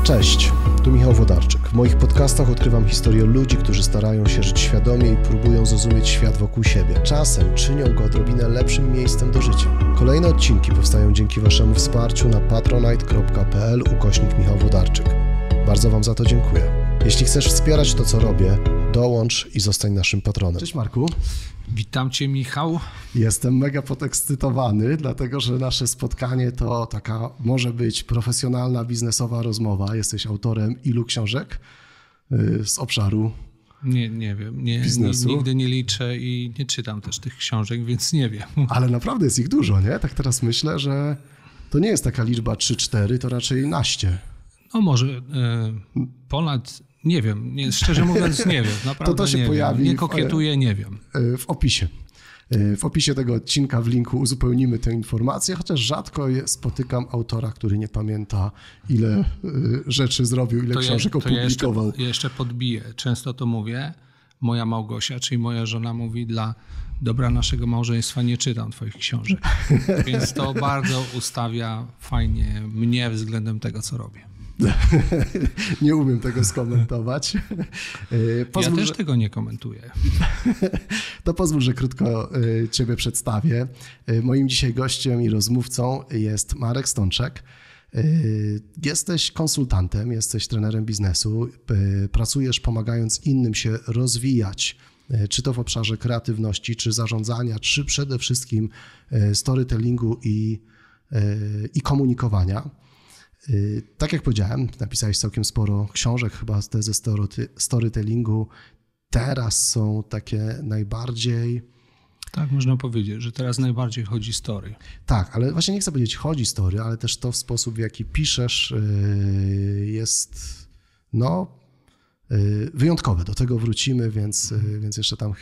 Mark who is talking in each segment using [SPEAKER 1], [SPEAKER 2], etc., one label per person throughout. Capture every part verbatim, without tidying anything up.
[SPEAKER 1] Cześć, tu Michał Włodarczyk. W moich podcastach odkrywam historię ludzi, którzy starają się żyć świadomie i próbują zrozumieć świat wokół siebie. Czasem czynią go odrobinę lepszym miejscem do życia. Kolejne odcinki powstają dzięki Waszemu wsparciu na patronite.pl ukośnik Michał Włodarczyk. Bardzo Wam za to dziękuję. Jeśli chcesz wspierać to, co robię, dołącz i zostań naszym patronem. Cześć Marku.
[SPEAKER 2] Witam Cię, Michał.
[SPEAKER 1] Jestem mega podekscytowany, dlatego że nasze spotkanie to taka może być profesjonalna, biznesowa rozmowa. Jesteś autorem ilu książek z obszaru
[SPEAKER 2] Nie, nie wiem. Nie,
[SPEAKER 1] biznesu?
[SPEAKER 2] Nigdy nie liczę i nie czytam też tych książek, więc nie wiem.
[SPEAKER 1] Ale naprawdę jest ich dużo, nie? Tak teraz myślę, że to nie jest taka liczba trzy cztery, to raczej naście.
[SPEAKER 2] No może y, ponad, nie wiem, nie, szczerze mówiąc nie wiem. Naprawdę
[SPEAKER 1] to to się
[SPEAKER 2] nie
[SPEAKER 1] pojawi.
[SPEAKER 2] Wiem. Nie kokietuję, nie wiem.
[SPEAKER 1] W opisie. W opisie tego odcinka w linku uzupełnimy tę informację, chociaż rzadko spotykam autora, który nie pamięta, ile rzeczy zrobił, ile
[SPEAKER 2] to
[SPEAKER 1] książek
[SPEAKER 2] je, to
[SPEAKER 1] opublikował.
[SPEAKER 2] Ja jeszcze, ja jeszcze podbiję. Często to mówię. Moja Małgosia, czyli moja żona mówi, dla dobra naszego małżeństwa nie czytam twoich książek. Więc to bardzo ustawia fajnie mnie względem tego, co robię.
[SPEAKER 1] Nie umiem tego skomentować.
[SPEAKER 2] Pozwól, ja też że... tego nie komentuję.
[SPEAKER 1] To pozwól, że krótko Ciebie przedstawię. Moim dzisiaj gościem i rozmówcą jest Marek Stączek. Jesteś konsultantem, jesteś trenerem biznesu, pracujesz pomagając innym się rozwijać, czy to w obszarze kreatywności, czy zarządzania, czy przede wszystkim storytellingu i, i komunikowania. Tak jak powiedziałem, napisałeś całkiem sporo książek, chyba te ze storytellingu teraz są takie najbardziej...
[SPEAKER 2] Tak, można powiedzieć, że teraz najbardziej chodzi story.
[SPEAKER 1] Tak, ale właśnie nie chcę powiedzieć chodzi story, ale też to w sposób, w jaki piszesz jest no, wyjątkowe. Do tego wrócimy, więc, więc jeszcze tam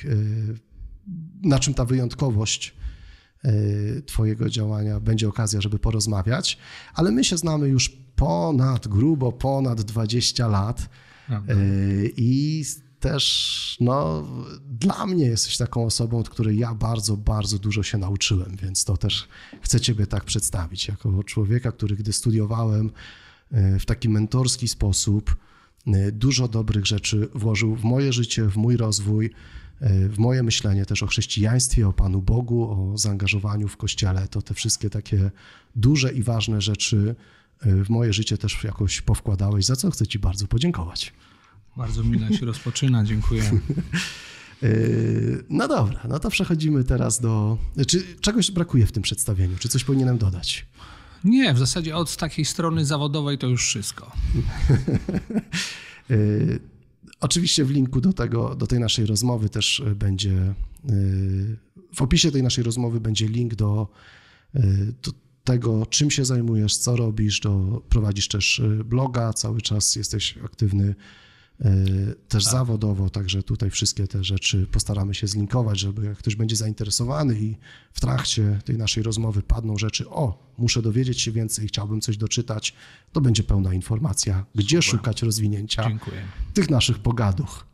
[SPEAKER 1] na czym ta wyjątkowość Twojego działania będzie okazja, żeby porozmawiać, ale my się znamy już ponad, grubo ponad dwadzieścia lat. Prawda. I też no, dla mnie jesteś taką osobą, od której ja bardzo, bardzo dużo się nauczyłem, więc to też chcę Ciebie tak przedstawić, jako człowieka, który gdy studiowałem w taki mentorski sposób, dużo dobrych rzeczy włożył w moje życie, w mój rozwój, w moje myślenie też o chrześcijaństwie, o Panu Bogu, o zaangażowaniu w Kościele. To te wszystkie takie duże i ważne rzeczy w moje życie też jakoś powkładałeś, za co chcę Ci bardzo podziękować.
[SPEAKER 2] Bardzo mile się rozpoczyna, dziękuję.
[SPEAKER 1] No dobra, no to przechodzimy teraz do... Czy czegoś brakuje w tym przedstawieniu? Czy coś powinienem dodać?
[SPEAKER 2] Nie, w zasadzie od takiej strony zawodowej to już wszystko.
[SPEAKER 1] Oczywiście w linku do tego, do tej naszej rozmowy też będzie, w opisie tej naszej rozmowy będzie link do, do tego, czym się zajmujesz, co robisz, do, prowadzisz też bloga, cały czas jesteś aktywny też tak. zawodowo, także tutaj wszystkie te rzeczy postaramy się zlinkować, żeby jak ktoś będzie zainteresowany i w trakcie tej naszej rozmowy padną rzeczy, o, muszę dowiedzieć się więcej, chciałbym coś doczytać, to będzie pełna informacja, gdzie Super. szukać rozwinięcia
[SPEAKER 2] Dziękuję.
[SPEAKER 1] tych naszych pogaduch.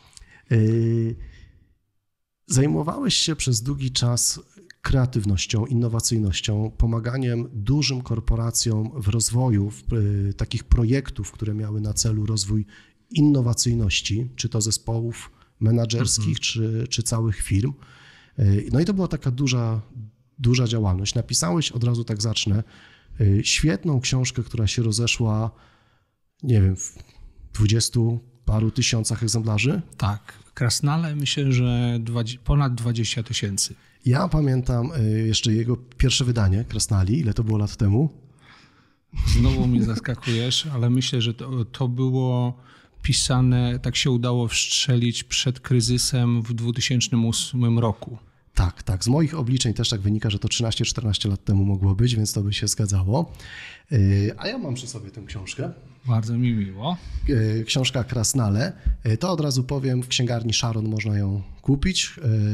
[SPEAKER 1] Zajmowałeś się przez długi czas kreatywnością, innowacyjnością, pomaganiem dużym korporacjom w rozwoju w, takich projektów, które miały na celu rozwój innowacyjności, czy to zespołów menedżerskich, mm-hmm. czy, czy całych firm. No i to była taka duża, duża działalność. Napisałeś, od razu tak zacznę, świetną książkę, która się rozeszła, nie wiem, w dwudziestu paru tysiącach egzemplarzy?
[SPEAKER 2] Tak, Krasnale myślę, że ponad dwadzieścia tysięcy.
[SPEAKER 1] Ja pamiętam jeszcze jego pierwsze wydanie, Krasnali, ile to było lat temu?
[SPEAKER 2] Znowu mnie zaskakujesz, ale myślę, że to, to było pisane, tak się udało wszczelić przed kryzysem w dwutysięcznym ósmym roku.
[SPEAKER 1] Tak, tak. Z moich obliczeń też tak wynika, że to trzynaście czternaście lat temu mogło być, więc to by się zgadzało. A ja mam przy sobie tę książkę.
[SPEAKER 2] Bardzo mi miło.
[SPEAKER 1] Książka Krasnale. To od razu powiem, w księgarni Sharon można ją kupić.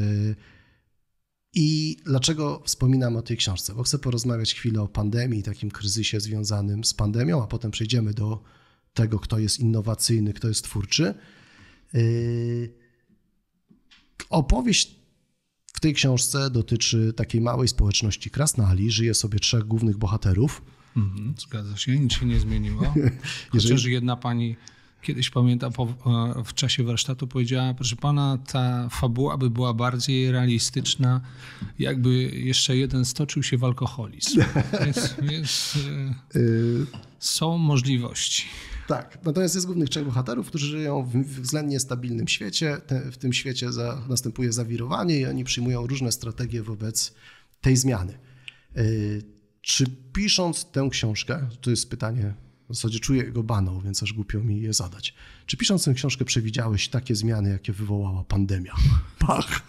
[SPEAKER 1] I dlaczego wspominam o tej książce? Bo chcę porozmawiać chwilę o pandemii, takim kryzysie związanym z pandemią, a potem przejdziemy do tego, kto jest innowacyjny, kto jest twórczy. Opowieść w tej książce dotyczy takiej małej społeczności Krasnali. Żyje sobie trzech głównych bohaterów.
[SPEAKER 2] Mhm, zgadza się, nic się nie zmieniło. Chociaż Jeżeli... jedna pani kiedyś, pamiętam, po, w czasie warsztatu powiedziała, proszę pana, ta fabuła by była bardziej realistyczna, jakby jeszcze jeden stoczył się w alkoholizm. Więc, więc y... są możliwości.
[SPEAKER 1] Tak, natomiast jest głównych trzech bohaterów, którzy żyją w względnie stabilnym świecie. Te, w tym świecie za, następuje zawirowanie i oni przyjmują różne strategie wobec tej zmiany. Y... Czy pisząc tę książkę, to jest pytanie, w zasadzie czuję go banał, więc aż głupio mi je zadać. Czy pisząc tę książkę przewidziałeś takie zmiany, jakie wywołała pandemia? Pach!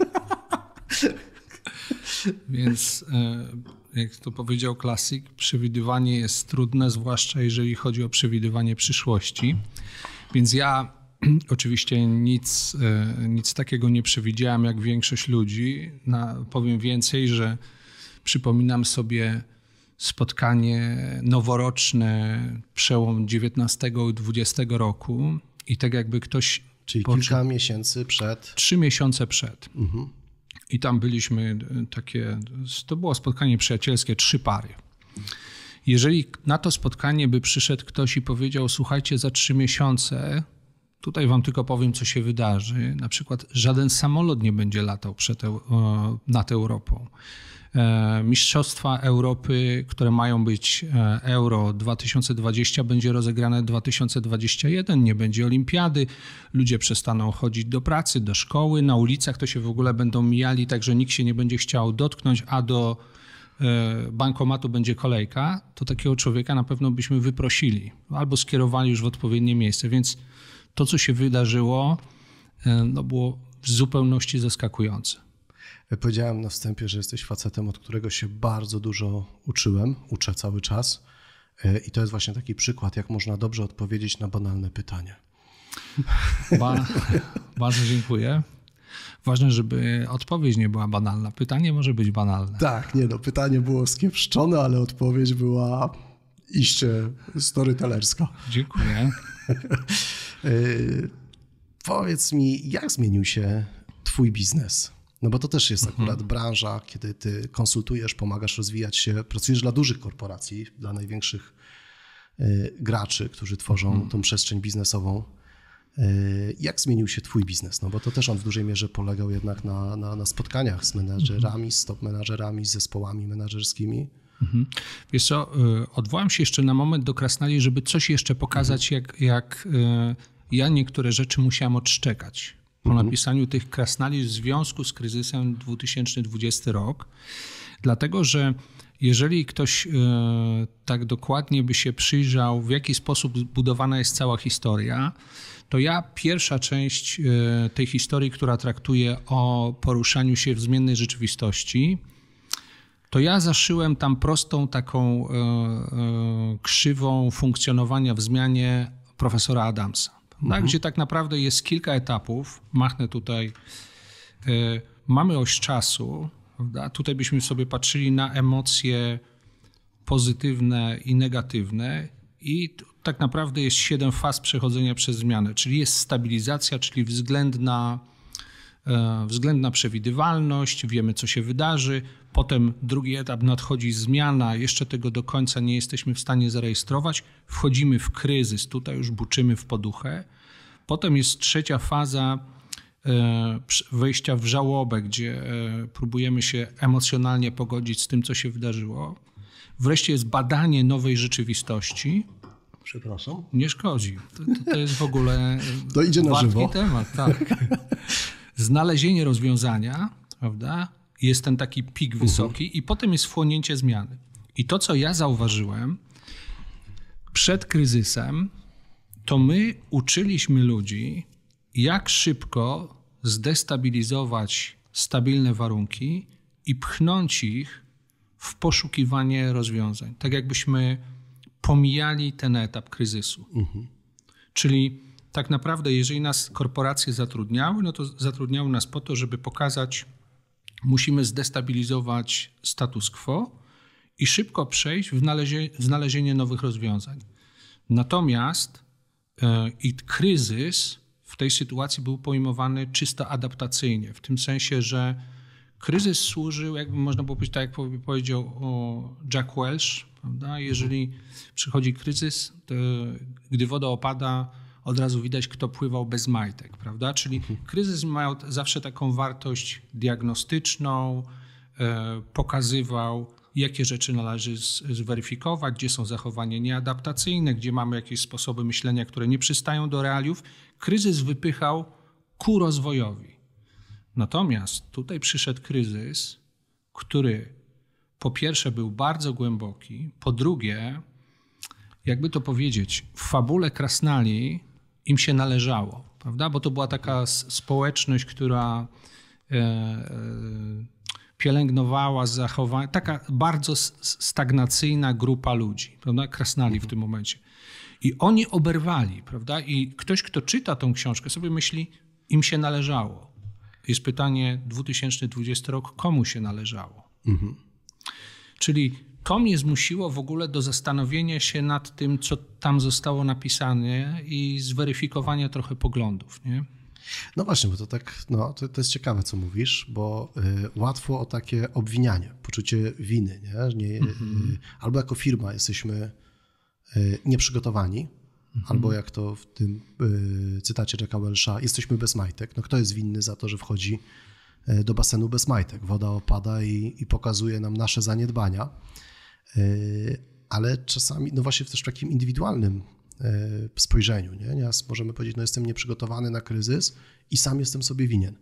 [SPEAKER 2] Więc jak to powiedział klasyk, przewidywanie jest trudne, zwłaszcza jeżeli chodzi o przewidywanie przyszłości. Więc ja oczywiście nic, nic takiego nie przewidziałem jak większość ludzi. Na, powiem więcej, że przypominam sobie spotkanie noworoczne, przełom dziewiętnastego i dwudziestego roku i tak jakby ktoś...
[SPEAKER 1] Czyli poczy... kilka miesięcy przed...
[SPEAKER 2] Trzy miesiące przed.
[SPEAKER 1] Mhm.
[SPEAKER 2] I tam byliśmy takie... To było spotkanie przyjacielskie, trzy pary. Jeżeli na to spotkanie by przyszedł ktoś i powiedział, słuchajcie, za trzy miesiące, tutaj wam tylko powiem, co się wydarzy, na przykład żaden samolot nie będzie latał przed, nad Europą. Mistrzostwa Europy, które mają być Euro dwa tysiące dwadzieścia, będzie rozegrane dwa tysiące dwadzieścia jeden, nie będzie olimpiady, ludzie przestaną chodzić do pracy, do szkoły, na ulicach to się w ogóle będą mijali, także nikt się nie będzie chciał dotknąć, a do bankomatu będzie kolejka, to takiego człowieka na pewno byśmy wyprosili albo skierowali już w odpowiednie miejsce, więc to, co się wydarzyło, no było w zupełności zaskakujące.
[SPEAKER 1] Powiedziałem na wstępie, że jesteś facetem, od którego się bardzo dużo uczyłem, uczę cały czas i to jest właśnie taki przykład, jak można dobrze odpowiedzieć na banalne pytanie.
[SPEAKER 2] Ba- bardzo dziękuję. Ważne, żeby odpowiedź nie była banalna. Pytanie może być banalne.
[SPEAKER 1] Tak, nie no, pytanie było skiepszczone, ale odpowiedź była iście storytellerska.
[SPEAKER 2] Dziękuję.
[SPEAKER 1] Powiedz mi, jak zmienił się twój biznes? No bo to też jest akurat mhm. branża, kiedy ty konsultujesz, pomagasz rozwijać się, pracujesz dla dużych korporacji, dla największych y, graczy, którzy tworzą mhm. tą przestrzeń biznesową. Y, jak zmienił się twój biznes? No bo to też on w dużej mierze polegał jednak na, na, na spotkaniach z menadżerami, mhm. z top menadżerami, z zespołami menadżerskimi. Mhm.
[SPEAKER 2] Wiesz co, y, odwołam się jeszcze na moment do Krasnali, żeby coś jeszcze pokazać, mhm. jak, jak y, ja niektóre rzeczy musiałem odszczekać po mhm. napisaniu tych Krasnali w związku z kryzysem dwa tysiące dwudziesty rok. Dlatego, że jeżeli ktoś y, tak dokładnie by się przyjrzał, w jaki sposób zbudowana jest cała historia, to ja pierwsza część y, tej historii, która traktuje o poruszaniu się w zmiennej rzeczywistości, to ja zaszyłem tam prostą taką y, y, krzywą funkcjonowania w zmianie profesora Adamsa. Mhm. Tak, gdzie tak naprawdę jest kilka etapów. Machnę tutaj. Y, mamy oś czasu. Prawda? Tutaj byśmy sobie patrzyli na emocje pozytywne i negatywne i tak naprawdę jest siedem faz przechodzenia przez zmianę, czyli jest stabilizacja, czyli względna, e, względna przewidywalność, wiemy, co się wydarzy. Potem drugi etap nadchodzi zmiana, jeszcze tego do końca nie jesteśmy w stanie zarejestrować. Wchodzimy w kryzys, tutaj już buczymy w poduchę. Potem jest trzecia faza wejścia w żałobę, gdzie próbujemy się emocjonalnie pogodzić z tym, co się wydarzyło. Wreszcie jest badanie nowej rzeczywistości.
[SPEAKER 1] Przepraszam.
[SPEAKER 2] Nie szkodzi. To, to, to jest w ogóle
[SPEAKER 1] to idzie na żywo.
[SPEAKER 2] temat. Tak. Znalezienie rozwiązania, prawda? Jest ten taki pik wysoki uh-huh. i potem jest wchłonięcie zmiany. I to, co ja zauważyłem przed kryzysem, to my uczyliśmy ludzi, jak szybko zdestabilizować stabilne warunki i pchnąć ich w poszukiwanie rozwiązań. Tak jakbyśmy pomijali ten etap kryzysu. Mhm. Czyli tak naprawdę, jeżeli nas korporacje zatrudniały, no to zatrudniały nas po to, żeby pokazać, musimy zdestabilizować status quo i szybko przejść w, znalezie, w znalezienie nowych rozwiązań. Natomiast yy, i kryzys w tej sytuacji był pojmowany czysto adaptacyjnie, w tym sensie, że kryzys służył, jakby można było powiedzieć, tak jak powiedział o Jack Welch, prawda? Jeżeli przychodzi kryzys, to gdy woda opada, od razu widać, kto pływał bez majtek, prawda? Czyli kryzys miał zawsze taką wartość diagnostyczną, e, pokazywał, jakie rzeczy należy zweryfikować, gdzie są zachowania nieadaptacyjne, gdzie mamy jakieś sposoby myślenia, które nie przystają do realiów. Kryzys wypychał ku rozwojowi. Natomiast tutaj przyszedł kryzys, który po pierwsze był bardzo głęboki, po drugie, jakby to powiedzieć, w fabule Krasnali im się należało, prawda? Bo to była taka społeczność, która e, e, pielęgnowała zachowanie, taka bardzo stagnacyjna grupa ludzi, prawda? Krasnali w tym momencie. I oni oberwali, prawda? I ktoś, kto czyta tą książkę, sobie myśli, im się należało. Jest pytanie, dwa tysiące dwudziesty rok, komu się należało? Mhm. Czyli to mnie zmusiło w ogóle do zastanowienia się nad tym, co tam zostało napisane i zweryfikowania trochę poglądów, nie?
[SPEAKER 1] No właśnie, bo to tak, no, to, to jest ciekawe, co mówisz, bo y, łatwo o takie obwinianie, poczucie winy, nie? nie mm-hmm. y, albo jako firma jesteśmy y, nieprzygotowani, mm-hmm. albo jak to w tym y, cytacie Jacka Welcha, jesteśmy bez majtek. No kto jest winny za to, że wchodzi y, do basenu bez majtek? Woda opada i, i pokazuje nam nasze zaniedbania, y, ale czasami, no właśnie też w takim indywidualnym spojrzeniu. Nie? Nieraz możemy powiedzieć, no jestem nieprzygotowany na kryzys i sam jestem sobie winien.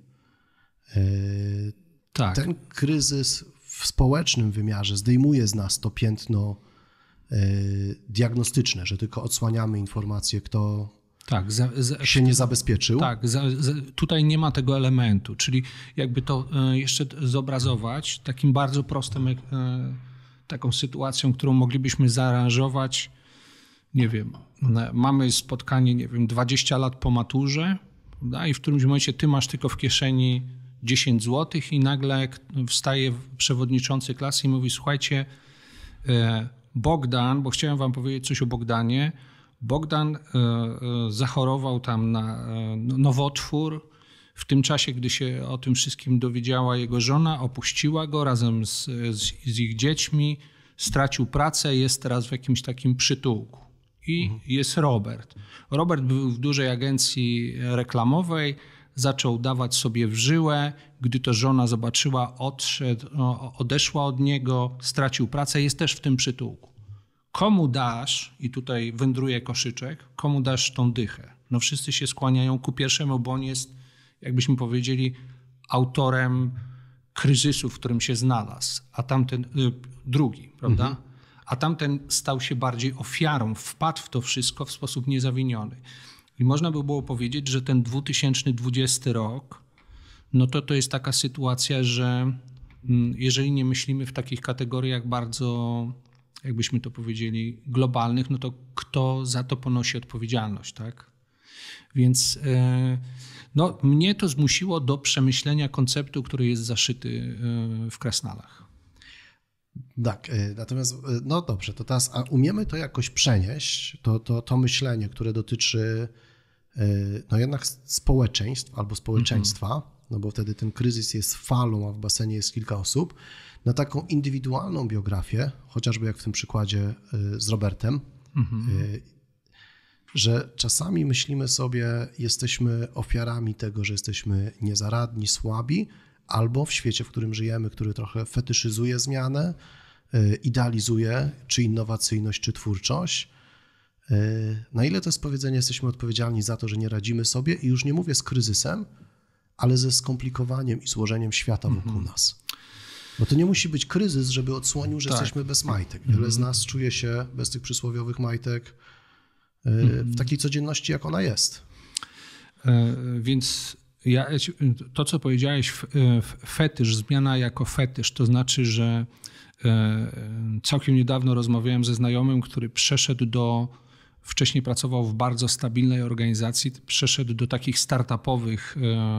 [SPEAKER 1] Tak. Ten kryzys w społecznym wymiarze zdejmuje z nas to piętno diagnostyczne, że tylko odsłaniamy informacje, kto tak, za, za, się nie zabezpieczył.
[SPEAKER 2] Tak, za, za, tutaj nie ma tego elementu, czyli jakby to jeszcze zobrazować takim bardzo prostym taką sytuacją, którą moglibyśmy zaaranżować. Nie wiem, mamy spotkanie, nie wiem, dwadzieścia lat po maturze, prawda? I w którymś momencie ty masz tylko w kieszeni dziesięć złotych i nagle wstaje przewodniczący klasy i mówi, słuchajcie, Bogdan, bo chciałem wam powiedzieć coś o Bogdanie, Bogdan zachorował tam na nowotwór. W tym czasie, gdy się o tym wszystkim dowiedziała jego żona, opuściła go razem z, z, z ich dziećmi, stracił pracę, jest teraz w jakimś takim przytułku. I mhm. jest Robert. Robert był w dużej agencji reklamowej, zaczął dawać sobie w żyłę. Gdy to żona zobaczyła, odszedł, odeszła od niego, stracił pracę, jest też w tym przytułku. Komu dasz, i tutaj wędruje koszyczek, komu dasz tą dychę? No wszyscy się skłaniają ku pierwszemu, bo on jest, jakbyśmy powiedzieli, autorem kryzysu, w którym się znalazł, a tamten y, drugi, prawda? Mhm. A tamten stał się bardziej ofiarą, wpadł w to wszystko w sposób niezawiniony. I można by było powiedzieć, że ten dwa tysiące dwudziesty rok, no to to jest taka sytuacja, że jeżeli nie myślimy w takich kategoriach bardzo, jakbyśmy to powiedzieli, globalnych, no to kto za to ponosi odpowiedzialność, tak? Więc no, mnie to zmusiło do przemyślenia konceptu, który jest zaszyty w Krasnalach.
[SPEAKER 1] Tak, natomiast no dobrze, to teraz a umiemy to jakoś przenieść, to, to, to myślenie, które dotyczy no jednak społeczeństw albo społeczeństwa, mm-hmm. no bo wtedy ten kryzys jest falą, a w basenie jest kilka osób, na taką indywidualną biografię, chociażby jak w tym przykładzie z Robertem, mm-hmm. że czasami myślimy sobie, jesteśmy ofiarami tego, że jesteśmy niezaradni, słabi, albo w świecie, w którym żyjemy, który trochę fetyszyzuje zmianę, idealizuje czy innowacyjność, czy twórczość. Na ile to jest powiedzenie, jesteśmy odpowiedzialni za to, że nie radzimy sobie i już nie mówię z kryzysem, ale ze skomplikowaniem i złożeniem świata wokół mm-hmm. nas. Bo to nie musi być kryzys, żeby odsłonił, że tak. jesteśmy bez majtek. Wiele mm-hmm. z nas czuje się bez tych przysłowiowych majtek mm-hmm. w takiej codzienności, jak ona jest.
[SPEAKER 2] E, więc ja, to, co powiedziałeś, fetysz, zmiana jako fetysz, to znaczy, że całkiem niedawno rozmawiałem ze znajomym, który przeszedł do, wcześniej pracował w bardzo stabilnej organizacji, przeszedł do takich startupowych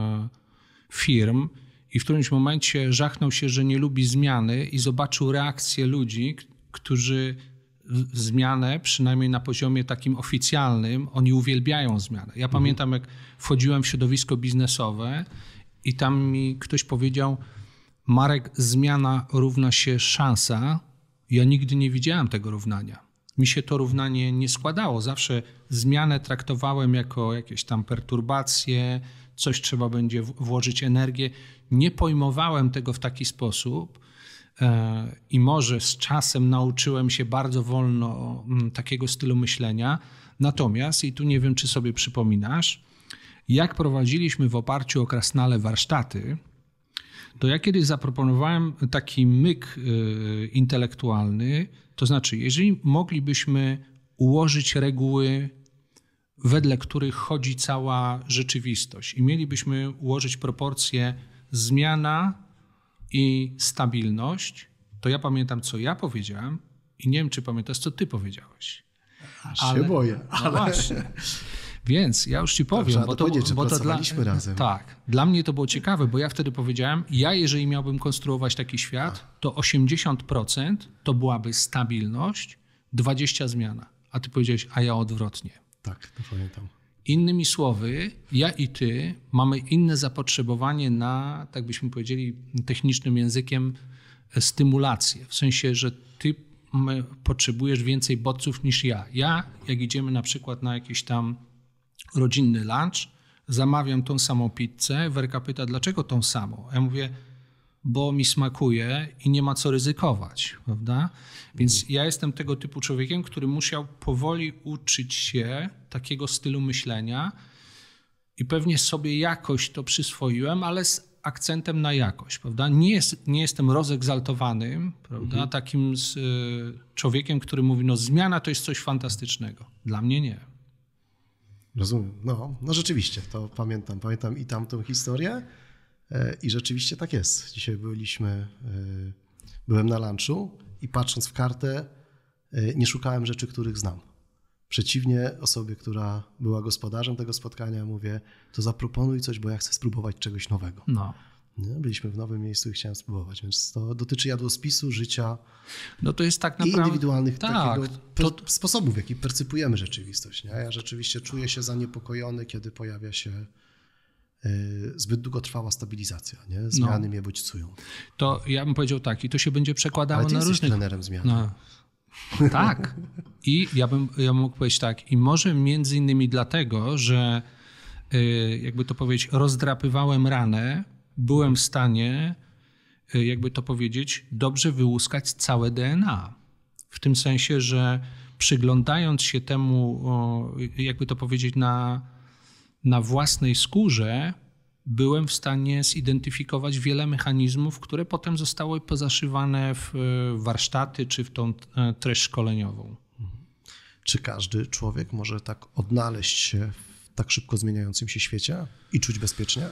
[SPEAKER 2] firm i w którymś momencie żachnął się, że nie lubi zmiany i zobaczył reakcję ludzi, którzy zmianę, przynajmniej na poziomie takim oficjalnym, oni uwielbiają zmianę. Ja mhm. pamiętam, jak wchodziłem w środowisko biznesowe i tam mi ktoś powiedział, Marek, zmiana równa się szansa. Ja nigdy nie widziałem tego równania. Mi się to równanie nie składało. Zawsze zmianę traktowałem jako jakieś tam perturbacje, coś trzeba będzie włożyć energię. Nie pojmowałem tego w taki sposób i może z czasem nauczyłem się bardzo wolno takiego stylu myślenia. Natomiast, i tu nie wiem, czy sobie przypominasz, jak prowadziliśmy w oparciu o Krasnale warsztaty, to ja kiedyś zaproponowałem taki myk intelektualny, to znaczy, jeżeli moglibyśmy ułożyć reguły, wedle których chodzi cała rzeczywistość i mielibyśmy ułożyć proporcje zmiana i stabilność, to ja pamiętam, co ja powiedziałem i nie wiem, czy pamiętasz, co ty powiedziałeś.
[SPEAKER 1] Aż ale, się boję.
[SPEAKER 2] Ale... No właśnie. Więc ja już ci powiem,
[SPEAKER 1] Dobrze,
[SPEAKER 2] bo
[SPEAKER 1] to,
[SPEAKER 2] to,
[SPEAKER 1] bo to
[SPEAKER 2] dla,
[SPEAKER 1] razem.
[SPEAKER 2] Tak, dla mnie to było ciekawe, bo ja wtedy powiedziałem, ja jeżeli miałbym konstruować taki świat, to osiemdziesiąt procent to byłaby stabilność, dwadzieścia procent zmiana. A ty powiedziałeś, a ja odwrotnie.
[SPEAKER 1] Tak, to pamiętam.
[SPEAKER 2] Innymi słowy, ja i ty mamy inne zapotrzebowanie na, tak byśmy powiedzieli technicznym językiem, stymulację. W sensie, że ty potrzebujesz więcej bodźców niż ja. Ja, jak idziemy na przykład na jakiś tam rodzinny lunch, zamawiam tą samą pizzę, Werka pyta, dlaczego tą samą? Ja mówię, bo mi smakuje i nie ma co ryzykować, prawda? Więc ja jestem tego typu człowiekiem, który musiał powoli uczyć się takiego stylu myślenia i pewnie sobie jakoś to przyswoiłem, ale z akcentem na jakość, prawda? Nie, jest, nie jestem rozegzaltowanym, prawda? Mhm. Takim z, y, człowiekiem, który mówi, no zmiana to jest coś fantastycznego. Dla mnie nie.
[SPEAKER 1] Rozumiem. No, no rzeczywiście, to pamiętam. Pamiętam i tamtą historię e, i rzeczywiście tak jest. Dzisiaj byliśmy, e, byłem na lunchu i patrząc w kartę e, nie szukałem rzeczy, których znam. Przeciwnie osobie, która była gospodarzem tego spotkania, mówię, to zaproponuj coś, bo ja chcę spróbować czegoś nowego.
[SPEAKER 2] No.
[SPEAKER 1] Nie? Byliśmy w nowym miejscu i chciałem spróbować, więc to dotyczy jadłospisu, życia
[SPEAKER 2] no to jest tak naprawdę...
[SPEAKER 1] i indywidualnych
[SPEAKER 2] tak,
[SPEAKER 1] takiego to... sposobów, w jaki percypujemy rzeczywistość. Nie? Ja rzeczywiście czuję się zaniepokojony, kiedy pojawia się y, zbyt długotrwała stabilizacja. Nie? Zmiany no. mnie bodźcują.
[SPEAKER 2] To ja bym powiedział tak, i to się będzie przekładało
[SPEAKER 1] Ale ty
[SPEAKER 2] na
[SPEAKER 1] jesteś
[SPEAKER 2] różnych...
[SPEAKER 1] trenerem zmian.
[SPEAKER 2] No. Tak. I ja bym ja mógł powiedzieć tak, i może między innymi dlatego, że y, jakby to powiedzieć, rozdrapywałem ranę, byłem w stanie, y, jakby to powiedzieć, dobrze wyłuskać całe D N A. W tym sensie, że przyglądając się temu, o, jakby to powiedzieć, na, na własnej skórze, byłem w stanie zidentyfikować wiele mechanizmów, które potem zostały pozaszywane w warsztaty czy w tą treść szkoleniową.
[SPEAKER 1] Czy każdy człowiek może tak odnaleźć się w tak szybko zmieniającym się świecie i czuć bezpiecznie?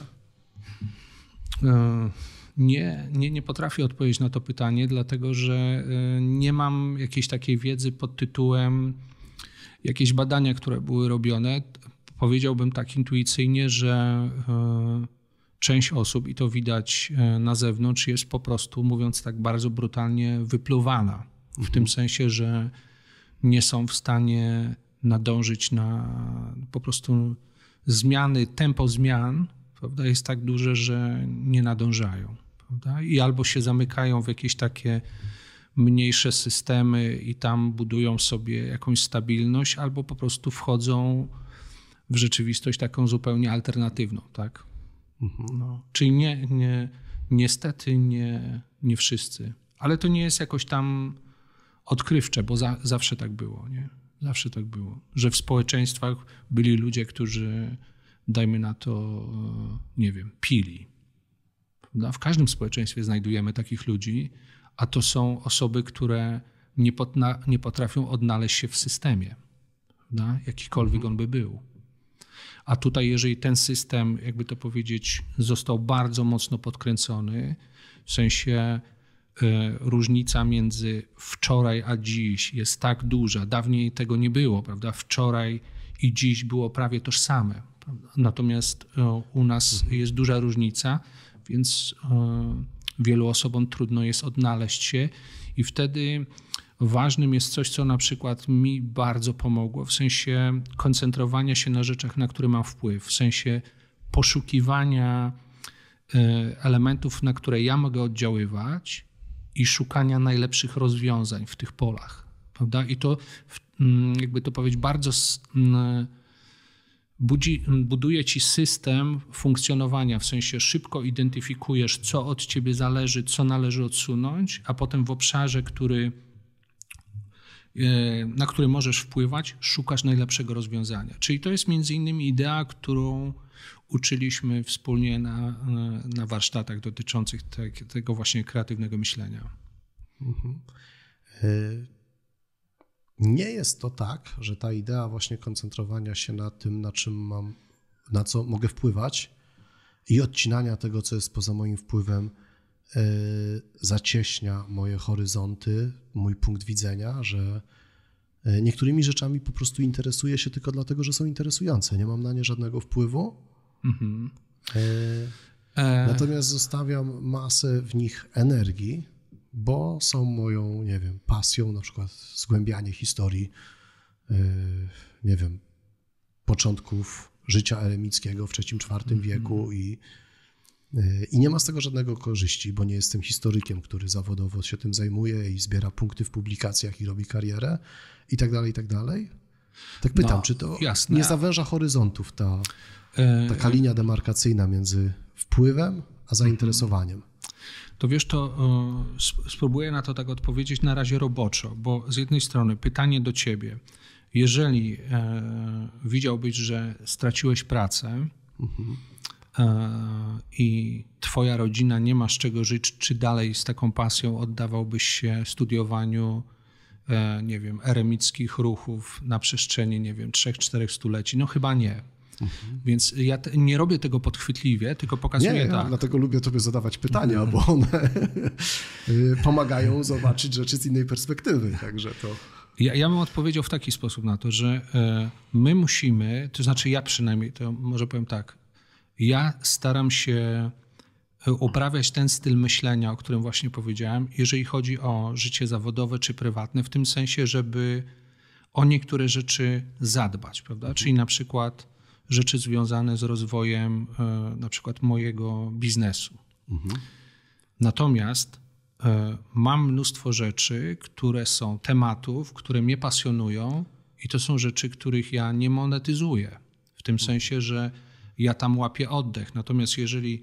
[SPEAKER 2] Nie, nie, nie potrafię odpowiedzieć na to pytanie, dlatego że nie mam jakiejś takiej wiedzy pod tytułem jakieś badania, które były robione. Powiedziałbym tak intuicyjnie, że część osób, i to widać na zewnątrz, jest po prostu, mówiąc tak bardzo brutalnie, wypluwana. W mhm. tym sensie, że nie są w stanie nadążyć na po prostu zmiany, tempo zmian, prawda, jest tak duże, że nie nadążają. Prawda? I albo się zamykają w jakieś takie mniejsze systemy i tam budują sobie jakąś stabilność, albo po prostu wchodzą w rzeczywistość taką zupełnie alternatywną, tak? Mhm. No. Czyli nie, nie, niestety nie, nie wszyscy. Ale to nie jest jakoś tam odkrywcze, bo za, zawsze tak było, nie? Zawsze tak było. Że w społeczeństwach byli ludzie, którzy, dajmy na to, nie wiem, pili. W każdym społeczeństwie znajdujemy takich ludzi, a to są osoby, które nie, potna, nie potrafią odnaleźć się w systemie, prawda? Jakikolwiek mhm. on by był. A tutaj, jeżeli ten system, jakby to powiedzieć, został bardzo mocno podkręcony, w sensie y, różnica między wczoraj a dziś jest tak duża, dawniej tego nie było, prawda? Wczoraj i dziś było prawie tożsame, prawda? Natomiast y, u nas mhm. jest duża różnica, więc y, wielu osobom trudno jest odnaleźć się i wtedy ważnym jest coś, co na przykład mi bardzo pomogło, w sensie koncentrowania się na rzeczach, na które mam wpływ, w sensie poszukiwania elementów, na które ja mogę oddziaływać i szukania najlepszych rozwiązań w tych polach, prawda? I to, jakby to powiedzieć, bardzo budzi, buduje ci system funkcjonowania, w sensie szybko identyfikujesz, co od ciebie zależy, co należy odsunąć, a potem w obszarze, który, na który możesz wpływać, szukasz najlepszego rozwiązania. Czyli to jest między innymi idea, którą uczyliśmy wspólnie na, na warsztatach dotyczących te, tego właśnie kreatywnego myślenia.
[SPEAKER 1] Mhm. Nie jest to tak, że ta idea właśnie koncentrowania się na tym, na czym mam, na co mogę wpływać i odcinania tego, co jest poza moim wpływem, zacieśnia moje horyzonty, mój punkt widzenia, że niektórymi rzeczami po prostu interesuję się tylko dlatego, że są interesujące. Nie mam na nie żadnego wpływu. Mhm. E... Natomiast zostawiam masę w nich energii, bo są moją, nie wiem, pasją, na przykład zgłębianie historii, nie wiem, początków życia eremickiego w trzecim, czwartym wieku i, i nie ma z tego żadnego korzyści, bo nie jestem historykiem, który zawodowo się tym zajmuje i zbiera punkty w publikacjach i robi karierę i tak dalej, i tak dalej. Tak pytam, no, czy to jasne. Nie zawęża horyzontów ta, taka linia demarkacyjna między wpływem a zainteresowaniem?
[SPEAKER 2] To wiesz, to y, spróbuję na to tak odpowiedzieć na razie roboczo, bo z jednej strony pytanie do ciebie, jeżeli y, widziałbyś, że straciłeś pracę mhm. y, i twoja rodzina nie ma z czego żyć, czy dalej z taką pasją oddawałbyś się studiowaniu, y, nie wiem, eremickich ruchów na przestrzeni, nie wiem, trzech, czterech stuleci? No chyba nie. Mhm. Więc ja te, nie robię tego podchwytliwie, tylko pokazuję
[SPEAKER 1] nie,
[SPEAKER 2] tak.
[SPEAKER 1] Dlatego lubię tobie zadawać pytania, bo one pomagają zobaczyć rzeczy z innej perspektywy. Także to...
[SPEAKER 2] Ja, ja bym odpowiedział w taki sposób na to, że my musimy, to znaczy ja przynajmniej, to może powiem tak, ja staram się uprawiać ten styl myślenia, o którym właśnie powiedziałem, jeżeli chodzi o życie zawodowe czy prywatne, w tym sensie, żeby o niektóre rzeczy zadbać, prawda? Mhm. Czyli na przykład rzeczy związane z rozwojem na przykład mojego biznesu. Mhm. Natomiast mam mnóstwo rzeczy, które są tematów, które mnie pasjonują i to są rzeczy, których ja nie monetyzuję. W tym sensie, że ja tam łapię oddech. Natomiast jeżeli,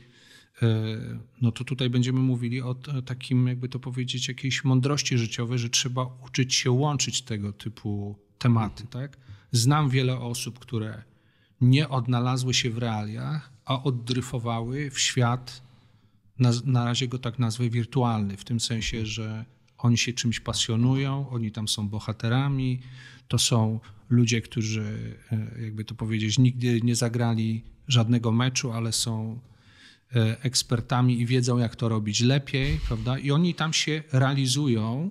[SPEAKER 2] no to tutaj będziemy mówili o takim, jakby to powiedzieć, jakiejś mądrości życiowej, że trzeba uczyć się łączyć tego typu tematy. Tak? Znam wiele osób, które nie odnalazły się w realiach, a oddryfowały w świat, na, na razie go tak nazwę, wirtualny, w tym sensie, że oni się czymś pasjonują, oni tam są bohaterami, to są ludzie, którzy, jakby to powiedzieć, nigdy nie zagrali żadnego meczu, ale są ekspertami i wiedzą, jak to robić lepiej, prawda? I oni tam się realizują,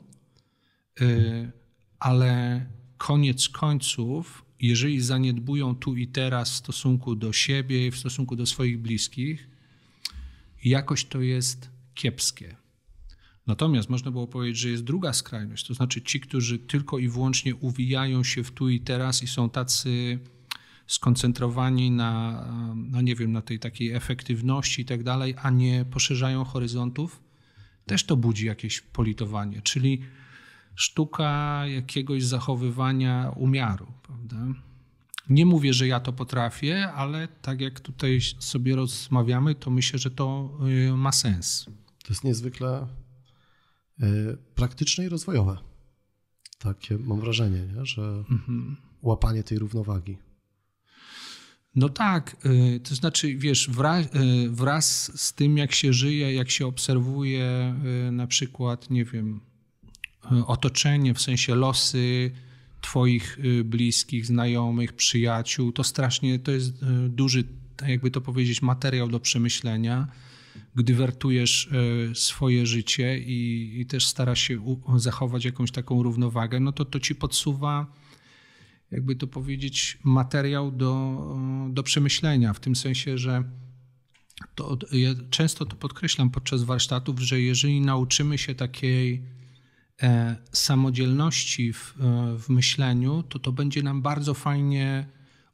[SPEAKER 2] ale koniec końców, jeżeli zaniedbują tu i teraz w stosunku do siebie i w stosunku do swoich bliskich, jakoś to jest kiepskie. Natomiast można było powiedzieć, że jest druga skrajność, to znaczy ci, którzy tylko i wyłącznie uwijają się w tu i teraz i są tacy skoncentrowani na, no nie wiem, na tej takiej efektywności i tak dalej, a nie poszerzają horyzontów, też to budzi jakieś politowanie, czyli sztuka jakiegoś zachowywania umiaru, prawda? Nie mówię, że ja to potrafię, ale tak jak tutaj sobie rozmawiamy, to myślę, że to ma sens.
[SPEAKER 1] To jest niezwykle praktyczne i rozwojowe. Takie mam wrażenie, nie? Że mhm. łapanie tej równowagi.
[SPEAKER 2] No tak, to znaczy, wiesz, wraz, wraz z tym, jak się żyje, jak się obserwuje na przykład, nie wiem, otoczenie, w sensie losy twoich bliskich, znajomych, przyjaciół, to strasznie, to jest duży, jakby to powiedzieć, materiał do przemyślenia, gdy wertujesz swoje życie i, i też starasz się u, zachować jakąś taką równowagę, no to to ci podsuwa, jakby to powiedzieć, materiał do, do przemyślenia, w tym sensie, że to, ja często to podkreślam podczas warsztatów, że jeżeli nauczymy się takiej samodzielności w, w myśleniu, to to będzie nam bardzo fajnie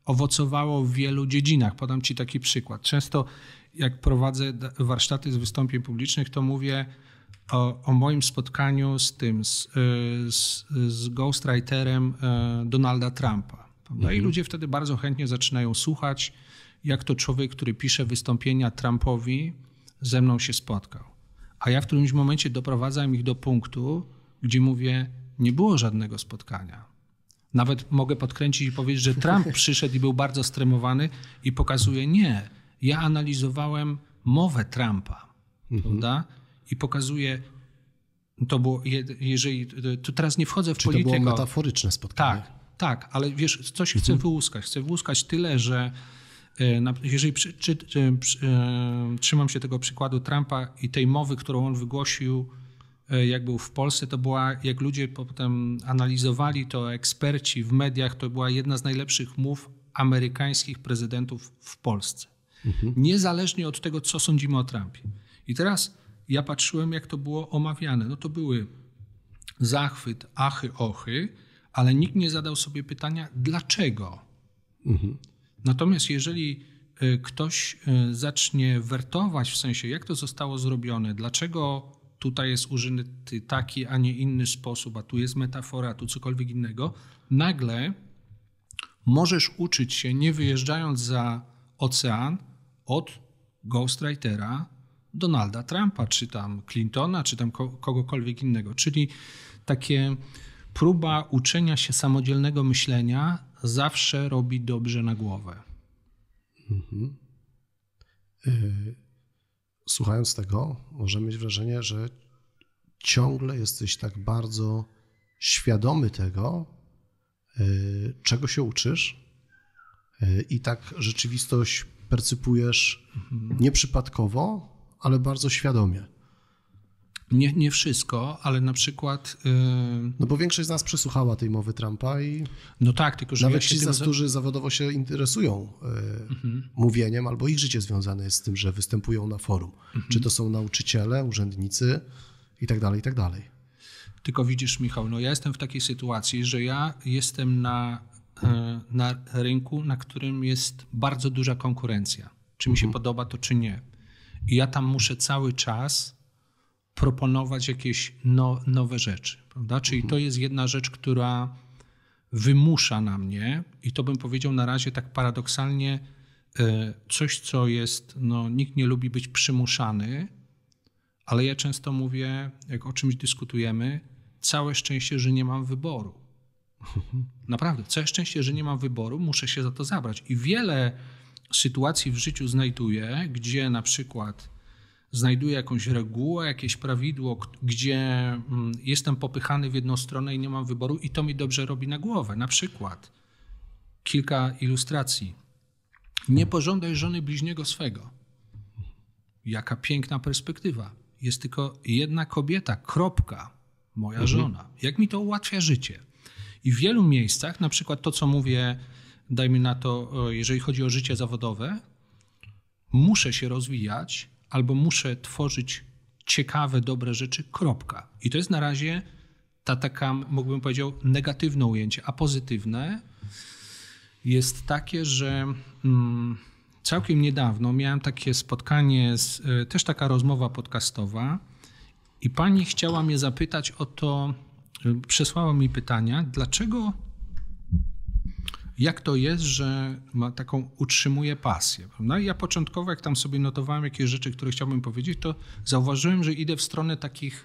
[SPEAKER 2] owocowało w wielu dziedzinach. Podam ci taki przykład. Często jak prowadzę warsztaty z wystąpień publicznych, to mówię o, o moim spotkaniu z tym, z, z, z ghostwriterem Donalda Trumpa. Mhm. I ludzie wtedy bardzo chętnie zaczynają słuchać, jak to człowiek, który pisze wystąpienia Trumpowi, ze mną się spotkał. A ja w którymś momencie doprowadzam ich do punktu, gdzie mówię, nie było żadnego spotkania. Nawet mogę podkręcić i powiedzieć, że Trump przyszedł i był bardzo stremowany i pokazuje, nie, ja analizowałem mowę Trumpa, mhm. prawda? I pokazuje, to było, jeżeli, to teraz nie wchodzę w
[SPEAKER 1] Czy
[SPEAKER 2] politykę.
[SPEAKER 1] To było metaforyczne spotkanie.
[SPEAKER 2] Tak, tak, ale wiesz, coś chcę mhm. wyłuskać. Chcę wyłuskać tyle, że jeżeli przy, czy, czy, czy, trzymam się tego przykładu Trumpa i tej mowy, którą on wygłosił, jak był w Polsce, to była, jak ludzie potem analizowali to, eksperci w mediach, to była jedna z najlepszych mów amerykańskich prezydentów w Polsce. Mhm. Niezależnie od tego, co sądzimy o Trumpie. I teraz ja patrzyłem, jak to było omawiane. No to były zachwyt, achy, ochy, ale nikt nie zadał sobie pytania, dlaczego? Mhm. Natomiast jeżeli ktoś zacznie wertować w sensie, jak to zostało zrobione, dlaczego tutaj jest użyty taki, a nie inny sposób, a tu jest metafora, a tu cokolwiek innego, nagle możesz uczyć się, nie wyjeżdżając za ocean, od ghostwritera Donalda Trumpa, czy tam Clintona, czy tam kogokolwiek innego. Czyli takie próba uczenia się samodzielnego myślenia zawsze robi dobrze na głowę.
[SPEAKER 1] Mhm. Słuchając tego, możemy mieć wrażenie, że ciągle jesteś tak bardzo świadomy tego, czego się uczysz i tak rzeczywistość percypujesz mhm. nieprzypadkowo, ale bardzo świadomie.
[SPEAKER 2] Nie, nie wszystko, ale na przykład... Yy...
[SPEAKER 1] No bo większość z nas przesłuchała tej mowy Trumpa i
[SPEAKER 2] no tak, tylko że
[SPEAKER 1] nawet
[SPEAKER 2] ja
[SPEAKER 1] ci z nas,
[SPEAKER 2] tym...
[SPEAKER 1] którzy zawodowo się interesują yy, mhm. mówieniem, albo ich życie związane jest z tym, że występują na forum. Mhm. Czy to są nauczyciele, urzędnicy i tak dalej, i tak dalej.
[SPEAKER 2] Tylko widzisz, Michał, no ja jestem w takiej sytuacji, że ja jestem na, yy, na rynku, na którym jest bardzo duża konkurencja. Czy mi się mhm. podoba to, czy nie. I ja tam muszę cały czas proponować jakieś no, nowe rzeczy, prawda? Czyli mhm. to jest jedna rzecz, która wymusza na mnie i to bym powiedział na razie tak paradoksalnie coś, co jest, no nikt nie lubi być przymuszany, ale ja często mówię, jak o czymś dyskutujemy, całe szczęście, że nie mam wyboru. Mhm. Naprawdę, całe szczęście, że nie mam wyboru, muszę się za to zabrać. I wiele sytuacji w życiu znajduję, gdzie na przykład znajduję jakąś regułę, jakieś prawidło, gdzie jestem popychany w jedną stronę i nie mam wyboru i to mi dobrze robi na głowę. Na przykład kilka ilustracji. Nie pożądaj żony bliźniego swego. Jaka piękna perspektywa. Jest tylko jedna kobieta, kropka, moja mhm. żona. Jak mi to ułatwia życie. I w wielu miejscach, na przykład to, co mówię, dajmy na to, jeżeli chodzi o życie zawodowe, muszę się rozwijać, albo muszę tworzyć ciekawe, dobre rzeczy, kropka. I to jest na razie ta taka, mógłbym powiedzieć, negatywne ujęcie, a pozytywne jest takie, że mm, całkiem niedawno miałem takie spotkanie, z, też taka rozmowa podcastowa i pani chciała mnie zapytać o to, przesłała mi pytania, dlaczego, jak to jest, że ma taką, utrzymuje pasję. No i ja początkowo, jak tam sobie notowałem jakieś rzeczy, które chciałbym powiedzieć, to zauważyłem, że idę w stronę takich,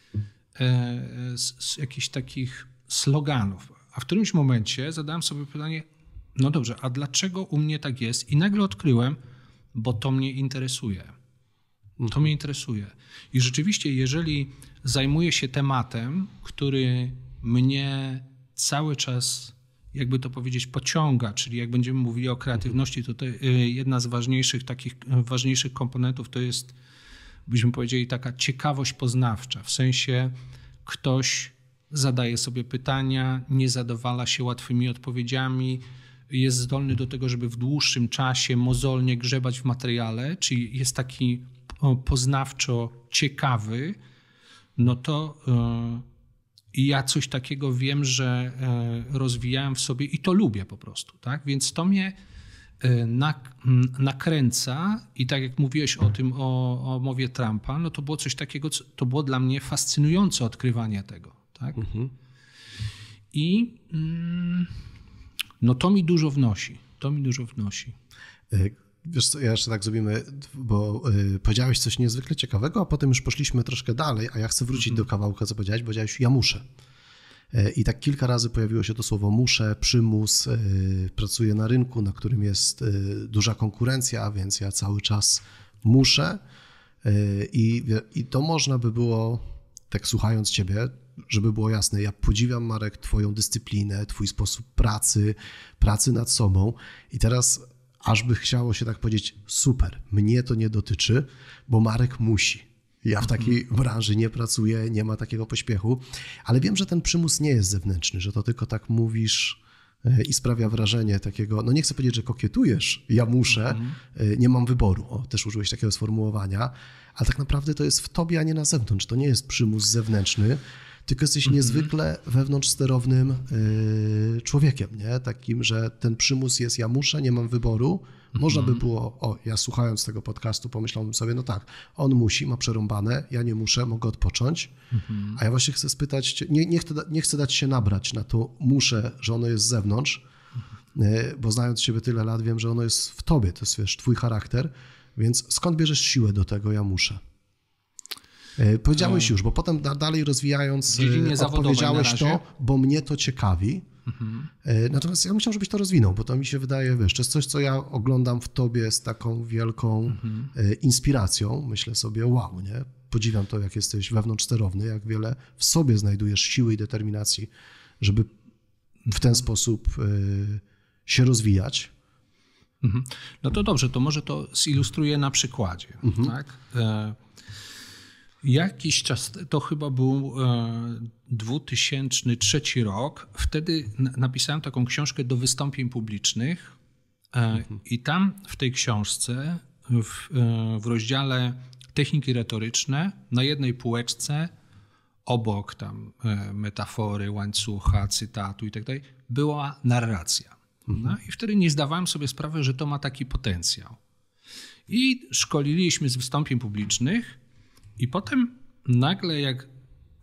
[SPEAKER 2] e, z, z jakichś takich sloganów. A w którymś momencie zadałem sobie pytanie, no dobrze, a dlaczego u mnie tak jest? I nagle odkryłem, bo to mnie interesuje. To mnie interesuje. I rzeczywiście, jeżeli zajmuję się tematem, który mnie cały czas, jakby to powiedzieć, pociąga, czyli jak będziemy mówili o kreatywności, to, to jedna z ważniejszych takich ważniejszych komponentów to jest, byśmy powiedzieli, taka ciekawość poznawcza. W sensie ktoś zadaje sobie pytania, nie zadowala się łatwymi odpowiedziami, jest zdolny do tego, żeby w dłuższym czasie mozolnie grzebać w materiale, czyli jest taki poznawczo ciekawy, no to I ja coś takiego wiem, że rozwijałem w sobie i to lubię po prostu. Tak? Więc to mnie nakręca i tak jak mówiłeś o tym, o, o mowie Trumpa, no to było coś takiego, to było dla mnie fascynujące odkrywanie tego. Tak? Mhm. I no to mi dużo wnosi. To mi dużo wnosi.
[SPEAKER 1] Wiesz co, ja jeszcze tak zrobimy, bo y, powiedziałeś coś niezwykle ciekawego, a potem już poszliśmy troszkę dalej, a ja chcę wrócić mm. do kawałka, co powiedziałeś, bo powiedziałeś ja muszę. Y, I tak kilka razy pojawiło się to słowo muszę, przymus, y, pracuję na rynku, na którym jest y, duża konkurencja, więc ja cały czas muszę y, i, i to można by było, tak słuchając ciebie, żeby było jasne, ja podziwiam, Marek, twoją dyscyplinę, twój sposób pracy, pracy nad sobą i teraz aż by chciało się tak powiedzieć, super, mnie to nie dotyczy, bo Marek musi. Ja w takiej branży nie pracuję, nie ma takiego pośpiechu, ale wiem, że ten przymus nie jest zewnętrzny, że to tylko tak mówisz i sprawia wrażenie takiego, no nie chcę powiedzieć, że kokietujesz, ja muszę, nie mam wyboru. O, też użyłeś takiego sformułowania, ale tak naprawdę to jest w tobie, a nie na zewnątrz. To nie jest przymus zewnętrzny, tylko jesteś niezwykle wewnątrz sterownym yy, człowiekiem, nie? Takim, że ten przymus jest ja muszę, nie mam wyboru. Można by było, o, ja słuchając tego podcastu pomyślałbym sobie, no tak, on musi, ma przerąbane, ja nie muszę, mogę odpocząć. A ja właśnie chcę spytać cię, nie, nie, chcę, nie chcę dać się nabrać na to muszę, że ono jest z zewnątrz, yy, bo znając ciebie tyle lat, wiem, że ono jest w tobie, to jest, wiesz, twój charakter, więc skąd bierzesz siłę do tego ja muszę? Powiedziałeś już, bo potem dalej rozwijając odpowiedziałeś to, bo mnie to ciekawi. Mhm. Natomiast ja myślę, żebyś to rozwinął, bo to mi się wydaje, wiesz, to jest coś, co ja oglądam w tobie z taką wielką mhm. inspiracją. Myślę sobie, wow, nie? Podziwiam to, jak jesteś wewnątrz sterowny, jak wiele w sobie znajdujesz siły i determinacji, żeby w ten sposób się rozwijać.
[SPEAKER 2] Mhm. No to dobrze, to może to zilustruję na przykładzie, mhm. tak? Jakiś czas, to chyba był dwa tysiące trzeci rok, wtedy napisałem taką książkę do wystąpień publicznych mhm. i tam w tej książce w, w rozdziale techniki retoryczne na jednej półeczce obok tam metafory, łańcucha, cytatu i tak dalej była narracja. Mhm. No i wtedy nie zdawałem sobie sprawy, że to ma taki potencjał. I szkoliliśmy z wystąpień publicznych. I potem nagle jak y,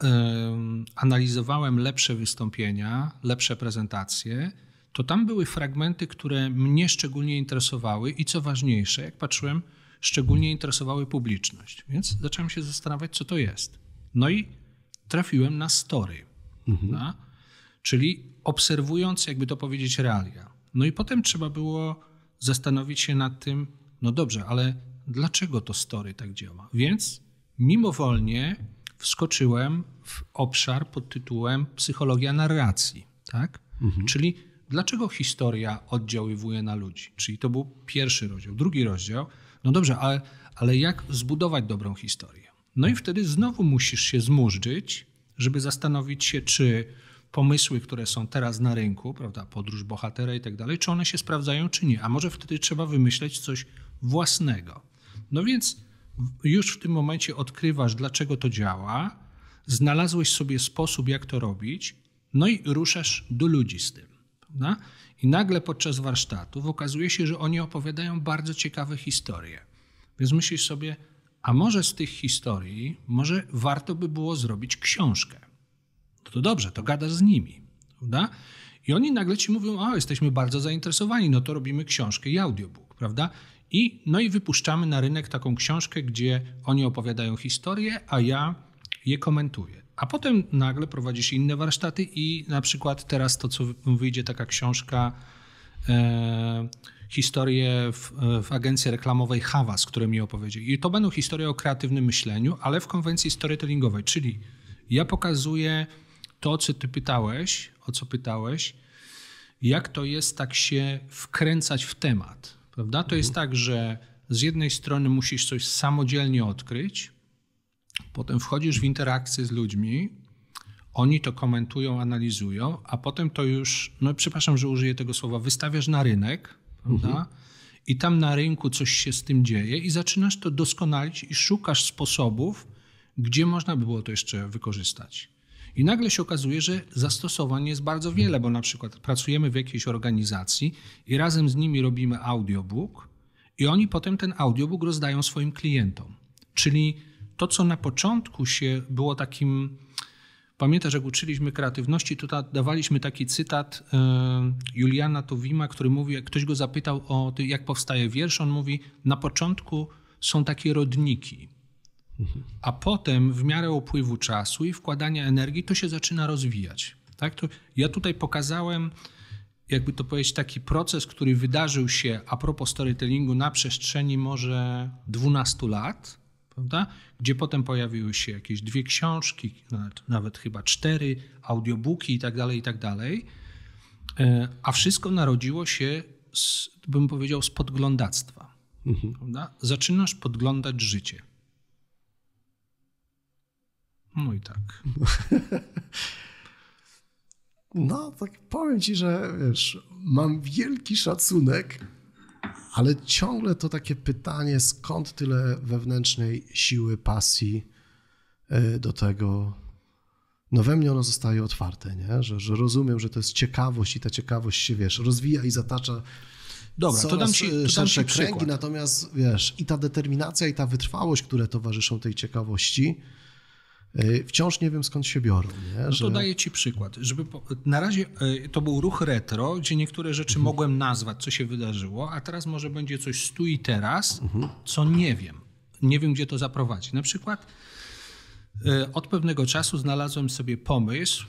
[SPEAKER 2] analizowałem lepsze wystąpienia, lepsze prezentacje, to tam były fragmenty, które mnie szczególnie interesowały i co ważniejsze, jak patrzyłem, szczególnie interesowały publiczność. Więc zacząłem się zastanawiać, co to jest. No i trafiłem na story, mhm. no? Czyli obserwując, jakby to powiedzieć, realia. No i potem trzeba było zastanowić się nad tym, no dobrze, ale dlaczego to story tak działa? Więc mimowolnie wskoczyłem w obszar pod tytułem psychologia narracji, tak? Mhm. Czyli dlaczego historia oddziaływuje na ludzi? Czyli to był pierwszy rozdział. Drugi rozdział, no dobrze, ale, ale jak zbudować dobrą historię? No i wtedy znowu musisz się zmurzyć, żeby zastanowić się, czy pomysły, które są teraz na rynku, prawda, podróż bohatera i tak dalej, czy one się sprawdzają, czy nie. A może wtedy trzeba wymyśleć coś własnego. No więc już w tym momencie odkrywasz, dlaczego to działa, znalazłeś sobie sposób, jak to robić, no i ruszasz do ludzi z tym. Prawda? I nagle podczas warsztatów okazuje się, że oni opowiadają bardzo ciekawe historie. Więc myślisz sobie, a może z tych historii, może warto by było zrobić książkę. No to dobrze, to gadasz z nimi. Prawda? I oni nagle ci mówią, o, jesteśmy bardzo zainteresowani, no to robimy książkę i audiobook, prawda? I, no i wypuszczamy na rynek taką książkę, gdzie oni opowiadają historię, a ja je komentuję. A potem nagle prowadzisz inne warsztaty i na przykład teraz to, co wyjdzie taka książka, e, historie w, w agencji reklamowej Havas, które mi opowiedzieli. I to będą historie o kreatywnym myśleniu, ale w konwencji storytellingowej, czyli ja pokazuję to, co ty pytałeś, o co pytałeś, jak to jest tak się wkręcać w temat. Prawda? To mhm. jest tak, że z jednej strony musisz coś samodzielnie odkryć, potem wchodzisz w interakcję z ludźmi, oni to komentują, analizują, a potem to już, no przepraszam, że użyję tego słowa, wystawiasz na rynek, prawda? Mhm. I tam na rynku coś się z tym dzieje i zaczynasz to doskonalić i szukasz sposobów, gdzie można by było to jeszcze wykorzystać. I nagle się okazuje, że zastosowań jest bardzo wiele, bo na przykład pracujemy w jakiejś organizacji i razem z nimi robimy audiobook i oni potem ten audiobook rozdają swoim klientom. Czyli to, co na początku się było takim... Pamiętasz, jak uczyliśmy kreatywności, to dawaliśmy taki cytat Juliana Tuwima, który mówi, jak ktoś go zapytał o to, jak powstaje wiersz, on mówi, na początku są takie rodniki, a potem w miarę upływu czasu i wkładania energii to się zaczyna rozwijać. Tak? To ja tutaj pokazałem, jakby to powiedzieć, taki proces, który wydarzył się a propos storytellingu na przestrzeni może dwunastu lat, prawda? Gdzie potem pojawiły się jakieś dwie książki, nawet, nawet chyba cztery, audiobooki i tak dalej, i tak dalej. A wszystko narodziło się, z, bym powiedział, z podglądactwa. Mhm. Prawda? Zaczynasz podglądać życie. No i tak.
[SPEAKER 1] No, tak powiem ci, że wiesz, mam wielki szacunek, ale ciągle to takie pytanie, skąd tyle wewnętrznej siły, pasji do tego. No we mnie ono zostaje otwarte, nie? Że, że rozumiem, że to jest ciekawość i ta ciekawość się, wiesz, rozwija i zatacza
[SPEAKER 2] Dobra, to dam ci, to
[SPEAKER 1] szersze
[SPEAKER 2] dam ci
[SPEAKER 1] kręgi,
[SPEAKER 2] przykład.
[SPEAKER 1] Natomiast wiesz, i ta determinacja, i ta wytrwałość, które towarzyszą tej ciekawości, wciąż nie wiem, skąd się biorą. Nie?
[SPEAKER 2] No to
[SPEAKER 1] że...
[SPEAKER 2] daję ci przykład. Żeby po... Na razie to był ruch retro, gdzie niektóre rzeczy mhm. mogłem nazwać, co się wydarzyło, a teraz może będzie coś stu i teraz, mhm. co nie wiem. Nie wiem, gdzie to zaprowadzi. Na przykład od pewnego czasu znalazłem sobie pomysł.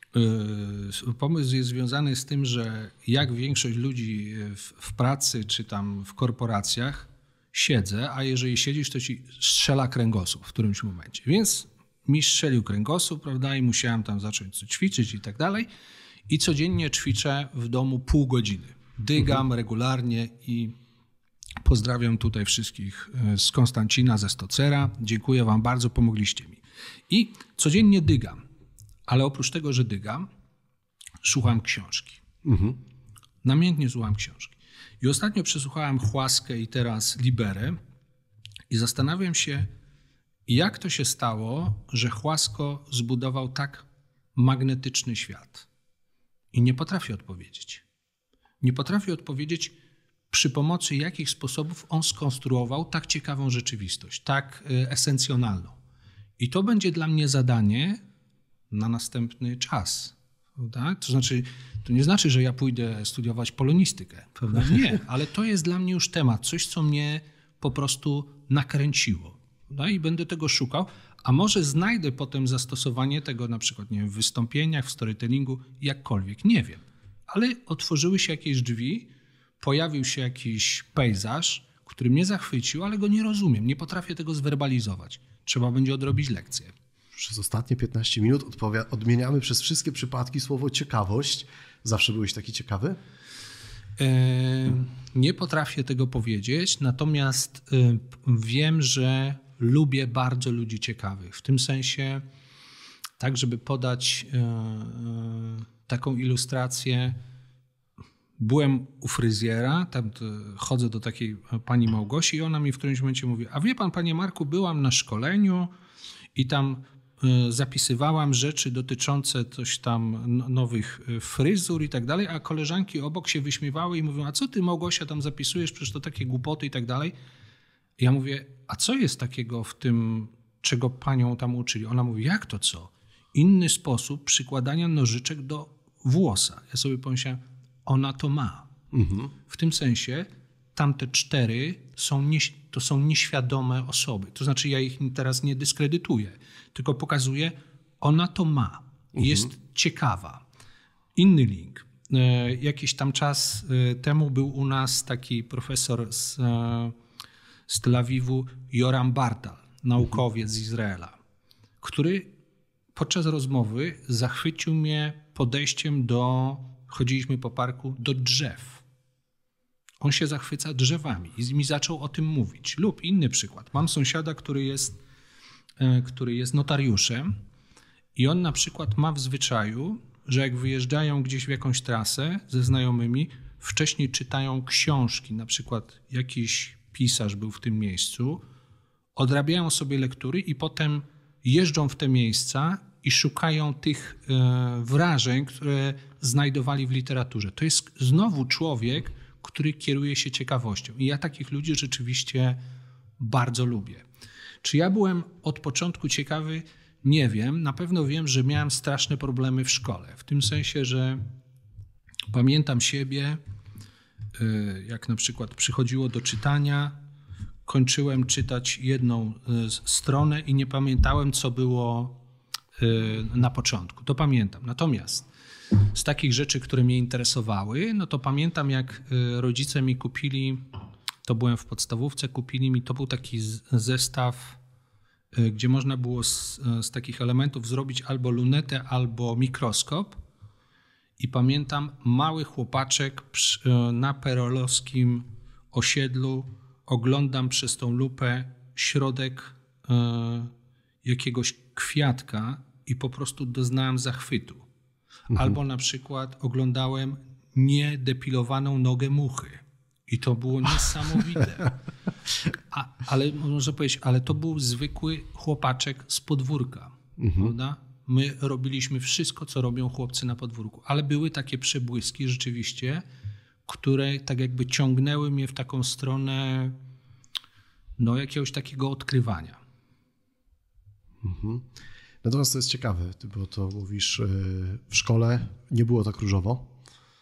[SPEAKER 2] Pomysł jest związany z tym, że jak większość ludzi w, w pracy czy tam w korporacjach siedzę, a jeżeli siedzisz, to ci strzela kręgosłup w którymś momencie. Więc mi strzelił kręgosłup, prawda, i musiałem tam zacząć coś ćwiczyć i tak dalej. I codziennie ćwiczę w domu pół godziny. Dygam mhm. regularnie i pozdrawiam tutaj wszystkich z Konstancina, ze Stocera. Dziękuję wam bardzo, pomogliście mi. I codziennie dygam, ale oprócz tego, że dygam, słucham książki. Mhm. Namiętnie słucham książki. I ostatnio przesłuchałem Chłaskę i teraz Liberę i zastanawiam się, jak to się stało, że Chłasko zbudował tak magnetyczny świat? I nie potrafię odpowiedzieć. Nie potrafię odpowiedzieć, przy pomocy jakich sposobów on skonstruował tak ciekawą rzeczywistość, tak esencjonalną. I to będzie dla mnie zadanie na następny czas. Prawda? To znaczy, to nie znaczy, że ja pójdę studiować polonistykę. Prawda? Nie, ale to jest dla mnie już temat, coś, co mnie po prostu nakręciło. No i będę tego szukał, a może znajdę potem zastosowanie tego na przykład nie wiem, w wystąpieniach, w storytellingu, jakkolwiek, nie wiem. Ale otworzyły się jakieś drzwi, pojawił się jakiś pejzaż, który mnie zachwycił, ale go nie rozumiem, nie potrafię tego zwerbalizować. Trzeba będzie odrobić lekcję.
[SPEAKER 1] Przez ostatnie piętnaście minut odpowia- odmieniamy przez wszystkie przypadki słowo ciekawość. Zawsze byłeś taki ciekawy?
[SPEAKER 2] E, nie potrafię tego powiedzieć, natomiast e, wiem, że lubię bardzo ludzi ciekawych. W tym sensie, tak żeby podać e, e, taką ilustrację, byłem u fryzjera, tam chodzę do takiej pani Małgosi i ona mi w którymś momencie mówi, a wie pan, panie Marku, byłam na szkoleniu i tam zapisywałam rzeczy dotyczące coś tam nowych fryzur i tak dalej, a koleżanki obok się wyśmiewały i mówią, a co ty, Małgosia, tam zapisujesz, przecież to takie głupoty i tak dalej. Ja mówię, a co jest takiego w tym, czego panią tam uczyli? Ona mówi, jak to co? Inny sposób przykładania nożyczek do włosa. Ja sobie pomyślałem, ona to ma. Mhm. W tym sensie tamte cztery są nie, to są nieświadome osoby. To znaczy ja ich teraz nie dyskredytuję, tylko pokazuję, ona to ma. Mhm. Jest ciekawa. Inny link. E, jakiś tam czas e, temu był u nas taki profesor z, e, z Tel Awiwu, Joram Bartal, naukowiec z Izraela, który podczas rozmowy zachwycił mnie podejściem do, chodziliśmy po parku, do drzew. On się zachwyca drzewami i mi zaczął o tym mówić. Lub inny przykład. Mam sąsiada, który jest, który jest notariuszem i on na przykład ma w zwyczaju, że jak wyjeżdżają gdzieś w jakąś trasę ze znajomymi, wcześniej czytają książki, na przykład jakiś pisarz był w tym miejscu, odrabiają sobie lektury i potem jeżdżą w te miejsca i szukają tych e, wrażeń, które znajdowali w literaturze. To jest znowu człowiek, który kieruje się ciekawością. I ja takich ludzi rzeczywiście bardzo lubię. Czy ja byłem od początku ciekawy? Nie wiem. Na pewno wiem, że miałem straszne problemy w szkole. W tym sensie, że pamiętam siebie, jak na przykład przychodziło do czytania, kończyłem czytać jedną stronę i nie pamiętałem, co było na początku. To pamiętam. Natomiast z takich rzeczy, które mnie interesowały, no to pamiętam, jak rodzice mi kupili, to byłem w podstawówce, kupili mi, to był taki zestaw, gdzie można było z, z takich elementów zrobić albo lunetę, albo mikroskop. I pamiętam, mały chłopaczek przy, na perelowskim osiedlu, oglądam przez tą lupę środek y, jakiegoś kwiatka i po prostu doznałem zachwytu. Mhm. Albo na przykład oglądałem niedepilowaną nogę muchy. I to było niesamowite. A, ale można powiedzieć, ale to był zwykły chłopaczek z podwórka, mhm. prawda? My robiliśmy wszystko, co robią chłopcy na podwórku, ale były takie przebłyski rzeczywiście, które tak jakby ciągnęły mnie w taką stronę no, jakiegoś takiego odkrywania.
[SPEAKER 1] Mhm. Natomiast to jest ciekawe, bo to mówisz, w szkole nie było tak różowo.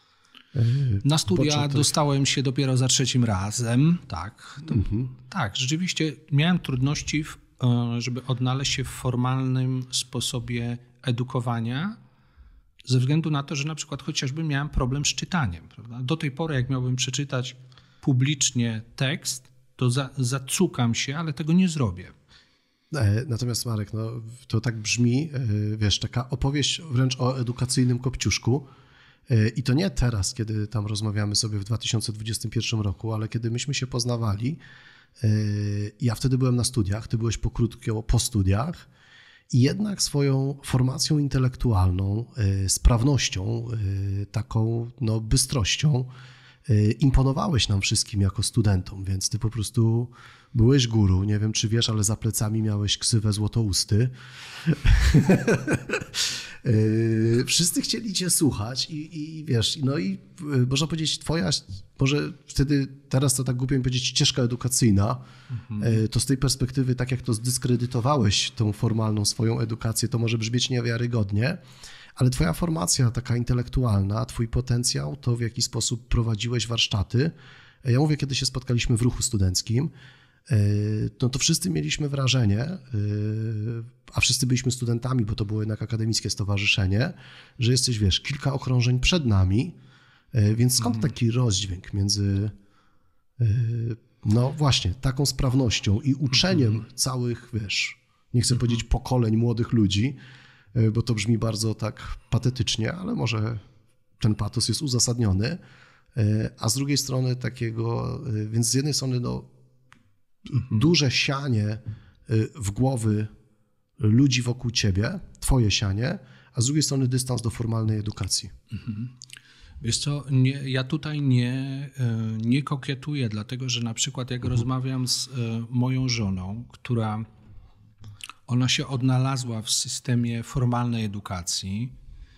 [SPEAKER 2] Na studia Początek... dostałem się dopiero za trzecim razem, tak. To, mhm. Tak, rzeczywiście miałem trudności, w, żeby odnaleźć się w formalnym sposobie edukowania, ze względu na to, że na przykład chociażby miałem problem z czytaniem. Prawda? Do tej pory, jak miałbym przeczytać publicznie tekst, to za, zacukam się, ale tego nie zrobię.
[SPEAKER 1] Natomiast Marek, no, to tak brzmi, wiesz, taka opowieść wręcz o edukacyjnym kopciuszku. I to nie teraz, kiedy tam rozmawiamy sobie w dwa tysiące dwudziestym pierwszym roku, ale kiedy myśmy się poznawali, ja wtedy byłem na studiach, ty byłeś pokrótko po studiach i jednak swoją formacją intelektualną, sprawnością, taką no, bystrością imponowałeś nam wszystkim jako studentom, więc ty po prostu byłeś guru. Nie wiem, czy wiesz, ale za plecami miałeś ksywę Złotousty. Wszyscy chcieli cię słuchać i, i wiesz, no i można powiedzieć twoja, może wtedy, teraz to tak głupio mi powiedzieć, ścieżka edukacyjna, mhm. to z tej perspektywy, tak jak to zdyskredytowałeś tą formalną swoją edukację, to może brzmieć niewiarygodnie, ale twoja formacja taka intelektualna, twój potencjał, to w jaki sposób prowadziłeś warsztaty. Ja mówię, kiedy się spotkaliśmy w ruchu studenckim, no to wszyscy mieliśmy wrażenie, a wszyscy byliśmy studentami, bo to było jednak akademickie stowarzyszenie, że jesteś, wiesz, kilka okrążeń przed nami, więc skąd taki rozdźwięk między, no właśnie, taką sprawnością i uczeniem całych, wiesz, nie chcę powiedzieć pokoleń młodych ludzi, bo to brzmi bardzo tak patetycznie, ale może ten patos jest uzasadniony, a z drugiej strony takiego, więc z jednej strony no, mhm. duże sianie w głowy ludzi wokół ciebie, twoje sianie, a z drugiej strony dystans do formalnej edukacji.
[SPEAKER 2] Mhm. Wiesz co, nie, ja tutaj nie, nie kokietuję, dlatego że na przykład jak mhm. rozmawiam z moją żoną, która ona się odnalazła w systemie formalnej edukacji,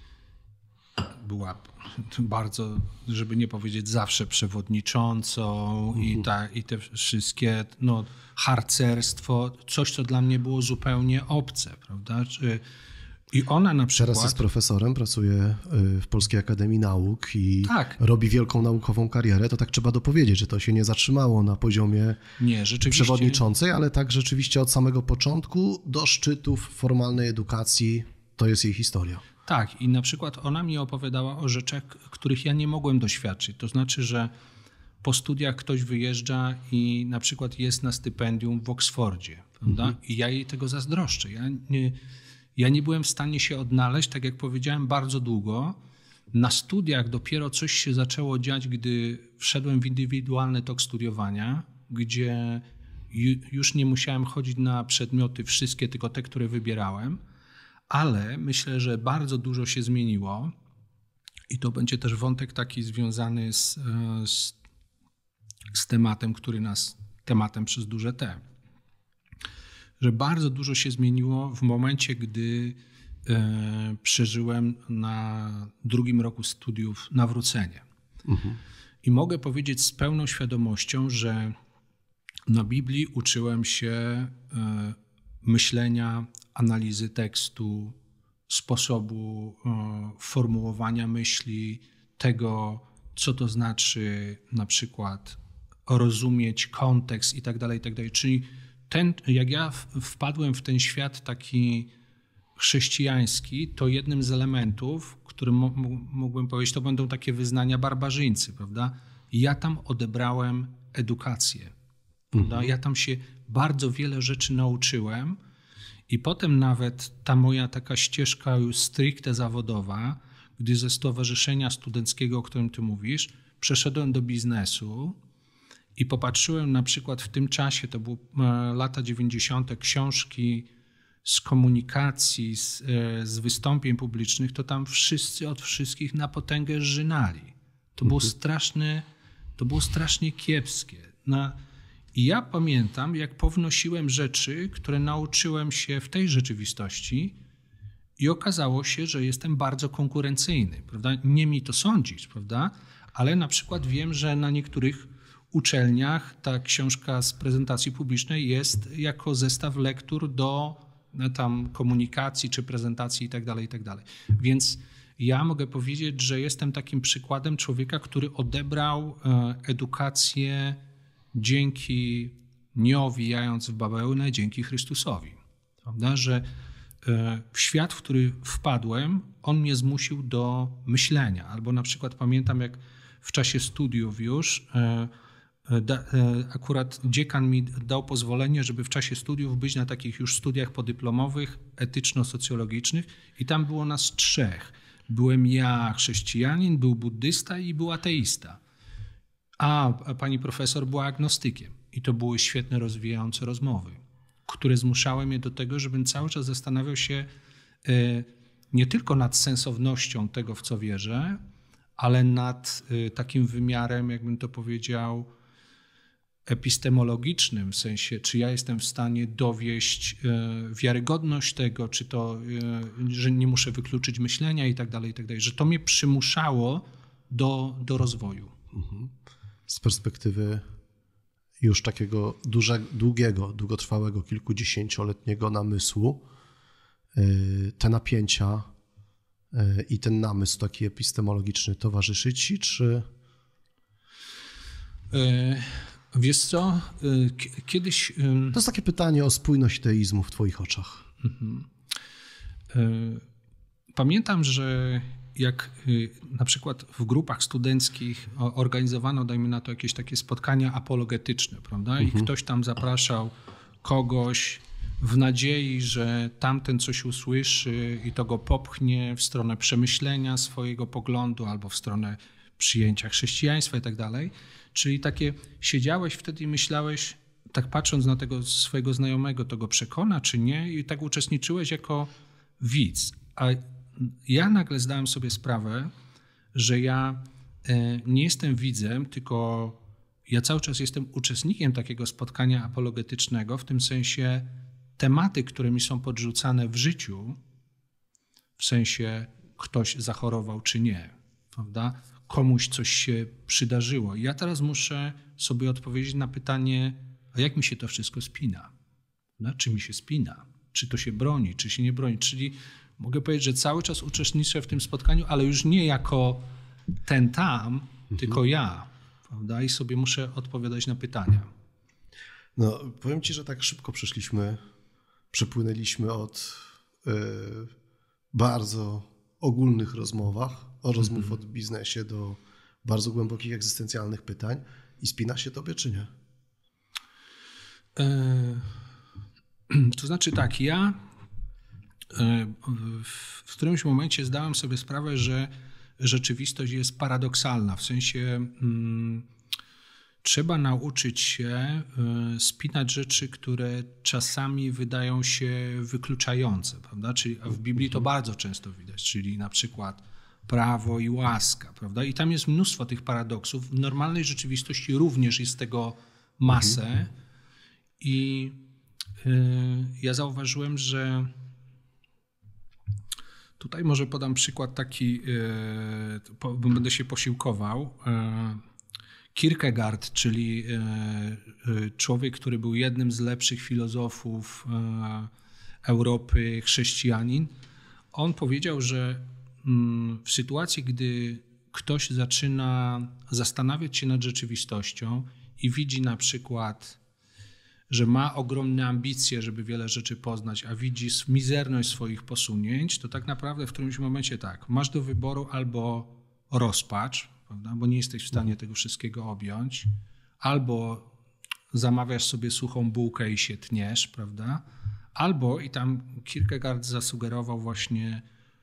[SPEAKER 2] była bardzo, żeby nie powiedzieć zawsze przewodniczącą mhm. i, ta, i te wszystkie, no, harcerstwo, coś, co dla mnie było zupełnie obce, prawda? I ona na przykład...
[SPEAKER 1] Teraz jest profesorem, pracuje w Polskiej Akademii Nauk i tak. robi wielką naukową karierę, to tak trzeba dopowiedzieć, że to się nie zatrzymało na poziomie nie, rzeczywiście... przewodniczącej, ale tak rzeczywiście od samego początku do szczytów formalnej edukacji to jest jej historia.
[SPEAKER 2] Tak, i na przykład ona mi opowiadała o rzeczach, których ja nie mogłem doświadczyć. To znaczy, że po studiach ktoś wyjeżdża i na przykład jest na stypendium w Oksfordzie, prawda? Mhm. I ja jej tego zazdroszczę. Ja nie, ja nie byłem w stanie się odnaleźć, tak jak powiedziałem, bardzo długo. Na studiach dopiero coś się zaczęło dziać, gdy wszedłem w indywidualny tok studiowania, gdzie już nie musiałem chodzić na przedmioty wszystkie, tylko te, które wybierałem. Ale myślę, że bardzo dużo się zmieniło i to będzie też wątek taki związany z, z, z tematem, który nas, tematem przez duże T. Że bardzo dużo się zmieniło w momencie, gdy przeżyłem na drugim roku studiów nawrócenie. Mhm. I mogę powiedzieć z pełną świadomością, że na Biblii uczyłem się myślenia, analizy tekstu, sposobu formułowania myśli, tego, co to znaczy na przykład rozumieć kontekst i tak dalej, i tak dalej. Czyli ten, jak ja wpadłem w ten świat taki chrześcijański, to jednym z elementów, którym mógłbym powiedzieć, to będą takie wyznania barbarzyńcy, prawda? Ja tam odebrałem edukację, prawda? Mhm. Ja tam się bardzo wiele rzeczy nauczyłem i potem nawet ta moja taka ścieżka już stricte zawodowa, gdy ze stowarzyszenia studenckiego, o którym ty mówisz, przeszedłem do biznesu i popatrzyłem na przykład w tym czasie, to były lata dziewięćdziesiąte, książki z komunikacji, z, z wystąpień publicznych, to tam wszyscy od wszystkich na potęgę żynali. To było straszne, to było strasznie kiepskie. No, i ja pamiętam, jak pownosiłem rzeczy, które nauczyłem się w tej rzeczywistości i okazało się, że jestem bardzo konkurencyjny, prawda? Nie mi to sądzić, prawda? Ale na przykład wiem, że na niektórych uczelniach ta książka z prezentacji publicznej jest jako zestaw lektur do tam komunikacji czy prezentacji i tak dalej, i tak dalej. Więc ja mogę powiedzieć, że jestem takim przykładem człowieka, który odebrał edukację dzięki nie owijając w bawełnę, dzięki Chrystusowi. Prawda? Że w świat, w który wpadłem, on mnie zmusił do myślenia. Albo na przykład pamiętam, jak w czasie studiów już akurat dziekan mi dał pozwolenie, żeby w czasie studiów być na takich już studiach podyplomowych, etyczno-socjologicznych i tam było nas trzech. Byłem ja, chrześcijanin, był buddysta i był ateista. A pani profesor była agnostykiem. I to były świetne, rozwijające rozmowy, które zmuszały mnie do tego, żebym cały czas zastanawiał się nie tylko nad sensownością tego, w co wierzę, ale nad takim wymiarem, jakbym to powiedział, epistemologicznym, w sensie, czy ja jestem w stanie dowieść wiarygodność tego, czy to, że nie muszę wykluczyć myślenia i tak dalej, i tak dalej, że to mnie przymuszało do, do rozwoju.
[SPEAKER 1] Z perspektywy już takiego duże, długiego, długotrwałego, kilkudziesięcioletniego namysłu, te napięcia i ten namysł taki epistemologiczny towarzyszy ci, czy...
[SPEAKER 2] Wiesz co, kiedyś...
[SPEAKER 1] To jest takie pytanie o spójność teizmu w twoich oczach.
[SPEAKER 2] Pamiętam, że jak na przykład w grupach studenckich organizowano, dajmy na to, jakieś takie spotkania apologetyczne, prawda? I mhm. ktoś tam zapraszał kogoś w nadziei, że tamten coś usłyszy i to go popchnie w stronę przemyślenia swojego poglądu albo w stronę przyjęcia chrześcijaństwa i tak dalej. Czyli takie siedziałeś wtedy i myślałeś, tak patrząc na tego swojego znajomego, to go przekona czy nie i tak uczestniczyłeś jako widz. A ja nagle zdałem sobie sprawę, że ja nie jestem widzem, tylko ja cały czas jestem uczestnikiem takiego spotkania apologetycznego, w tym sensie tematy, które mi są podrzucane w życiu, w sensie ktoś zachorował czy nie, prawda? Komuś coś się przydarzyło. I ja teraz muszę sobie odpowiedzieć na pytanie, a jak mi się to wszystko spina? No, czy mi się spina? Czy to się broni? Czy się nie broni? Czyli mogę powiedzieć, że cały czas uczestniczę w tym spotkaniu, ale już nie jako ten tam, mhm. tylko ja. Prawda? I sobie muszę odpowiadać na pytania.
[SPEAKER 1] No, powiem ci, że tak szybko przeszliśmy, przepłynęliśmy od y, bardzo ogólnych rozmowach, o rozmów mhm. od biznesie do bardzo głębokich egzystencjalnych pytań. I spina się tobie, czy nie?
[SPEAKER 2] E, to znaczy tak, ja e, w, w którymś momencie zdałem sobie sprawę, że rzeczywistość jest paradoksalna. W sensie mm, trzeba nauczyć się y, spinać rzeczy, które czasami wydają się wykluczające, prawda? Czyli w Biblii to bardzo często widać, czyli na przykład prawo i łaska, prawda? I tam jest mnóstwo tych paradoksów. W normalnej rzeczywistości również jest tego masę i y, ja zauważyłem, że Tutaj może podam przykład taki, bo będę się posiłkował. Kierkegaard, czyli człowiek, który był jednym z lepszych filozofów Europy, chrześcijanin, on powiedział, że w sytuacji, gdy ktoś zaczyna zastanawiać się nad rzeczywistością i widzi na przykład, że ma ogromne ambicje, żeby wiele rzeczy poznać, a widzi mizerność swoich posunięć, to tak naprawdę w którymś momencie tak, masz do wyboru albo rozpacz, prawda, bo nie jesteś w stanie tego wszystkiego objąć, albo zamawiasz sobie suchą bułkę i się tniesz, prawda, albo, i tam Kierkegaard zasugerował właśnie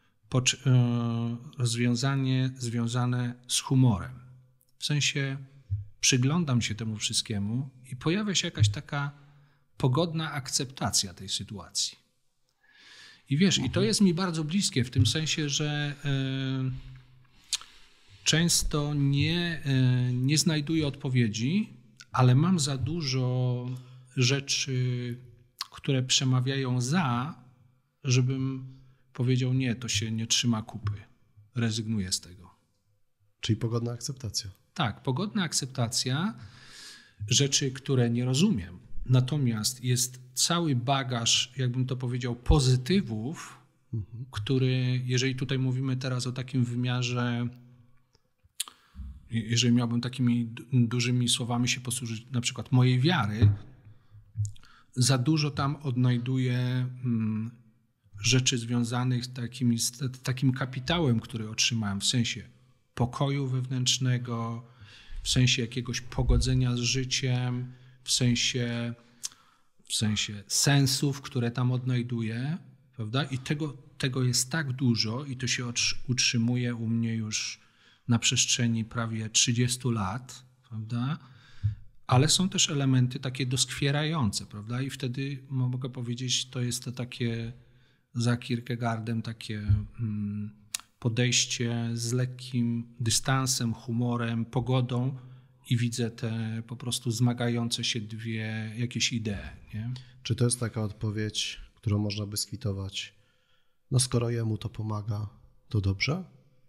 [SPEAKER 2] rozwiązanie związane z humorem. W sensie przyglądam się temu wszystkiemu i pojawia się jakaś taka pogodna akceptacja tej sytuacji. I wiesz, mhm. i to jest mi bardzo bliskie w tym sensie, że y, często nie, y, nie znajduję odpowiedzi, ale mam za dużo rzeczy, które przemawiają za, żebym powiedział nie, to się nie trzyma kupy. Rezygnuję z tego.
[SPEAKER 1] Czyli pogodna akceptacja.
[SPEAKER 2] Tak, pogodna akceptacja rzeczy, które nie rozumiem. Natomiast jest cały bagaż, jakbym to powiedział, pozytywów, mhm. który, jeżeli tutaj mówimy teraz o takim wymiarze, jeżeli miałbym takimi dużymi słowami się posłużyć, na przykład mojej wiary, za dużo tam odnajduję hmm, rzeczy związanych takimi, z takim kapitałem, który otrzymałem, w sensie pokoju wewnętrznego, w sensie jakiegoś pogodzenia z życiem, w sensie, w sensie sensów, które tam odnajduję, prawda? I tego, tego jest tak dużo i to się utrzymuje u mnie już na przestrzeni prawie trzydziestu lat, prawda? Ale są też elementy takie doskwierające, prawda? I wtedy mogę powiedzieć, to jest to takie za Kierkegaardem takie hmm, podejście z lekkim dystansem, humorem, pogodą i widzę te po prostu zmagające się dwie jakieś idee. Nie?
[SPEAKER 1] Czy to jest taka odpowiedź, którą można by skwitować? No skoro jemu to pomaga, to dobrze?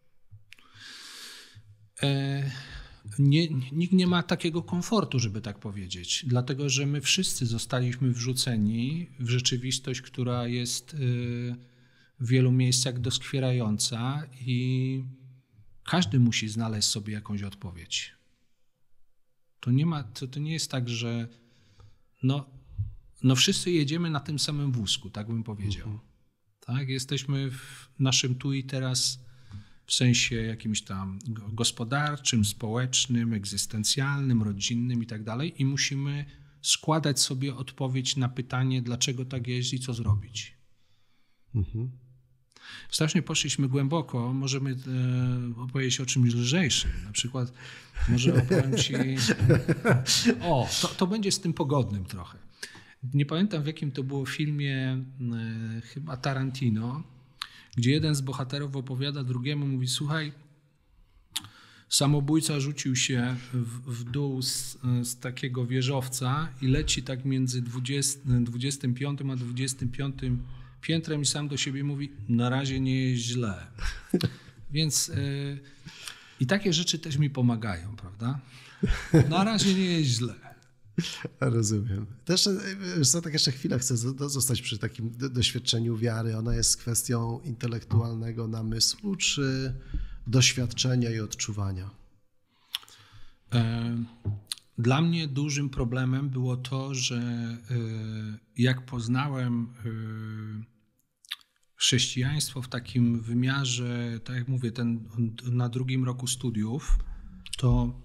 [SPEAKER 2] E, nie, nikt nie ma takiego komfortu, żeby tak powiedzieć, dlatego że my wszyscy zostaliśmy wrzuceni w rzeczywistość, która jest y, w wielu miejscach doskwierająca i każdy musi znaleźć sobie jakąś odpowiedź. To nie ma, to, to nie jest tak, że no, no wszyscy jedziemy na tym samym wózku, tak bym powiedział. Mhm. Tak? Jesteśmy w naszym tu i teraz w sensie jakimś tam gospodarczym, społecznym, egzystencjalnym, rodzinnym i tak dalej i musimy składać sobie odpowiedź na pytanie, dlaczego tak jest i co zrobić. Mhm. Strasznie poszliśmy głęboko, możemy e, opowiedzieć o czymś lżejszym. Na przykład może opowiem ci... O, to, to będzie z tym pogodnym trochę. Nie pamiętam w jakim to było filmie, e, chyba Tarantino, gdzie jeden z bohaterów opowiada drugiemu, mówi, słuchaj, samobójca rzucił się w, w dół z, z takiego wieżowca i leci tak między dwudziestym piątym a dwudziestym piątym piętrem i sam do siebie mówi, na razie nie jest źle. Więc yy, i takie rzeczy też mi pomagają, prawda? Na razie nie jest źle.
[SPEAKER 1] Rozumiem. Też co, tak jeszcze chwilę chcę zostać przy takim doświadczeniu wiary. Ona jest kwestią intelektualnego namysłu, czy doświadczenia i odczuwania?
[SPEAKER 2] Dla mnie dużym problemem było to, że jak poznałem chrześcijaństwo w takim wymiarze, tak jak mówię, ten, na drugim roku studiów, to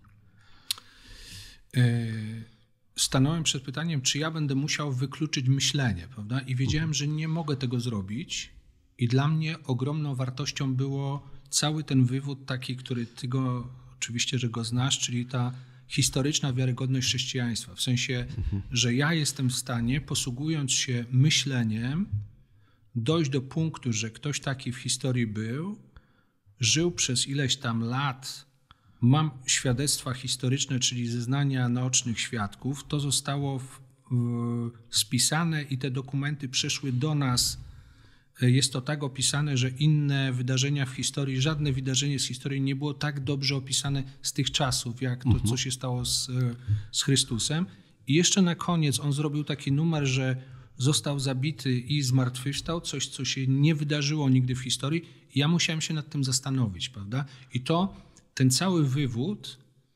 [SPEAKER 2] stanąłem przed pytaniem, czy ja będę musiał wykluczyć myślenie, prawda? I wiedziałem, że nie mogę tego zrobić i dla mnie ogromną wartością było cały ten wywód taki, który ty go, oczywiście, że go znasz, czyli ta historyczna wiarygodność chrześcijaństwa. W sensie, mhm. że ja jestem w stanie, posługując się myśleniem, dojść do punktu, że ktoś taki w historii był, żył przez ileś tam lat, mam świadectwa historyczne, czyli zeznania naocznych świadków, to zostało w, w, spisane i te dokumenty przeszły do nas jest to tak opisane, że inne wydarzenia w historii, żadne wydarzenie z historii nie było tak dobrze opisane z tych czasów, jak to, mhm. co się stało z, z Chrystusem. I jeszcze na koniec on zrobił taki numer, że został zabity i zmartwychwstał, coś, co się nie wydarzyło nigdy w historii. I ja musiałem się nad tym zastanowić, prawda? I to, ten cały wywód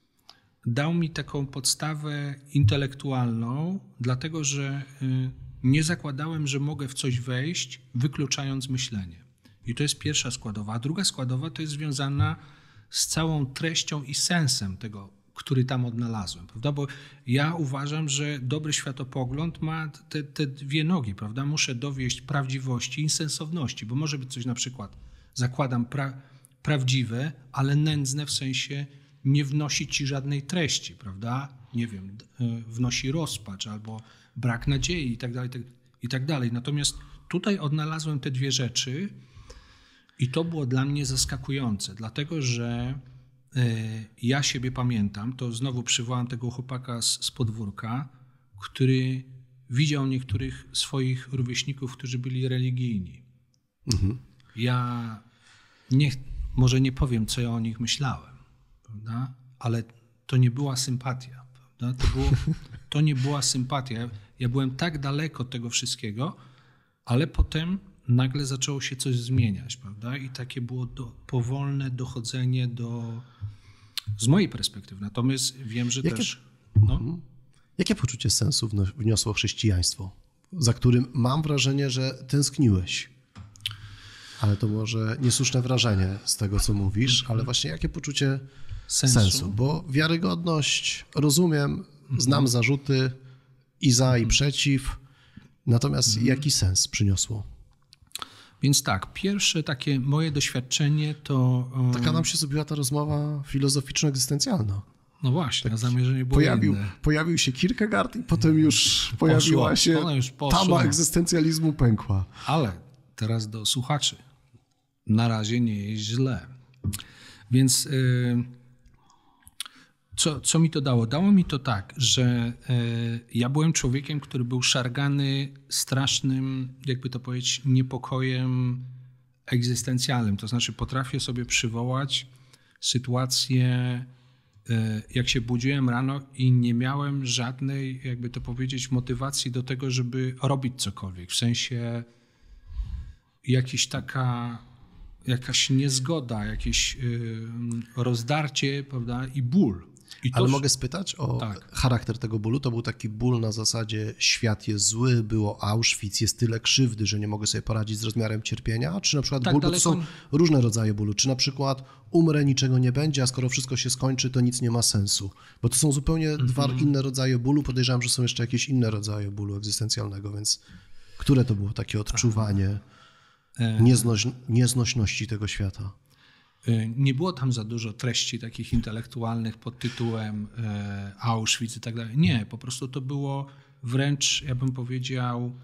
[SPEAKER 2] dał mi taką podstawę intelektualną, dlatego że nie zakładałem, że mogę w coś wejść, wykluczając myślenie. I to jest pierwsza składowa. A druga składowa to jest związana z całą treścią i sensem tego, który tam odnalazłem, prawda? Bo ja uważam, że dobry światopogląd ma te, te dwie nogi, prawda? Muszę dowieść prawdziwości i sensowności, bo może być coś na przykład, zakładam, pra, prawdziwe, ale nędzne w sensie nie wnosi ci żadnej treści, prawda? Nie wiem, wnosi rozpacz albo brak nadziei i tak dalej, i tak dalej. Natomiast tutaj odnalazłem te dwie rzeczy i to było dla mnie zaskakujące, dlatego że ja siebie pamiętam, to znowu przywołam tego chłopaka z, z podwórka, który widział niektórych swoich rówieśników, którzy byli religijni. Mhm. Ja nie, może nie powiem, co ja o nich myślałem, prawda? Ale to nie była sympatia. Prawda? To, było, to nie była sympatia. Ja byłem tak daleko od tego wszystkiego, ale potem nagle zaczęło się coś zmieniać, prawda? I takie było do, powolne dochodzenie do... Z mojej perspektywy. Natomiast wiem, że
[SPEAKER 1] Jakie,
[SPEAKER 2] też... No.
[SPEAKER 1] Jakie poczucie sensu wniosło chrześcijaństwo, za którym mam wrażenie, że tęskniłeś? Ale to może niesłuszne wrażenie z tego, co mówisz, ale właśnie jakie poczucie sensu? sensu? Bo wiarygodność, rozumiem, znam zarzuty i za, i przeciw, natomiast jaki sens przyniosło?
[SPEAKER 2] Więc tak, pierwsze takie moje doświadczenie to...
[SPEAKER 1] Taka nam się zrobiła ta rozmowa filozoficzno-egzystencjalna.
[SPEAKER 2] No właśnie, tak, a zamierzenie było
[SPEAKER 1] pojawił,
[SPEAKER 2] inne.
[SPEAKER 1] Pojawił się Kierkegaard i potem już pojawiła poszło, się już tama egzystencjalizmu pękła.
[SPEAKER 2] Ale teraz do słuchaczy. Na razie nie jest źle. Więc yy, co, co mi to dało? Dało mi to tak, że yy, ja byłem człowiekiem, który był szargany strasznym, jakby to powiedzieć, niepokojem egzystencjalnym. To znaczy potrafię sobie przywołać sytuację, yy, jak się budziłem rano i nie miałem żadnej, jakby to powiedzieć, motywacji do tego, żeby robić cokolwiek. W sensie jakiś taka... jakaś niezgoda, jakieś yy, rozdarcie, prawda, i ból. I
[SPEAKER 1] Ale
[SPEAKER 2] to...
[SPEAKER 1] mogę spytać o
[SPEAKER 2] tak.
[SPEAKER 1] charakter tego bólu? To był taki ból na zasadzie świat jest zły, było Auschwitz, jest tyle krzywdy, że nie mogę sobie poradzić z rozmiarem cierpienia? Czy na przykład
[SPEAKER 2] tak,
[SPEAKER 1] ból, bo to
[SPEAKER 2] daleko...
[SPEAKER 1] są różne rodzaje bólu. Czy na przykład umrę, niczego nie będzie, a skoro wszystko się skończy, to nic nie ma sensu. Bo to są zupełnie mm-hmm. dwa inne rodzaje bólu. Podejrzewam, że są jeszcze jakieś inne rodzaje bólu egzystencjalnego, więc które to było takie odczuwanie nieznoś... nieznośności tego świata?
[SPEAKER 2] Nie było tam za dużo treści takich intelektualnych pod tytułem Auschwitz i tak dalej. Nie, po prostu to było wręcz, ja bym powiedział,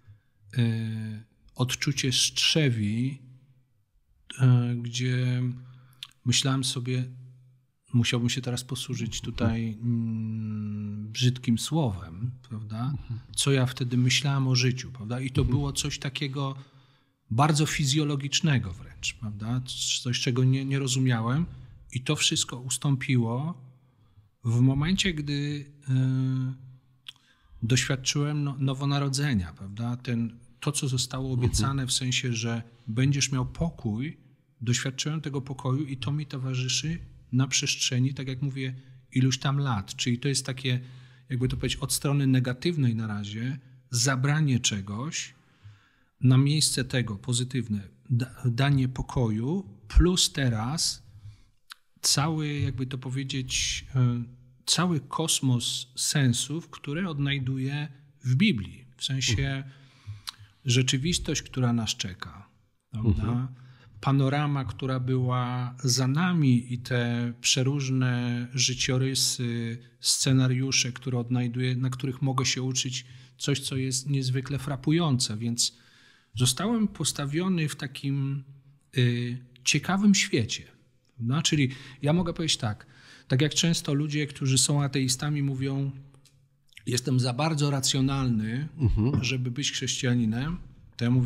[SPEAKER 2] odczucie strzewi, gdzie myślałem sobie, musiałbym się teraz posłużyć tutaj brzydkim słowem, prawda? Co ja wtedy myślałem o życiu, prawda? I to było coś takiego bardzo fizjologicznego wręcz, prawda? Coś, czego nie, nie rozumiałem i to wszystko ustąpiło w momencie, gdy y, doświadczyłem no, nowonarodzenia, prawda? Ten, to, co zostało obiecane w sensie, że będziesz miał pokój, doświadczyłem tego pokoju i to mi towarzyszy na przestrzeni, tak jak mówię, iluś tam lat. Czyli to jest takie, jakby to powiedzieć, od strony negatywnej na razie, zabranie czegoś, na miejsce tego pozytywne da, danie pokoju, plus teraz cały, jakby to powiedzieć, cały kosmos sensów, które odnajduję w Biblii. W sensie rzeczywistość, która nas czeka. Prawda? Panorama, która była za nami i te przeróżne życiorysy, scenariusze, które odnajduję, na których mogę się uczyć, coś, co jest niezwykle frapujące, więc zostałem postawiony w takim y, ciekawym świecie. No, czyli ja mogę powiedzieć tak, tak jak często ludzie, którzy są ateistami mówią, jestem za bardzo racjonalny, mhm. żeby być chrześcijaninem, to ja mówię,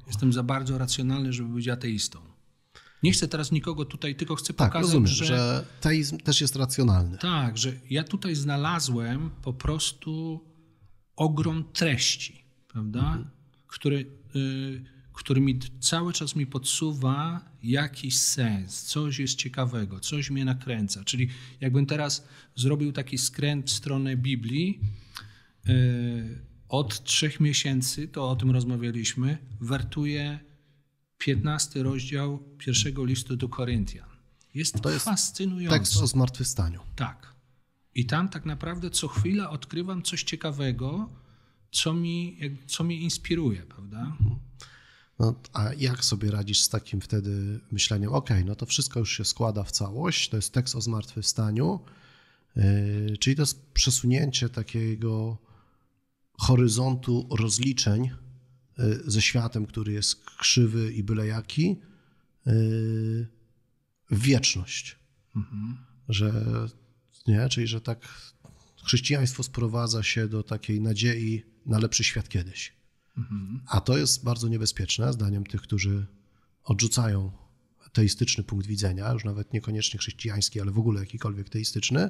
[SPEAKER 2] Jestem za bardzo racjonalny, żeby być ateistą. Nie chcę teraz nikogo tutaj, tylko chcę
[SPEAKER 1] tak,
[SPEAKER 2] pokazać,
[SPEAKER 1] rozumiem,
[SPEAKER 2] że...
[SPEAKER 1] że teizm też jest racjonalny.
[SPEAKER 2] Tak, że ja tutaj znalazłem po prostu ogrom treści, prawda? Mhm. Który, y, który mi cały czas mi podsuwa jakiś sens, coś jest ciekawego, coś mnie nakręca. Czyli jakbym teraz zrobił taki skręt w stronę Biblii, y, od trzech miesięcy, to o tym rozmawialiśmy, wertuję piętnasty rozdział pierwszego listu do Koryntian. Jest to jest fascynujące.
[SPEAKER 1] Tekst o zmartwychwstaniu.
[SPEAKER 2] Tak. I tam tak naprawdę co chwila odkrywam coś ciekawego, co mi, co mnie inspiruje, prawda?
[SPEAKER 1] No, a jak sobie radzisz z takim wtedy myśleniem, okej, okay, no to wszystko już się składa w całość, to jest tekst o zmartwychwstaniu, yy, czyli to jest przesunięcie takiego horyzontu rozliczeń yy, ze światem, który jest krzywy i byle jaki, yy, w wieczność. Mhm. Że, nie, czyli że tak chrześcijaństwo sprowadza się do takiej nadziei na lepszy świat kiedyś. Mhm. A to jest bardzo niebezpieczne, zdaniem tych, którzy odrzucają teistyczny punkt widzenia, już nawet niekoniecznie chrześcijański, ale w ogóle jakikolwiek teistyczny,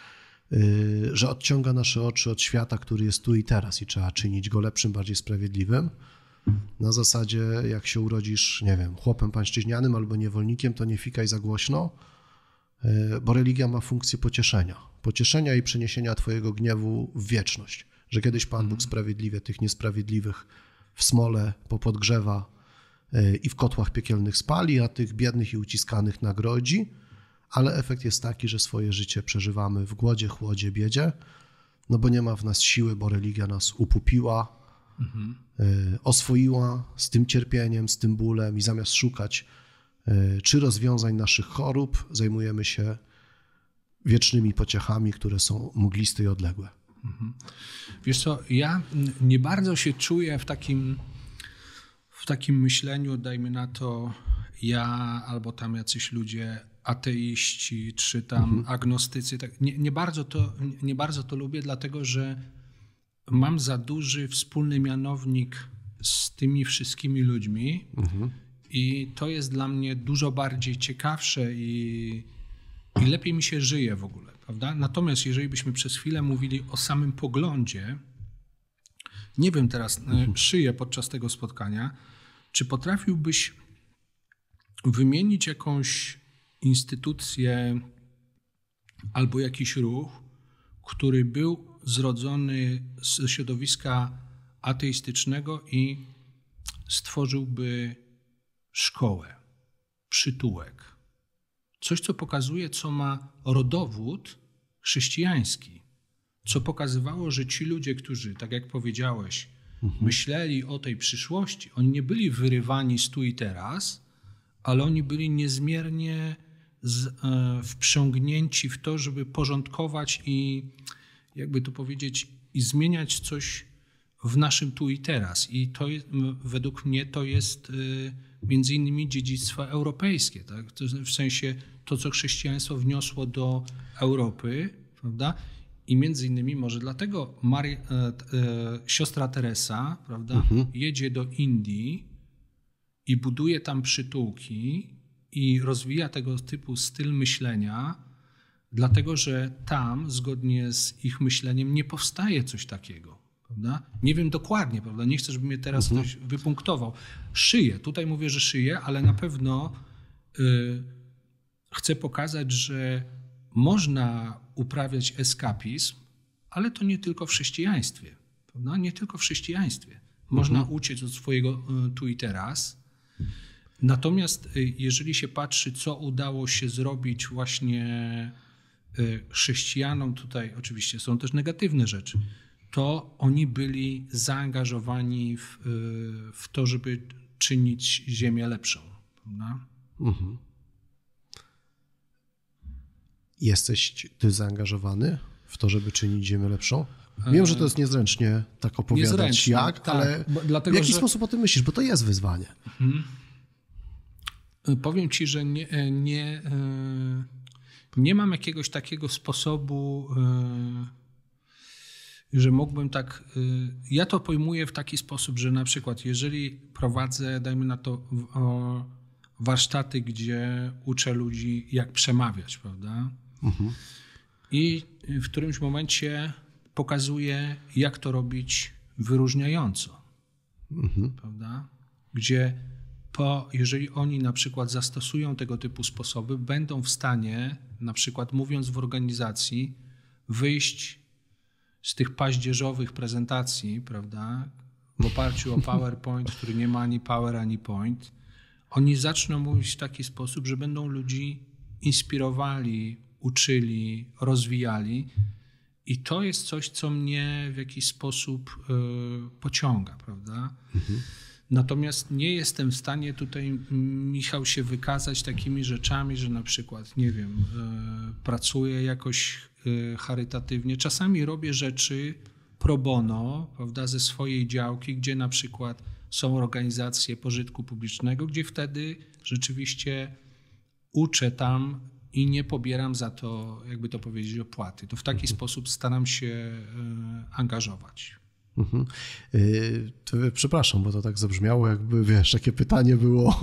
[SPEAKER 1] że odciąga nasze oczy od świata, który jest tu i teraz i trzeba czynić go lepszym, bardziej sprawiedliwym. Na zasadzie, jak się urodzisz, nie wiem, chłopem pańszczyźnianym albo niewolnikiem, to nie fikaj za głośno, bo religia ma funkcję pocieszenia. Pocieszenia i przeniesienia twojego gniewu w wieczność. Że kiedyś Pan Bóg sprawiedliwie tych niesprawiedliwych w smole popodgrzewa i w kotłach piekielnych spali, a tych biednych i uciskanych nagrodzi, ale efekt jest taki, że swoje życie przeżywamy w głodzie, chłodzie, biedzie, no bo nie ma w nas siły, bo religia nas upupiła, mhm. oswoiła z tym cierpieniem, z tym bólem i zamiast szukać czy rozwiązań naszych chorób, zajmujemy się wiecznymi pociechami, które są mgliste i odległe.
[SPEAKER 2] Mhm. Wiesz co, ja nie bardzo się czuję w takim, w takim myśleniu, dajmy na to ja albo tam jacyś ludzie ateiści, czy tam mhm. agnostycy. Tak, nie, nie, bardzo to, nie bardzo to lubię, dlatego że mam za duży wspólny mianownik z tymi wszystkimi ludźmi mhm. i to jest dla mnie dużo bardziej ciekawsze i, i lepiej mi się żyje w ogóle. Prawda? Natomiast jeżeli byśmy przez chwilę mówili o samym poglądzie, nie wiem teraz, mhm. szyję podczas tego spotkania, czy potrafiłbyś wymienić jakąś instytucję albo jakiś ruch, który był zrodzony ze środowiska ateistycznego i stworzyłby szkołę, przytułek. Coś, co pokazuje, co ma rodowód chrześcijański. Co pokazywało, że ci ludzie, którzy, tak jak powiedziałeś, mhm. myśleli o tej przyszłości, oni nie byli wyrywani z tu i teraz, ale oni byli niezmiernie z, e, wprzągnięci w to, żeby porządkować i jakby to powiedzieć, i zmieniać coś w naszym tu i teraz. I to jest, według mnie to jest y, między innymi dziedzictwo europejskie. Tak? To w sensie to, co chrześcijaństwo wniosło do Europy, prawda? I między innymi może dlatego Maria, e, e, siostra Teresa, prawda, mhm. jedzie do Indii i buduje tam przytułki i rozwija tego typu styl myślenia, dlatego że tam, zgodnie z ich myśleniem, nie powstaje coś takiego. Prawda? Nie wiem dokładnie, prawda? Nie chcę, żeby mnie teraz mhm. ktoś wypunktował. Szyję, tutaj mówię, że szyję, ale na pewno y, chcę pokazać, że można uprawiać eskapizm, ale to nie tylko w chrześcijaństwie. Prawda? Nie tylko w chrześcijaństwie. Można mhm. uciec od swojego y, tu i teraz. Natomiast y, jeżeli się patrzy, co udało się zrobić właśnie y, chrześcijanom, tutaj oczywiście są też negatywne rzeczy, to oni byli zaangażowani w, w to, żeby czynić ziemię lepszą. Prawda? Mhm.
[SPEAKER 1] Jesteś ty zaangażowany w to, żeby czynić ziemię lepszą? Wiem, że to jest niezręcznie tak opowiadać niezręcznie, jak, tak, ale dlatego, w jaki że... sposób o tym myślisz? Bo to jest wyzwanie. Mhm.
[SPEAKER 2] Powiem ci, że nie, nie, nie mam jakiegoś takiego sposobu. że mógłbym tak, ja to pojmuję w taki sposób, że na przykład jeżeli prowadzę, dajmy na to warsztaty, gdzie uczę ludzi jak przemawiać, prawda? Mhm. I w którymś momencie pokazuję, jak to robić wyróżniająco, mhm. prawda? Gdzie po, jeżeli oni na przykład zastosują tego typu sposoby, będą w stanie, na przykład mówiąc w organizacji, wyjść z tych paździerzowych prezentacji, prawda, w oparciu o PowerPoint, który nie ma ani power, ani point, oni zaczną mówić w taki sposób, że będą ludzi inspirowali, uczyli, rozwijali i to jest coś, co mnie w jakiś sposób y, pociąga, prawda. Mhm. Natomiast nie jestem w stanie tutaj, Michał, się wykazać takimi rzeczami, że na przykład, nie wiem, y, pracuję jakoś y, charytatywnie. Czasami robię rzeczy pro bono, prawda, ze swojej działki, gdzie na przykład są organizacje pożytku publicznego, gdzie wtedy rzeczywiście uczę tam i nie pobieram za to, jakby to powiedzieć, opłaty. To w taki mhm. sposób staram się y, angażować.
[SPEAKER 1] Mhm. Yy, to, przepraszam, bo to tak zabrzmiało, jakby, wiesz, takie pytanie było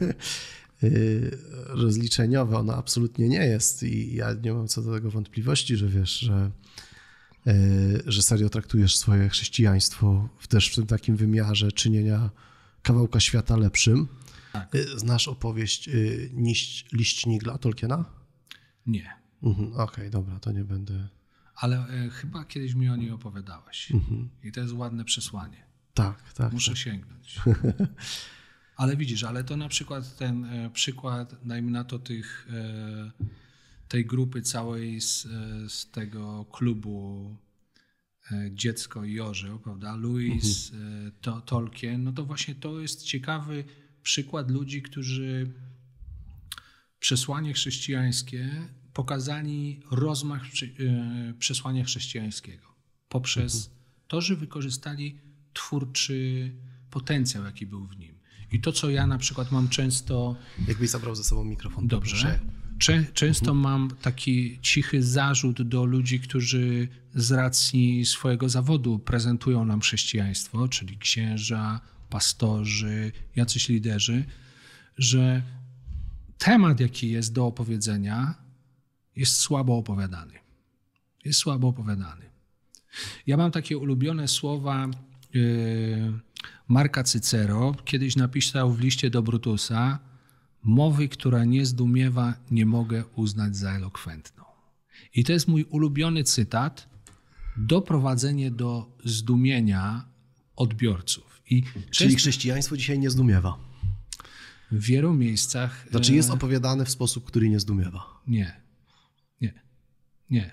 [SPEAKER 1] yy, rozliczeniowe. Ono absolutnie nie jest i ja nie mam co do tego wątpliwości, że wiesz, że, yy, że serio traktujesz swoje chrześcijaństwo w też w tym takim wymiarze czynienia kawałka świata lepszym. Tak. Yy, znasz opowieść yy, Liść, Liść Nigla Tolkiena?
[SPEAKER 2] Nie.
[SPEAKER 1] Mhm. Okej, okay, dobra, to nie będę...
[SPEAKER 2] Ale e, chyba kiedyś mi o niej opowiadałeś. Mhm. I to jest ładne przesłanie.
[SPEAKER 1] Tak, tak.
[SPEAKER 2] Muszę
[SPEAKER 1] tak.
[SPEAKER 2] sięgnąć. Ale widzisz, ale to na przykład ten e, przykład, dajmy na to tych, e, tej grupy całej z, z tego klubu e, Dziecko i Orzeł, prawda? Louis, mhm. e, to, Tolkien, no to właśnie to jest ciekawy przykład ludzi, którzy przesłanie chrześcijańskie pokazali rozmach przesłania chrześcijańskiego poprzez mhm. to, że wykorzystali twórczy potencjał, jaki był w nim. I to, co ja na przykład mam często...
[SPEAKER 1] Jakbyś zabrał ze sobą mikrofon.
[SPEAKER 2] Dobrze. Cze- często mhm. mam taki cichy zarzut do ludzi, którzy z racji swojego zawodu prezentują nam chrześcijaństwo, czyli księża, pastorzy, jacyś liderzy, że temat, jaki jest do opowiedzenia, jest słabo opowiadany. Jest słabo opowiadany. Ja mam takie ulubione słowa yy, Marka Cycero. Kiedyś napisał w liście do Brutusa: mowy, która nie zdumiewa, nie mogę uznać za elokwentną. I to jest mój ulubiony cytat. Doprowadzenie do zdumienia odbiorców. I
[SPEAKER 1] Czyli
[SPEAKER 2] często...
[SPEAKER 1] chrześcijaństwo dzisiaj nie zdumiewa.
[SPEAKER 2] W wielu miejscach...
[SPEAKER 1] Znaczy jest opowiadane w sposób, który nie zdumiewa.
[SPEAKER 2] Nie. Nie. Nie.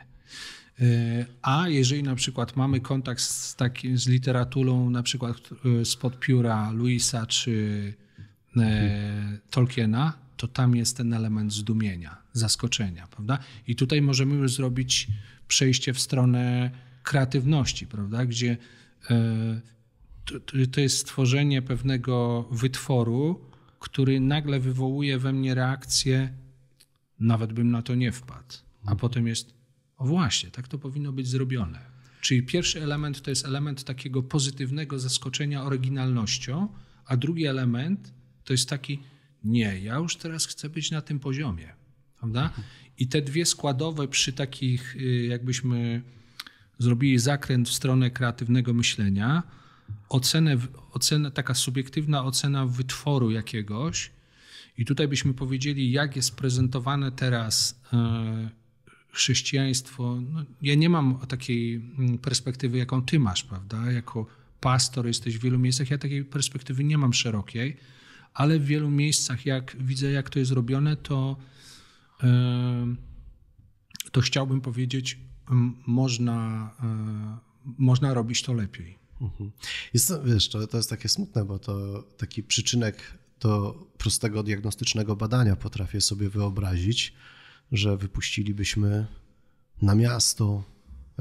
[SPEAKER 2] A jeżeli na przykład mamy kontakt z, takim, z literaturą na przykład spod pióra Louisa czy e, Tolkiena, to tam jest ten element zdumienia, zaskoczenia, prawda? I tutaj możemy już zrobić przejście w stronę kreatywności, prawda? Gdzie e, to, to jest stworzenie pewnego wytworu, który nagle wywołuje we mnie reakcję, nawet bym na to nie wpadł. A potem jest, o właśnie, tak to powinno być zrobione. Czyli pierwszy element to jest element takiego pozytywnego zaskoczenia oryginalnością, a drugi element to jest taki, nie, ja już teraz chcę być na tym poziomie. Prawda? I te dwie składowe przy takich, jakbyśmy zrobili zakręt w stronę kreatywnego myślenia, ocenę, ocenę, taka subiektywna ocena wytworu jakiegoś i tutaj byśmy powiedzieli, jak jest prezentowane teraz e, chrześcijaństwo. No, ja nie mam takiej perspektywy, jaką ty masz, prawda? Jako pastor jesteś w wielu miejscach, ja takiej perspektywy nie mam szerokiej, ale w wielu miejscach, jak widzę, jak to jest robione, to, e, to chciałbym powiedzieć, m, można, e, można robić to lepiej.
[SPEAKER 1] Jest, wiesz, to, to jest takie smutne, bo to taki przyczynek do prostego diagnostycznego badania potrafię sobie wyobrazić, że wypuścilibyśmy na miasto y,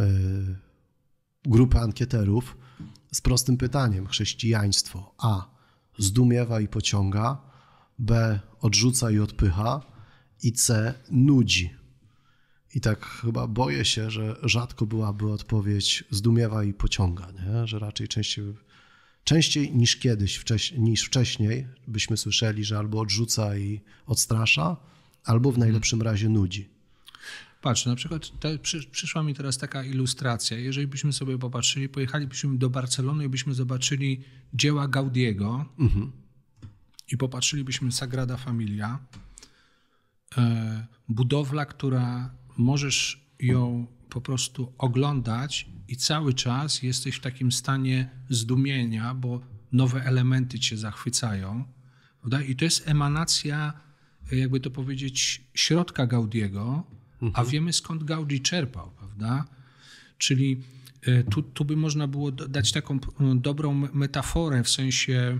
[SPEAKER 1] grupę ankieterów z prostym pytaniem: chrześcijaństwo A zdumiewa i pociąga, B odrzuca i odpycha i C nudzi. I tak chyba boję się, że rzadko byłaby odpowiedź zdumiewa i pociąga, nie? Że raczej częściej, częściej niż kiedyś, wcześniej, niż wcześniej byśmy słyszeli, że albo odrzuca i odstrasza, albo w najlepszym razie nudzi.
[SPEAKER 2] Patrz, na przykład te, przy, przyszła mi teraz taka ilustracja. Jeżeli byśmy sobie popatrzyli, pojechalibyśmy do Barcelony i byśmy zobaczyli dzieła Gaudiego mhm. i popatrzylibyśmy Sagrada Familia, e, budowla, która możesz ją po prostu oglądać i cały czas jesteś w takim stanie zdumienia, bo nowe elementy cię zachwycają. Prawda? I to jest emanacja, jakby to powiedzieć, środka Gaudiego, mhm. a wiemy skąd Gaudi czerpał, prawda? Czyli tu, tu by można było dać taką dobrą metaforę, w sensie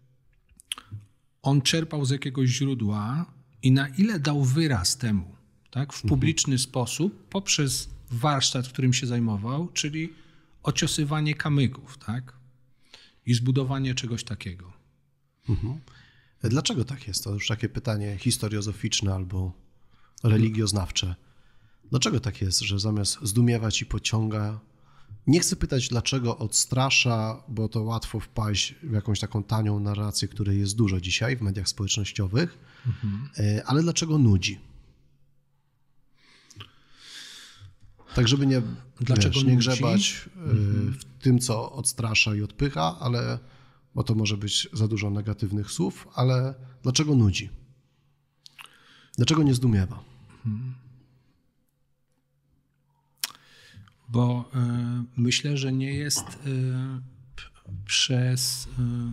[SPEAKER 2] on czerpał z jakiegoś źródła i na ile dał wyraz temu, tak, w publiczny mhm. sposób, poprzez warsztat, którym się zajmował, czyli ociosywanie kamyków, tak, i zbudowanie czegoś takiego.
[SPEAKER 1] Mhm. Dlaczego tak jest? To już takie pytanie historiozoficzne albo religioznawcze. Dlaczego tak jest, że zamiast zdumiewać i pociąga, nie chcę pytać dlaczego odstrasza, bo to łatwo wpaść w jakąś taką tanią narrację, której jest dużo dzisiaj w mediach społecznościowych, mhm. ale dlaczego nudzi? Tak, żeby nie,
[SPEAKER 2] Dlaczego
[SPEAKER 1] wiesz, nie grzebać mhm. w tym, co odstrasza i odpycha, ale, bo to może być za dużo negatywnych słów, ale dlaczego nudzi? Dlaczego nie zdumiewa? Mhm.
[SPEAKER 2] Bo y, myślę, że nie jest y, przez, y,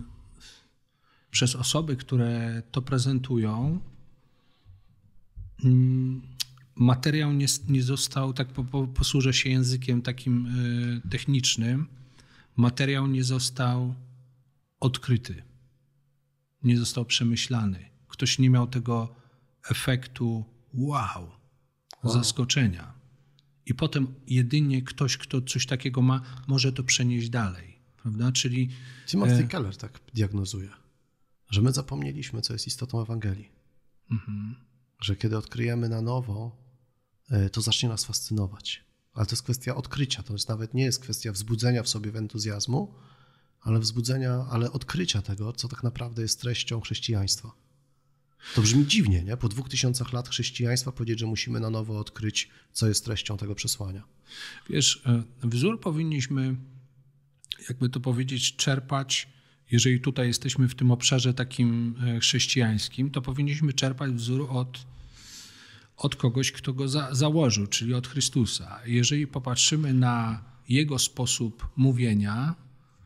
[SPEAKER 2] przez osoby, które to prezentują, y, materiał nie, nie został, tak po, po, posłużę się językiem takim y, technicznym, materiał nie został odkryty, nie został przemyślany. Ktoś nie miał tego efektu wow, wow. zaskoczenia. I potem jedynie ktoś, kto coś takiego ma, może to przenieść dalej, prawda? Czyli...
[SPEAKER 1] Timothy e... Keller tak diagnozuje, że my zapomnieliśmy, co jest istotą Ewangelii. Mhm. Że kiedy odkryjemy na nowo, to zacznie nas fascynować. Ale to jest kwestia odkrycia, to jest nawet nie jest kwestia wzbudzenia w sobie entuzjazmu, ale wzbudzenia, ale odkrycia tego, co tak naprawdę jest treścią chrześcijaństwa. To brzmi dziwnie, nie? Po dwóch tysiącach lat chrześcijaństwa powiedzieć, że musimy na nowo odkryć, co jest treścią tego przesłania.
[SPEAKER 2] Wiesz, wzór powinniśmy, jakby to powiedzieć, czerpać, jeżeli tutaj jesteśmy w tym obszarze takim chrześcijańskim, to powinniśmy czerpać wzór od, od kogoś, kto go za, założył, czyli od Chrystusa. Jeżeli popatrzymy na Jego sposób mówienia,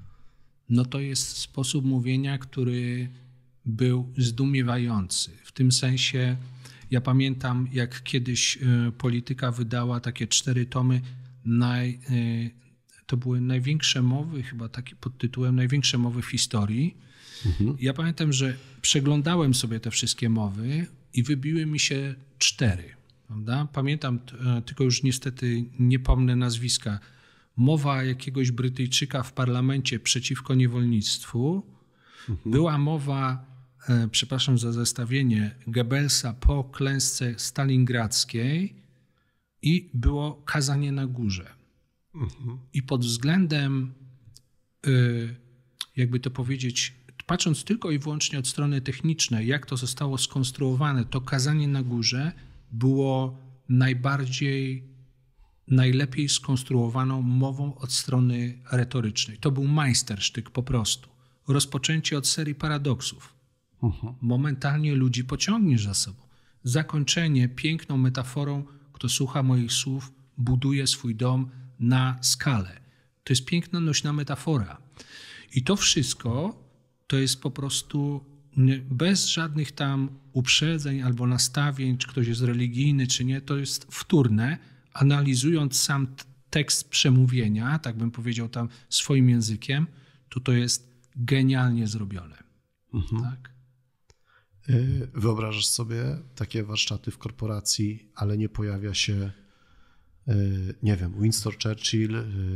[SPEAKER 2] no to jest sposób mówienia, który był zdumiewający. W tym sensie, ja pamiętam, jak kiedyś Polityka wydała takie cztery tomy, naj, to były największe mowy, chyba taki pod tytułem Największe mowy w historii. Mhm. Ja pamiętam, że przeglądałem sobie te wszystkie mowy i wybiły mi się cztery. Prawda? Pamiętam, tylko już niestety nie pomnę nazwiska, mowa jakiegoś Brytyjczyka w parlamencie przeciwko niewolnictwu. Mhm. Była mowa, e, przepraszam za zestawienie, Goebbelsa po klęsce stalingradzkiej i było kazanie na górze. Mhm. I pod względem, e, jakby to powiedzieć, patrząc tylko i wyłącznie od strony technicznej, jak to zostało skonstruowane, to kazanie na górze było najbardziej, najlepiej skonstruowaną mową od strony retorycznej. To był majstersztyk po prostu. Rozpoczęcie od serii paradoksów. Uh-huh. Momentalnie ludzi pociągniesz za sobą. Zakończenie piękną metaforą, kto słucha moich słów, buduje swój dom na skalę. To jest piękna, nośna metafora. I to wszystko to jest po prostu bez żadnych tam uprzedzeń albo nastawień, czy ktoś jest religijny, czy nie, to jest wtórne. Analizując sam tekst przemówienia, tak bym powiedział tam swoim językiem, to to jest genialnie zrobione. Mhm. Tak?
[SPEAKER 1] Wyobrażasz sobie takie warsztaty w korporacji, ale nie pojawia się, nie wiem, Winston Churchill,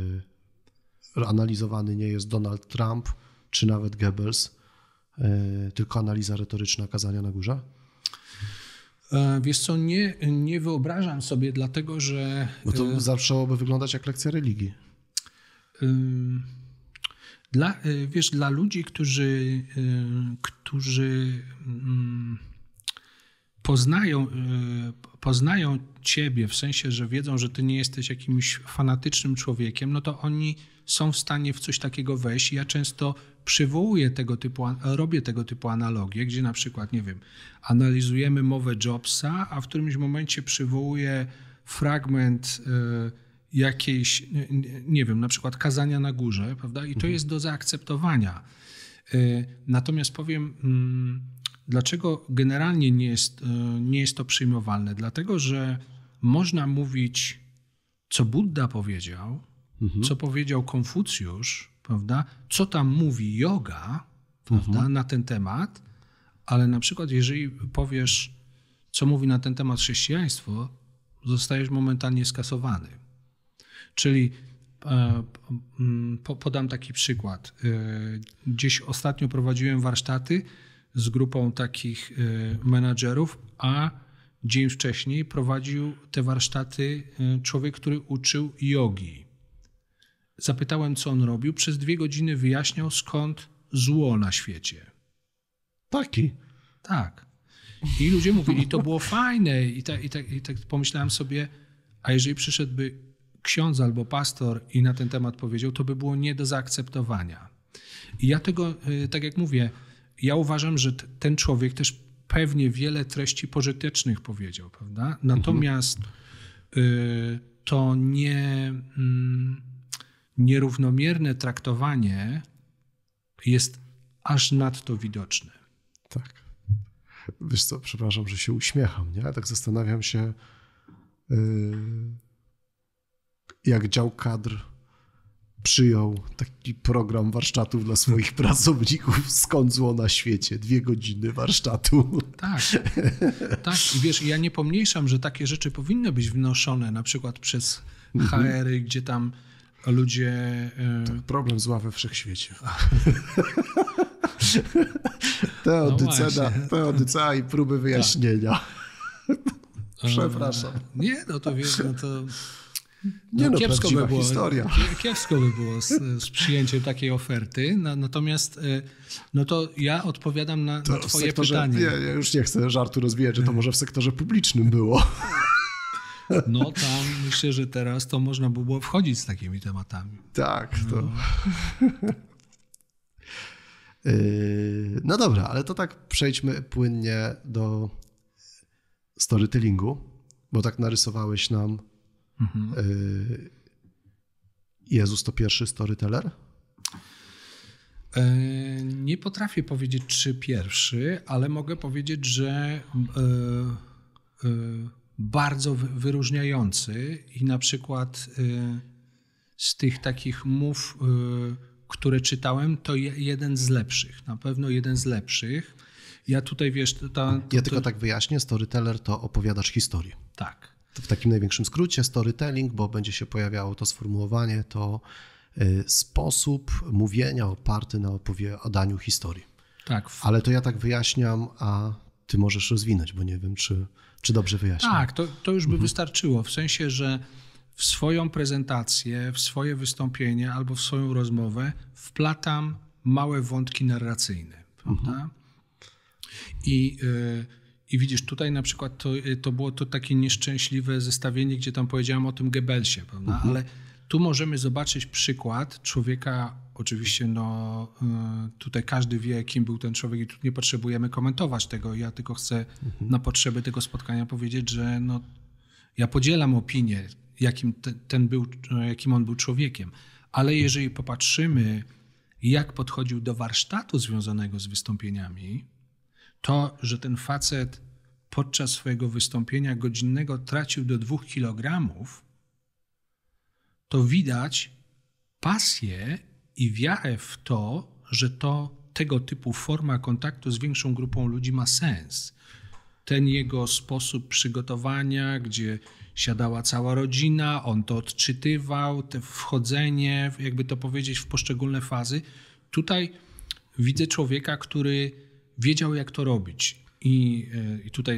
[SPEAKER 1] analizowany nie jest Donald Trump, czy nawet Goebbels, tylko analiza retoryczna kazania na górze?
[SPEAKER 2] Wiesz co, nie, nie wyobrażam sobie, dlatego że...
[SPEAKER 1] Bo to zaczęłoby wyglądać jak lekcja religii.
[SPEAKER 2] Dla, wiesz, dla ludzi, którzy, którzy poznają, poznają ciebie, w sensie, że wiedzą, że ty nie jesteś jakimś fanatycznym człowiekiem, no to oni są w stanie w coś takiego wejść. Ja często przywołuję tego typu, robię tego typu analogie, gdzie na przykład, nie wiem, analizujemy mowę Jobsa, a w którymś momencie przywołuję fragment jakiejś, nie wiem, na przykład kazania na górze, prawda? I to jest do zaakceptowania. Natomiast powiem, dlaczego generalnie nie jest, nie jest to przyjmowalne? Dlatego, że można mówić, co Buddha powiedział, mhm. co powiedział Konfucjusz, prawda? Co tam mówi yoga, prawda? Mhm. na ten temat, ale na przykład jeżeli powiesz, co mówi na ten temat chrześcijaństwo, zostajesz momentalnie skasowany. Czyli e, po, podam taki przykład. E, gdzieś ostatnio prowadziłem warsztaty z grupą takich e, menadżerów, a dzień wcześniej prowadził te warsztaty e, człowiek, który uczył jogi. Zapytałem, co on robił. Przez dwie godziny wyjaśniał, skąd zło na świecie.
[SPEAKER 1] Taki?
[SPEAKER 2] Tak. I ludzie mówili, to było fajne. I tak, i tak, i tak pomyślałem sobie, a jeżeli przyszedłby ksiądz albo pastor i na ten temat powiedział, to by było nie do zaakceptowania. I ja tego, tak jak mówię, ja uważam, że ten człowiek też pewnie wiele treści pożytecznych powiedział, prawda? Natomiast mhm. y, to nie, mm, nierównomierne traktowanie jest aż nadto widoczne.
[SPEAKER 1] Tak. Wiesz co, przepraszam, że się uśmiecham, nie? Tak zastanawiam się, yy, jak dział kadr przyjął taki program warsztatów dla swoich pracowników, skąd zło na świecie, dwie godziny warsztatu.
[SPEAKER 2] Tak, tak. I wiesz, ja nie pomniejszam, że takie rzeczy powinny być wnoszone na przykład przez H R-y, gdzie tam ludzie...
[SPEAKER 1] Tak, problem zła we wszechświecie. Teodycea, no teodycea i próby wyjaśnienia. Tak. Przepraszam.
[SPEAKER 2] Nie, no to wiesz, no to...
[SPEAKER 1] Nie no, no
[SPEAKER 2] kiepsko by było,
[SPEAKER 1] historia.
[SPEAKER 2] Kiepsko by było z, z przyjęciem takiej oferty, no, natomiast no to ja odpowiadam na, na twoje
[SPEAKER 1] sektorze,
[SPEAKER 2] pytanie.
[SPEAKER 1] Nie, ja już nie chcę żartu rozwijać, że to może w sektorze publicznym było.
[SPEAKER 2] No tam myślę, że teraz to można by było wchodzić z takimi tematami.
[SPEAKER 1] Tak, to... No. No dobra, ale to tak przejdźmy płynnie do storytellingu, bo tak narysowałeś nam mhm. Jezus to pierwszy storyteller?
[SPEAKER 2] Nie potrafię powiedzieć, czy pierwszy, ale mogę powiedzieć, że bardzo wyróżniający i na przykład z tych takich mów, które czytałem, to jeden z lepszych, na pewno jeden z lepszych. Ja tutaj, wiesz... To, to,
[SPEAKER 1] ja tylko to... tak wyjaśnię, storyteller to opowiadacz historii.
[SPEAKER 2] Tak.
[SPEAKER 1] W takim największym skrócie storytelling, bo będzie się pojawiało to sformułowanie, to sposób mówienia oparty na opowiadaniu historii.
[SPEAKER 2] Tak.
[SPEAKER 1] Ale to ja tak wyjaśniam, a ty możesz rozwinąć, bo nie wiem, czy, czy dobrze wyjaśniam.
[SPEAKER 2] Tak, to, to już by mhm. wystarczyło, w sensie, że w swoją prezentację, w swoje wystąpienie albo w swoją rozmowę wplatam małe wątki narracyjne, prawda? Mhm. I, yy, I widzisz, tutaj na przykład to, to było to takie nieszczęśliwe zestawienie, gdzie tam powiedziałem o tym Goebbelsie, prawda? Mhm. Ale tu możemy zobaczyć przykład człowieka, oczywiście no, yy, tutaj każdy wie, kim był ten człowiek i tu nie potrzebujemy komentować tego, ja tylko chcę mhm. na potrzeby tego spotkania powiedzieć, że no, ja podzielam opinię, jakim ten był, jakim on był człowiekiem. Ale jeżeli popatrzymy, jak podchodził do warsztatu związanego z wystąpieniami, to, że ten facet podczas swojego wystąpienia godzinnego tracił do dwóch kilogramów, to widać pasję i wiarę w to, że to tego typu forma kontaktu z większą grupą ludzi ma sens. Ten jego sposób przygotowania, gdzie siadała cała rodzina, on to odczytywał, te wchodzenie, jakby to powiedzieć, w poszczególne fazy. Tutaj widzę człowieka, który wiedział, jak to robić. I, i tutaj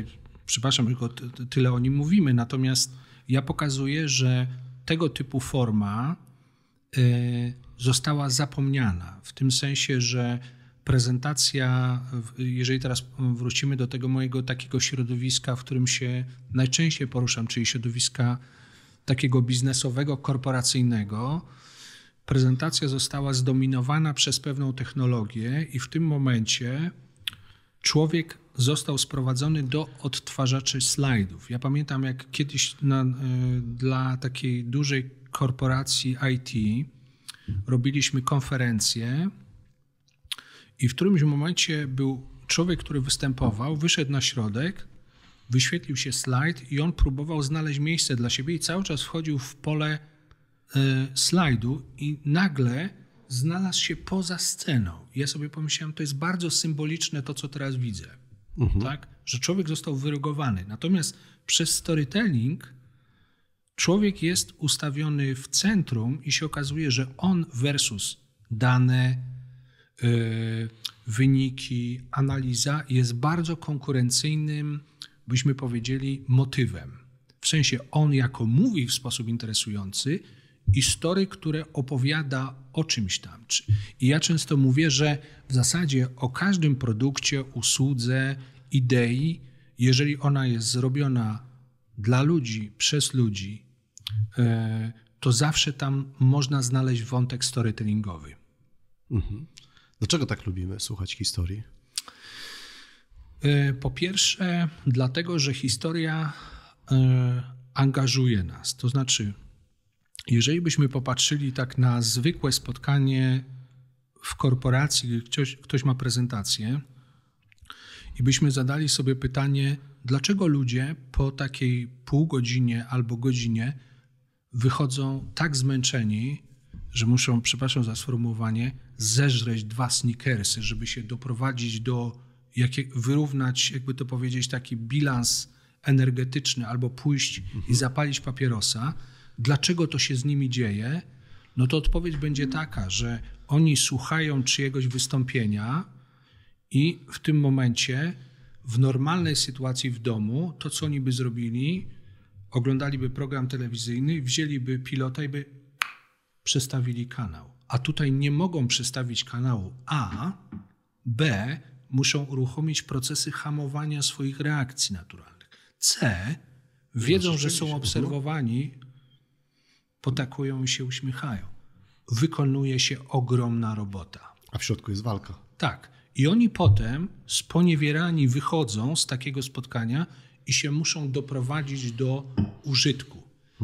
[SPEAKER 2] przepraszam, tylko tyle o nim mówimy, natomiast ja pokazuję, że tego typu forma została zapomniana. W tym sensie, że prezentacja, jeżeli teraz wrócimy do tego mojego takiego środowiska, w którym się najczęściej poruszam, czyli środowiska takiego biznesowego, korporacyjnego, prezentacja została zdominowana przez pewną technologię i w tym momencie człowiek został sprowadzony do odtwarzaczy slajdów. Ja pamiętam, jak kiedyś na, dla takiej dużej korporacji I T robiliśmy konferencję i w którymś momencie był człowiek, który występował, wyszedł na środek, wyświetlił się slajd i on próbował znaleźć miejsce dla siebie i cały czas wchodził w pole y, slajdu i nagle znalazł się poza sceną. I ja sobie pomyślałem, to jest bardzo symboliczne to, co teraz widzę. Mhm. Tak? Że człowiek został wyrugowany. Natomiast przez storytelling człowiek jest ustawiony w centrum i się okazuje, że on versus dane, yy, wyniki, analiza jest bardzo konkurencyjnym, byśmy powiedzieli, motywem. W sensie on jako mówi w sposób interesujący i story, które opowiada o czymś tam. I ja często mówię, że w zasadzie o każdym produkcie, usłudze, idei, jeżeli ona jest zrobiona dla ludzi, przez ludzi, to zawsze tam można znaleźć wątek storytellingowy.
[SPEAKER 1] Mhm. Dlaczego tak lubimy słuchać historii?
[SPEAKER 2] Po pierwsze, dlatego, że historia angażuje nas. To znaczy, jeżeli byśmy popatrzyli tak na zwykłe spotkanie w korporacji, gdzie ktoś, ktoś ma prezentację i byśmy zadali sobie pytanie, dlaczego ludzie po takiej pół godzinie albo godzinie wychodzą tak zmęczeni, że muszą, przepraszam za sformułowanie, zeżreć dwa snickersy, żeby się doprowadzić do, jakie, wyrównać, jakby to powiedzieć, taki bilans energetyczny albo pójść mhm. i zapalić papierosa. Dlaczego to się z nimi dzieje? No to odpowiedź będzie taka, że oni słuchają czyjegoś wystąpienia i w tym momencie w normalnej sytuacji w domu to, co oni by zrobili, oglądaliby program telewizyjny, wzięliby pilota i by przestawili kanał. A tutaj nie mogą przestawić kanału A, B, muszą uruchomić procesy hamowania swoich reakcji naturalnych. C, wiedzą, no, że są obserwowani, potakują i się uśmiechają. Wykonuje się ogromna robota.
[SPEAKER 1] A w środku jest walka.
[SPEAKER 2] Tak. I oni potem sponiewierani wychodzą z takiego spotkania i się muszą doprowadzić do użytku.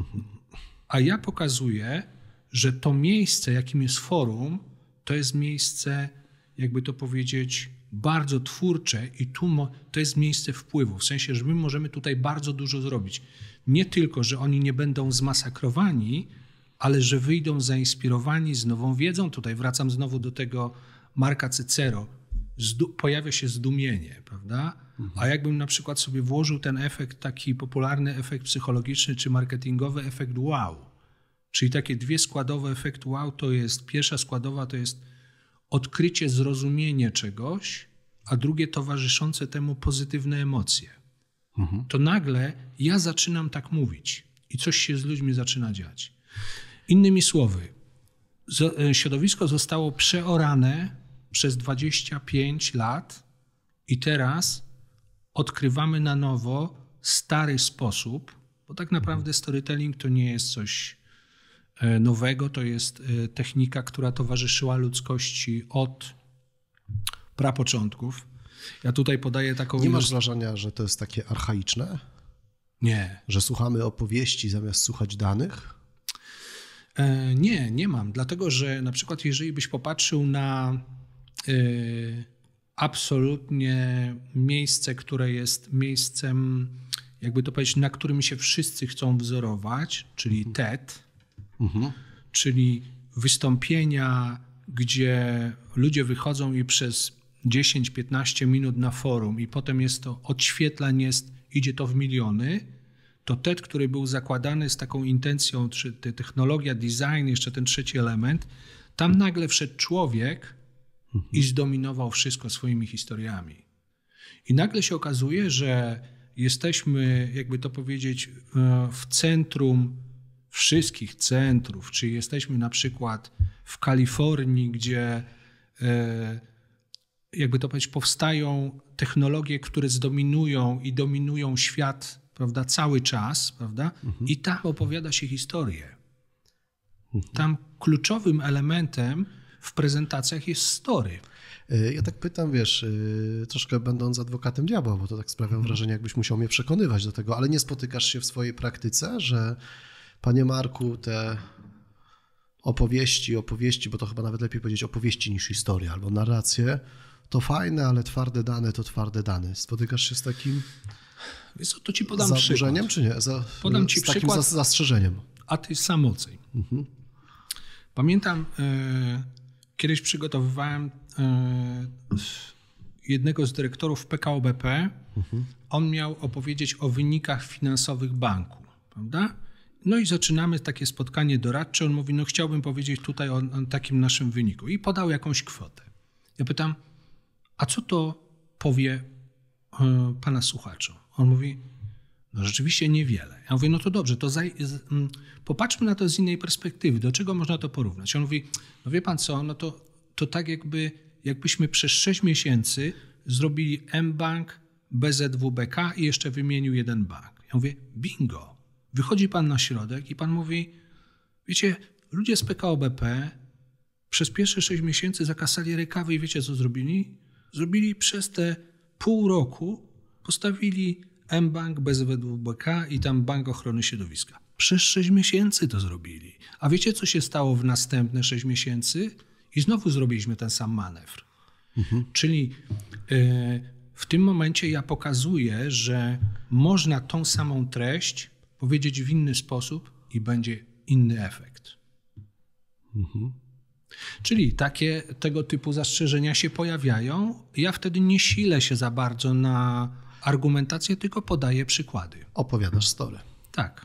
[SPEAKER 2] A ja pokazuję, że to miejsce, jakim jest forum, to jest miejsce, jakby to powiedzieć, bardzo twórcze i tu mo- to jest miejsce wpływu. W sensie, że my możemy tutaj bardzo dużo zrobić. Nie tylko, że oni nie będą zmasakrowani, ale że wyjdą zainspirowani z nową wiedzą. Tutaj wracam znowu do tego Marka Cicero. Zdu- pojawia się zdumienie, prawda? Mhm. A jakbym na przykład sobie włożył ten efekt, taki popularny efekt psychologiczny czy marketingowy efekt wow. Czyli takie dwie składowe efektu wow to jest, pierwsza składowa to jest odkrycie, zrozumienie czegoś, a drugie towarzyszące temu pozytywne emocje. Mhm. To nagle ja zaczynam tak mówić i coś się z ludźmi zaczyna dziać. Innymi słowy, środowisko zostało przeorane przez dwadzieścia pięć lat i teraz odkrywamy na nowo stary sposób, bo tak naprawdę storytelling to nie jest coś nowego, to jest technika, która towarzyszyła ludzkości od prapoczątków. Ja tutaj podaję taką...
[SPEAKER 1] Nie masz wrażenia, że to jest takie archaiczne?
[SPEAKER 2] Nie.
[SPEAKER 1] Że słuchamy opowieści zamiast słuchać danych?
[SPEAKER 2] E, nie, nie mam. Dlatego, że na przykład jeżeli byś popatrzył na y, absolutnie miejsce, które jest miejscem, jakby to powiedzieć, na którym się wszyscy chcą wzorować, czyli T E D, mhm. czyli wystąpienia, gdzie ludzie wychodzą i przez dziesięć piętnaście minut na forum i potem jest to odświetleń, jest, idzie to w miliony, to T E D, który był zakładany z taką intencją, czy technologia, design, jeszcze ten trzeci element, tam nagle wszedł człowiek i zdominował wszystko swoimi historiami. I nagle się okazuje, że jesteśmy, jakby to powiedzieć, w centrum wszystkich centrów, czy jesteśmy na przykład w Kalifornii, gdzie jakby to powiedzieć, powstają technologie, które zdominują i dominują świat, prawda, cały czas, prawda? Mhm. I tam opowiada się historię. Mhm. Tam kluczowym elementem w prezentacjach jest story.
[SPEAKER 1] Ja tak pytam, wiesz, troszkę będąc adwokatem diabła, bo to tak sprawia mhm. wrażenie, jakbyś musiał mnie przekonywać do tego, ale nie spotykasz się w swojej praktyce, że panie Marku, te opowieści, opowieści, bo to chyba nawet lepiej powiedzieć opowieści niż historia albo narracje, to fajne, ale twarde dane to twarde dane. Spotykasz się z takim
[SPEAKER 2] Wiesz co, to ci podam
[SPEAKER 1] zaburzeniem,
[SPEAKER 2] przykład.
[SPEAKER 1] czy nie? Za,
[SPEAKER 2] podam ci
[SPEAKER 1] z takim
[SPEAKER 2] przykład,
[SPEAKER 1] zastrzeżeniem.
[SPEAKER 2] A ty sam oceń. Mhm. Pamiętam, e, kiedyś przygotowywałem e, jednego z dyrektorów P K O B P. Mhm. On miał opowiedzieć o wynikach finansowych banku, prawda? No i zaczynamy takie spotkanie doradcze. On mówi, no chciałbym powiedzieć tutaj o, o takim naszym wyniku. I podał jakąś kwotę. Ja pytam, a co to powie e, pana słuchaczu? On mówi, no rzeczywiście niewiele. Ja mówię, no to dobrze, to zaj, z, m, popatrzmy na to z innej perspektywy. Do czego można to porównać? On mówi, no wie pan co, no to, to tak jakby, jakbyśmy przez sześć miesięcy zrobili mBank, B Z W B K i jeszcze wymienił jeden bank. Ja mówię, bingo. Wychodzi pan na środek i pan mówi, wiecie, ludzie z P K O B P przez pierwsze sześć miesięcy zakasali rękawy i wiecie co zrobili? Zrobili przez te pół roku, postawili mBank, B Z W B K i tam Bank Ochrony Środowiska. Przez sześć miesięcy to zrobili. A wiecie co się stało w następne sześć miesięcy? I znowu zrobiliśmy ten sam manewr. Mhm. Czyli y, w tym momencie ja pokazuję, że można tą samą treść powiedzieć w inny sposób i będzie inny efekt. Mhm. Czyli takie tego typu zastrzeżenia się pojawiają. Ja wtedy nie silę się za bardzo na argumentację, tylko podaję przykłady.
[SPEAKER 1] Opowiadasz story.
[SPEAKER 2] Tak.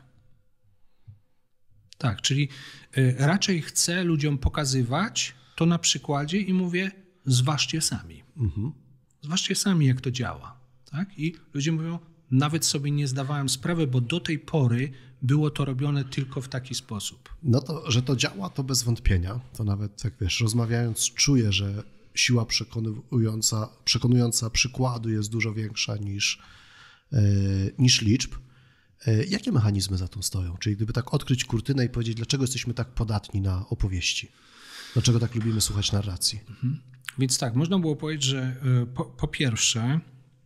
[SPEAKER 2] Tak, czyli y, raczej chcę ludziom pokazywać to na przykładzie i mówię, zważcie sami. Mhm. Zważcie sami, jak to działa. Tak? I ludzie mówią, nawet sobie nie zdawałem sprawy, bo do tej pory było to robione tylko w taki sposób.
[SPEAKER 1] No to, że to działa, to bez wątpienia. To nawet, jak wiesz, rozmawiając, czuję, że siła przekonująca, przekonująca przykładu jest dużo większa niż, yy, niż liczb. Yy, jakie mechanizmy za tym stoją? Czyli gdyby tak odkryć kurtynę i powiedzieć, dlaczego jesteśmy tak podatni na opowieści? Dlaczego tak lubimy słuchać narracji?
[SPEAKER 2] Mhm. Więc tak, można było powiedzieć, że yy, po, po pierwsze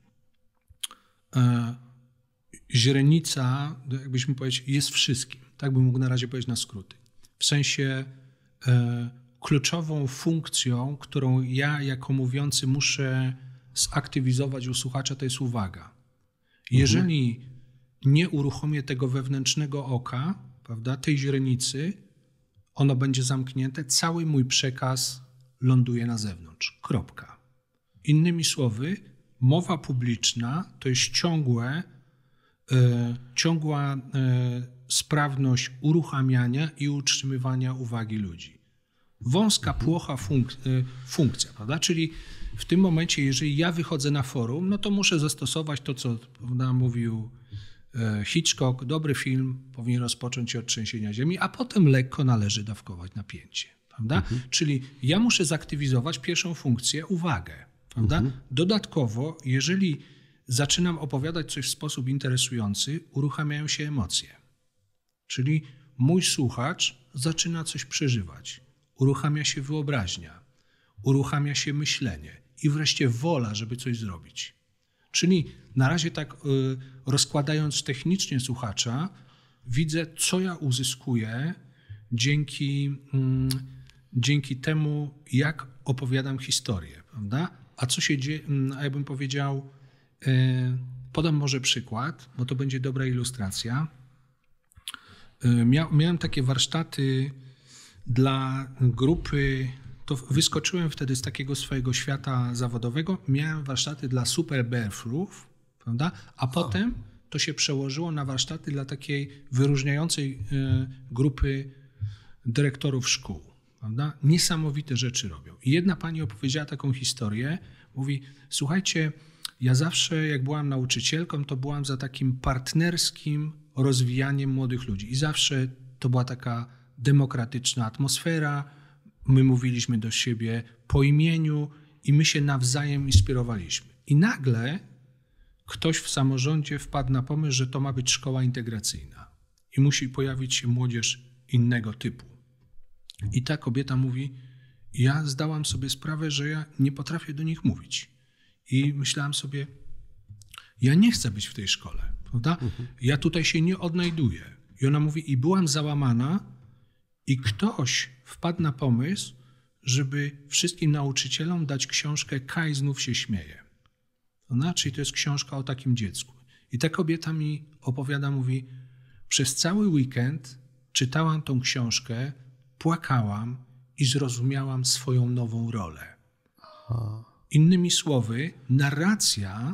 [SPEAKER 2] yy, źrenica, jakbyśmy powiedzieć, jest wszystkim. Tak bym mógł na razie powiedzieć na skróty. W sensie yy, kluczową funkcją, którą ja jako mówiący muszę zaktywizować u słuchacza, to jest uwaga. Jeżeli mhm. nie uruchomię tego wewnętrznego oka, prawda, tej źrenicy, ono będzie zamknięte, cały mój przekaz ląduje na zewnątrz. Kropka. Innymi słowy, mowa publiczna to jest ciągłe, e, ciągła e, sprawność uruchamiania i utrzymywania uwagi ludzi. Wąska, płocha funk- funkcja, prawda? Czyli w tym momencie, jeżeli ja wychodzę na forum, no to muszę zastosować to, co prawda, mówił Hitchcock. Dobry film powinien rozpocząć się od trzęsienia ziemi, a potem lekko należy dawkować napięcie, prawda? Mhm. Czyli ja muszę zaktywizować pierwszą funkcję, uwagę, prawda? Mhm. Dodatkowo, jeżeli zaczynam opowiadać coś w sposób interesujący, uruchamiają się emocje. Czyli mój słuchacz zaczyna coś przeżywać. Uruchamia się wyobraźnia, uruchamia się myślenie i wreszcie wola, żeby coś zrobić. Czyli na razie tak y, rozkładając technicznie słuchacza, widzę, co ja uzyskuję dzięki, y, dzięki temu, jak opowiadam historię, prawda? A co się dzieje, y, a ja bym powiedział, y, podam może przykład, bo to będzie dobra ilustracja. Y, mia, miałem takie warsztaty dla grupy, to wyskoczyłem wtedy z takiego swojego świata zawodowego, miałem warsztaty dla super bearfrów, prawda? A potem to się przełożyło na warsztaty dla takiej wyróżniającej grupy dyrektorów szkół, prawda? Niesamowite rzeczy robią. I jedna pani opowiedziała taką historię, mówi, słuchajcie, ja zawsze, jak byłam nauczycielką, to byłam za takim partnerskim rozwijaniem młodych ludzi. I zawsze to była taka demokratyczna atmosfera. My mówiliśmy do siebie po imieniu i my się nawzajem inspirowaliśmy. I nagle ktoś w samorządzie wpadł na pomysł, że to ma być szkoła integracyjna i musi pojawić się młodzież innego typu. I ta kobieta mówi, ja zdałam sobie sprawę, że ja nie potrafię do nich mówić. I myślałam sobie, ja nie chcę być w tej szkole, prawda? Mhm. Ja tutaj się nie odnajduję. I ona mówi, i byłam załamana i ktoś wpadł na pomysł, żeby wszystkim nauczycielom dać książkę Kaj znów się śmieje. Ona, czyli to jest książka o takim dziecku. I ta kobieta mi opowiada, mówi, przez cały weekend czytałam tą książkę, płakałam i zrozumiałam swoją nową rolę. Aha. Innymi słowy, narracja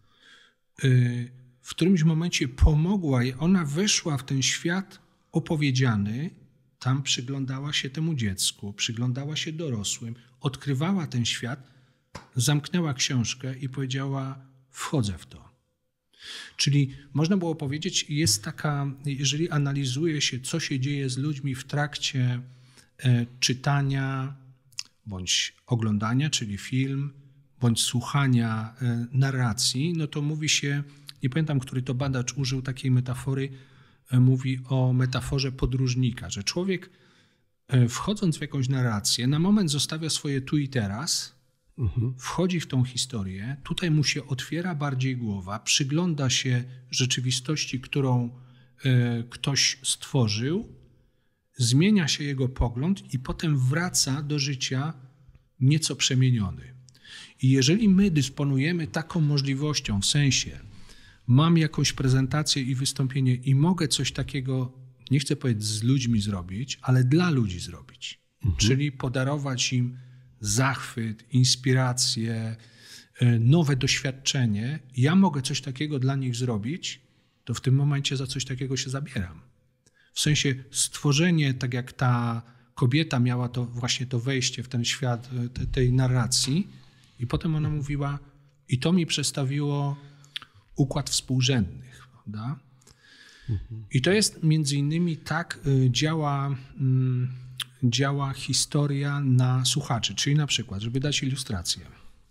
[SPEAKER 2] y, w którymś momencie pomogła jej, ona weszła w ten świat opowiedziany, tam przyglądała się temu dziecku, przyglądała się dorosłym, odkrywała ten świat, zamknęła książkę i powiedziała, wchodzę w to. Czyli można było powiedzieć, jest taka, jeżeli analizuje się, co się dzieje z ludźmi w trakcie e, czytania bądź oglądania, czyli film, bądź słuchania e, narracji, no to mówi się, nie pamiętam, który to badacz użył takiej metafory, e, mówi o metaforze podróżnika, że człowiek e, wchodząc w jakąś narrację, na moment zostawia swoje tu i teraz, wchodzi w tą historię, tutaj mu się otwiera bardziej głowa, przygląda się rzeczywistości, którą y, ktoś stworzył, zmienia się jego pogląd i potem wraca do życia nieco przemieniony. I jeżeli my dysponujemy taką możliwością, w sensie mam jakąś prezentację i wystąpienie i mogę coś takiego, nie chcę powiedzieć z ludźmi zrobić, ale dla ludzi zrobić, mhm. czyli podarować im zachwyt, inspirację, nowe doświadczenie, ja mogę coś takiego dla nich zrobić, to w tym momencie za coś takiego się zabieram. W sensie stworzenie, tak jak ta kobieta miała to właśnie to wejście w ten świat te, tej narracji i potem ona mówiła, i to mi przedstawiło układ współrzędnych, prawda? Mhm. I to jest między innymi tak działa... Mm, działa historia na słuchaczy, czyli na przykład, żeby dać ilustrację.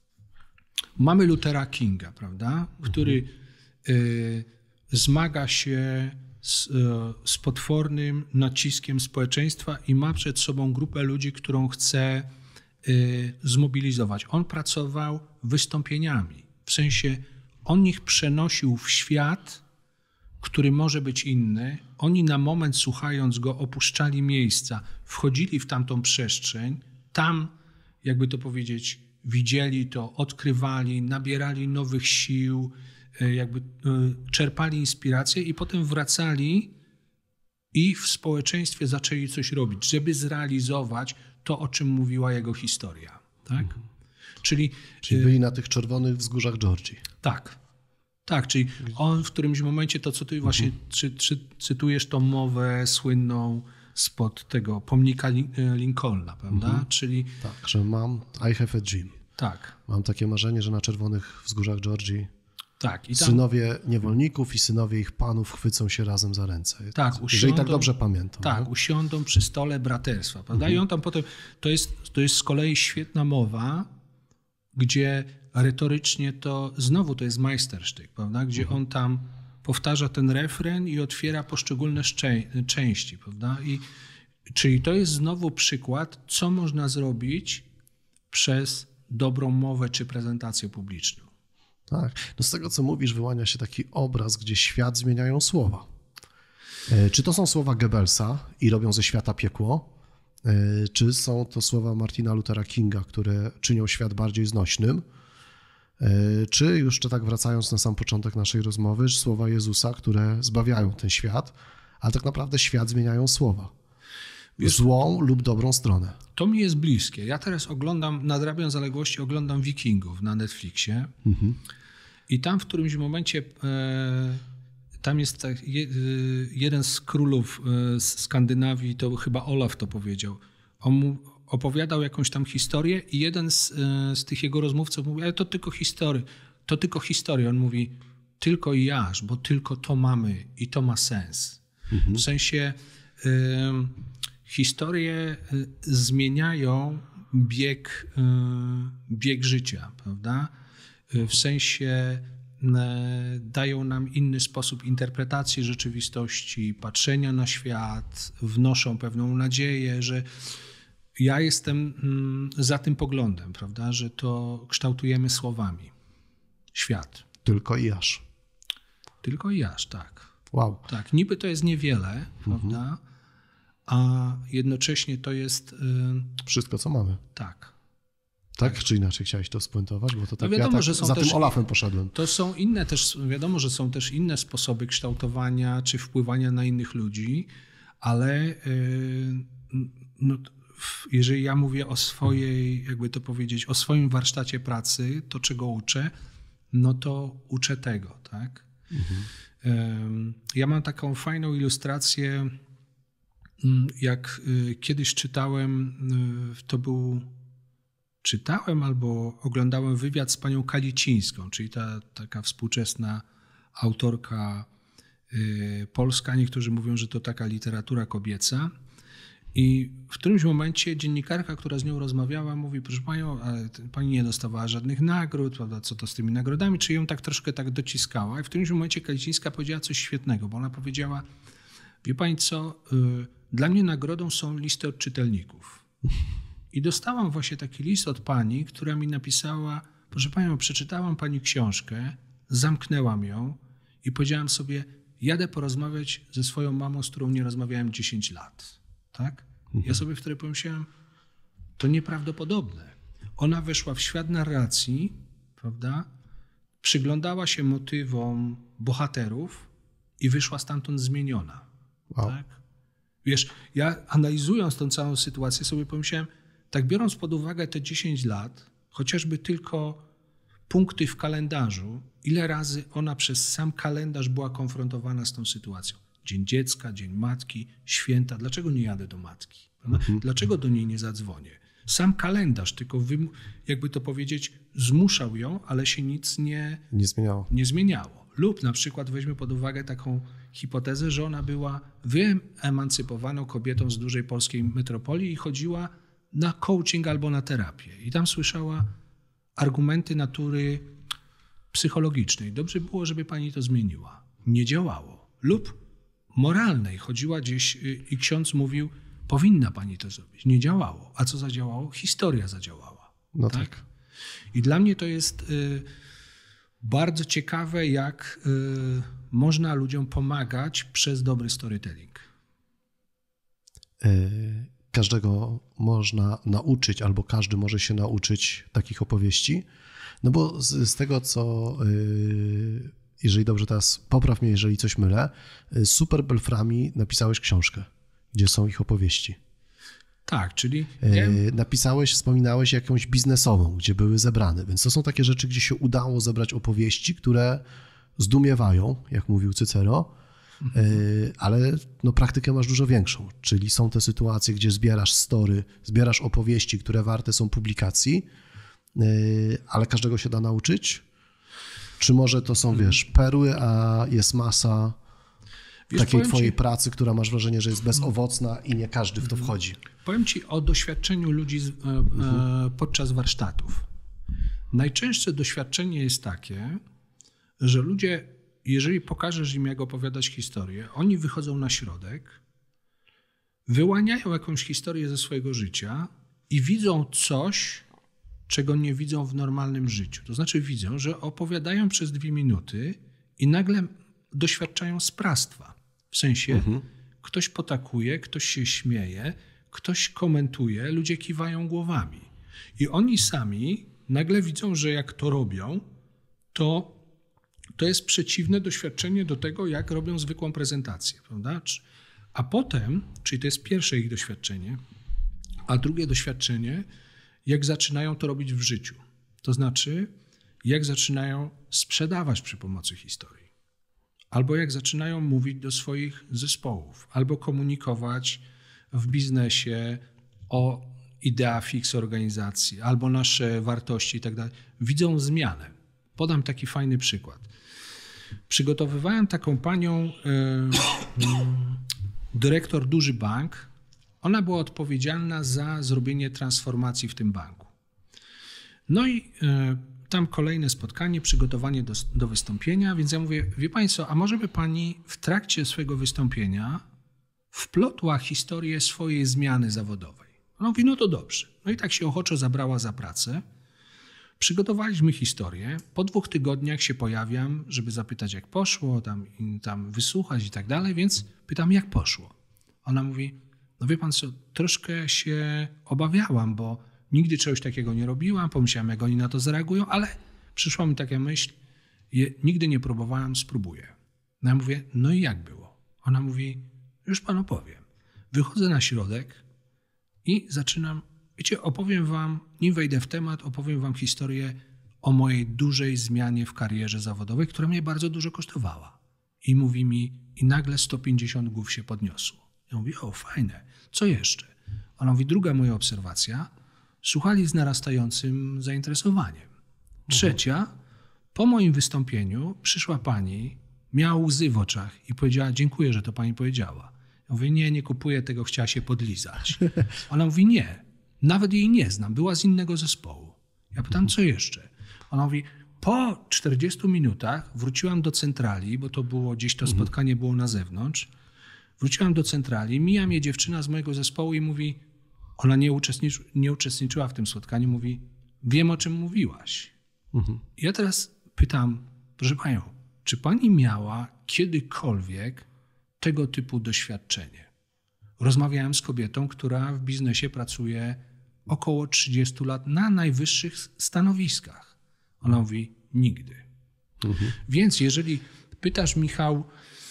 [SPEAKER 2] Mamy Luthera Kinga, prawda, który y, zmaga się z, y, z potwornym naciskiem społeczeństwa i ma przed sobą grupę ludzi, którą chce y, zmobilizować. On pracował wystąpieniami, w sensie on ich przenosił w świat, który może być inny. Oni na moment, słuchając go, opuszczali miejsca, wchodzili w tamtą przestrzeń, tam, jakby to powiedzieć, widzieli to, odkrywali, nabierali nowych sił, jakby czerpali inspirację i potem wracali i w społeczeństwie zaczęli coś robić, żeby zrealizować to, o czym mówiła jego historia. Tak? Mhm. Czyli,
[SPEAKER 1] Czyli byli na tych czerwonych wzgórzach Georgii.
[SPEAKER 2] Tak. Tak, czyli on w którymś momencie, to co ty właśnie mhm. czy, czy, cytujesz tą mowę słynną spod tego pomnika Lincolna, prawda? Mhm. Czyli...
[SPEAKER 1] Tak, że mam, I have a dream.
[SPEAKER 2] Tak.
[SPEAKER 1] Mam takie marzenie, że na czerwonych wzgórzach Georgii
[SPEAKER 2] tak, i tam...
[SPEAKER 1] synowie niewolników i synowie ich panów chwycą się razem za ręce.
[SPEAKER 2] Tak,
[SPEAKER 1] usiądą, jeżeli tak dobrze pamiętam.
[SPEAKER 2] Tak,
[SPEAKER 1] no?
[SPEAKER 2] usiądą przy stole braterstwa, prawda? Mhm. I on tam potem, to jest, to jest z kolei świetna mowa, gdzie retorycznie to znowu to jest majstersztyk, prawda? Gdzie mhm. on tam powtarza ten refren i otwiera poszczególne szczę- części, prawda? I, czyli to jest znowu przykład, co można zrobić przez dobrą mowę czy prezentację publiczną.
[SPEAKER 1] Tak. No z tego, co mówisz, wyłania się taki obraz, gdzie świat zmieniają słowa. Czy to są słowa Goebbelsa i robią ze świata piekło? Czy są to słowa Martina Luthera Kinga, które czynią świat bardziej znośnym? Czy już tak wracając na sam początek naszej rozmowy, słowa Jezusa, które zbawiają ten świat, ale tak naprawdę świat zmieniają słowa. W złą lub dobrą stronę.
[SPEAKER 2] To mi jest bliskie. Ja teraz oglądam, nadrabiam zaległości, oglądam Wikingów na Netflixie mhm. i tam w którymś momencie e, tam jest tak, je, jeden z królów e, z Skandynawii, to chyba Olaf to powiedział, on mu opowiadał jakąś tam historię i jeden z, e, z tych jego rozmówców mówił, ale to tylko historia. to tylko historia. On mówi, tylko i aż, bo tylko to mamy i to ma sens. Mhm. W sensie y, historie y, zmieniają bieg, y, bieg życia, prawda? Y, w sensie dają nam inny sposób interpretacji rzeczywistości, patrzenia na świat, wnoszą pewną nadzieję, że ja jestem za tym poglądem, prawda, że to kształtujemy słowami świat.
[SPEAKER 1] Tylko i aż.
[SPEAKER 2] Tylko i aż, tak.
[SPEAKER 1] Wow.
[SPEAKER 2] Tak, niby to jest niewiele, mhm. prawda, a jednocześnie to jest...
[SPEAKER 1] Wszystko, co mamy.
[SPEAKER 2] Tak.
[SPEAKER 1] Tak czy inaczej chciałeś to spuentować? Bo to tak,
[SPEAKER 2] no wiadomo,
[SPEAKER 1] ja tak
[SPEAKER 2] że są
[SPEAKER 1] za
[SPEAKER 2] też,
[SPEAKER 1] tym Olafem poszedłem.
[SPEAKER 2] To są inne też, wiadomo, że są też inne sposoby kształtowania czy wpływania na innych ludzi, ale yy, no, jeżeli ja mówię o swojej, jakby to powiedzieć, o swoim warsztacie pracy, to czego uczę, no to uczę tego, tak? Mhm. Yy, ja mam taką fajną ilustrację, jak yy, kiedyś czytałem, yy, to był Czytałem albo oglądałem wywiad z panią Kalicińską, czyli ta taka współczesna autorka y, polska. Niektórzy mówią, że to taka literatura kobieca. I w którymś momencie dziennikarka, która z nią rozmawiała, mówi, proszę panią, ale pani nie dostawała żadnych nagród, prawda, co to z tymi nagrodami, czy ją tak troszkę tak dociskała. I w którymś momencie Kalicińska powiedziała coś świetnego, bo ona powiedziała, wie pani co, y, dla mnie nagrodą są listy od czytelników. I dostałam właśnie taki list od pani, która mi napisała, proszę panią, przeczytałam pani książkę, zamknęłam ją i powiedziałam sobie, jadę porozmawiać ze swoją mamą, z którą nie rozmawiałem dziesięć lat. Tak? Mhm. Ja sobie wtedy pomyślałem, to nieprawdopodobne. Ona weszła w świat narracji, prawda? Przyglądała się motywom bohaterów i wyszła stamtąd zmieniona. Wow. Tak? Wiesz, ja analizując tą całą sytuację sobie pomyślałem, tak biorąc pod uwagę te dziesięć lat, chociażby tylko punkty w kalendarzu, ile razy ona przez sam kalendarz była konfrontowana z tą sytuacją. Dzień dziecka, dzień matki, święta. Dlaczego nie jadę do matki? Mhm. Dlaczego do niej nie zadzwonię? Sam kalendarz, tylko wym- jakby to powiedzieć, zmuszał ją, ale się nic nie,
[SPEAKER 1] nie zmieniało.
[SPEAKER 2] nie zmieniało. Lub na przykład weźmy pod uwagę taką hipotezę, że ona była wyemancypowaną kobietą z dużej polskiej metropolii i chodziła na coaching albo na terapię. I tam słyszała argumenty natury psychologicznej. Dobrze było, żeby pani to zmieniła. Nie działało. Lub moralnej. Chodziła gdzieś i ksiądz mówił, powinna pani to zrobić. Nie działało. A co zadziałało? Historia zadziałała.
[SPEAKER 1] No tak. tak.
[SPEAKER 2] I dla mnie to jest y, bardzo ciekawe, jak y, można ludziom pomagać przez dobry storytelling.
[SPEAKER 1] Y- Każdego można nauczyć, albo każdy może się nauczyć takich opowieści. No bo z, z tego, co, yy, jeżeli dobrze teraz, popraw mnie, jeżeli coś mylę, z Super Belframi napisałeś książkę, gdzie są ich opowieści.
[SPEAKER 2] Tak, czyli...
[SPEAKER 1] Yy, napisałeś, wspominałeś jakąś biznesową, gdzie były zebrane, więc to są takie rzeczy, gdzie się udało zebrać opowieści, które zdumiewają, jak mówił Cycero, ale no, praktykę masz dużo większą, czyli są te sytuacje, gdzie zbierasz story, zbierasz opowieści, które warte są publikacji, ale każdego się da nauczyć? Czy może to są, wiesz, perły, a jest masa wiesz, takiej twojej ci... pracy, która masz wrażenie, że jest bezowocna i nie każdy w to wchodzi?
[SPEAKER 2] Powiem ci o doświadczeniu ludzi z, e, e, podczas warsztatów. Najczęstsze doświadczenie jest takie, że ludzie, jeżeli pokażesz im, jak opowiadać historię, oni wychodzą na środek, wyłaniają jakąś historię ze swojego życia i widzą coś, czego nie widzą w normalnym życiu. To znaczy widzą, że opowiadają przez dwie minuty i nagle doświadczają sprawstwa. W sensie mhm. ktoś potakuje, ktoś się śmieje, ktoś komentuje, ludzie kiwają głowami. I oni sami nagle widzą, że jak to robią, to to jest przeciwne doświadczenie do tego, jak robią zwykłą prezentację, prawda? A potem, czyli to jest pierwsze ich doświadczenie, a drugie doświadczenie, jak zaczynają to robić w życiu. To znaczy, jak zaczynają sprzedawać przy pomocy historii. Albo jak zaczynają mówić do swoich zespołów, albo komunikować w biznesie o idea fix organizacji, albo nasze wartości i tak dalej. Widzą zmianę. Podam taki fajny przykład. Przygotowywałem taką panią, dyrektor duży bank. Ona była odpowiedzialna za zrobienie transformacji w tym banku. No i tam kolejne spotkanie, przygotowanie do, do wystąpienia, więc ja mówię, wie pani co, a może by pani w trakcie swojego wystąpienia wplotła historię swojej zmiany zawodowej. Ona mówi, no to dobrze. No i tak się ochoczo zabrała za pracę. Przygotowaliśmy historię. Po dwóch tygodniach się pojawiam, żeby zapytać, jak poszło, tam, tam wysłuchać i tak dalej, więc pytam, jak poszło. Ona mówi, no wie pan co, troszkę się obawiałam, bo nigdy czegoś takiego nie robiłam, pomyślałam, jak oni na to zareagują, ale przyszła mi taka myśl, je, nigdy nie próbowałam, spróbuję. No ja mówię, no i jak było? Ona mówi, już panu powiem. Wychodzę na środek i zaczynam, wiecie, opowiem wam, nim wejdę w temat, opowiem wam historię o mojej dużej zmianie w karierze zawodowej, która mnie bardzo dużo kosztowała. I mówi mi, i nagle sto pięćdziesiąt głów się podniosło. Ja mówię, o fajne, co jeszcze? Ona mówi, druga moja obserwacja, słuchali z narastającym zainteresowaniem. Trzecia, po moim wystąpieniu przyszła pani, miała łzy w oczach i powiedziała, dziękuję, że to pani powiedziała. Ja mówię, nie, nie kupuję tego, chciała się podlizać. Ona mówi, nie, nawet jej nie znam, była z innego zespołu. Ja pytam, co jeszcze? Ona mówi, po czterdziestu minutach wróciłam do centrali, bo to było gdzieś, to spotkanie było na zewnątrz. Wróciłam do centrali, mija mnie dziewczyna z mojego zespołu i mówi, ona nie, uczestniczy, nie uczestniczyła w tym spotkaniu, mówi, wiem, o czym mówiłaś. Mhm. Ja teraz pytam, proszę panią, czy pani miała kiedykolwiek tego typu doświadczenie? Rozmawiałem z kobietą, która w biznesie pracuje około trzydziestu lat na najwyższych stanowiskach. Ona mówi, nigdy. Mhm. Więc jeżeli pytasz, Michał,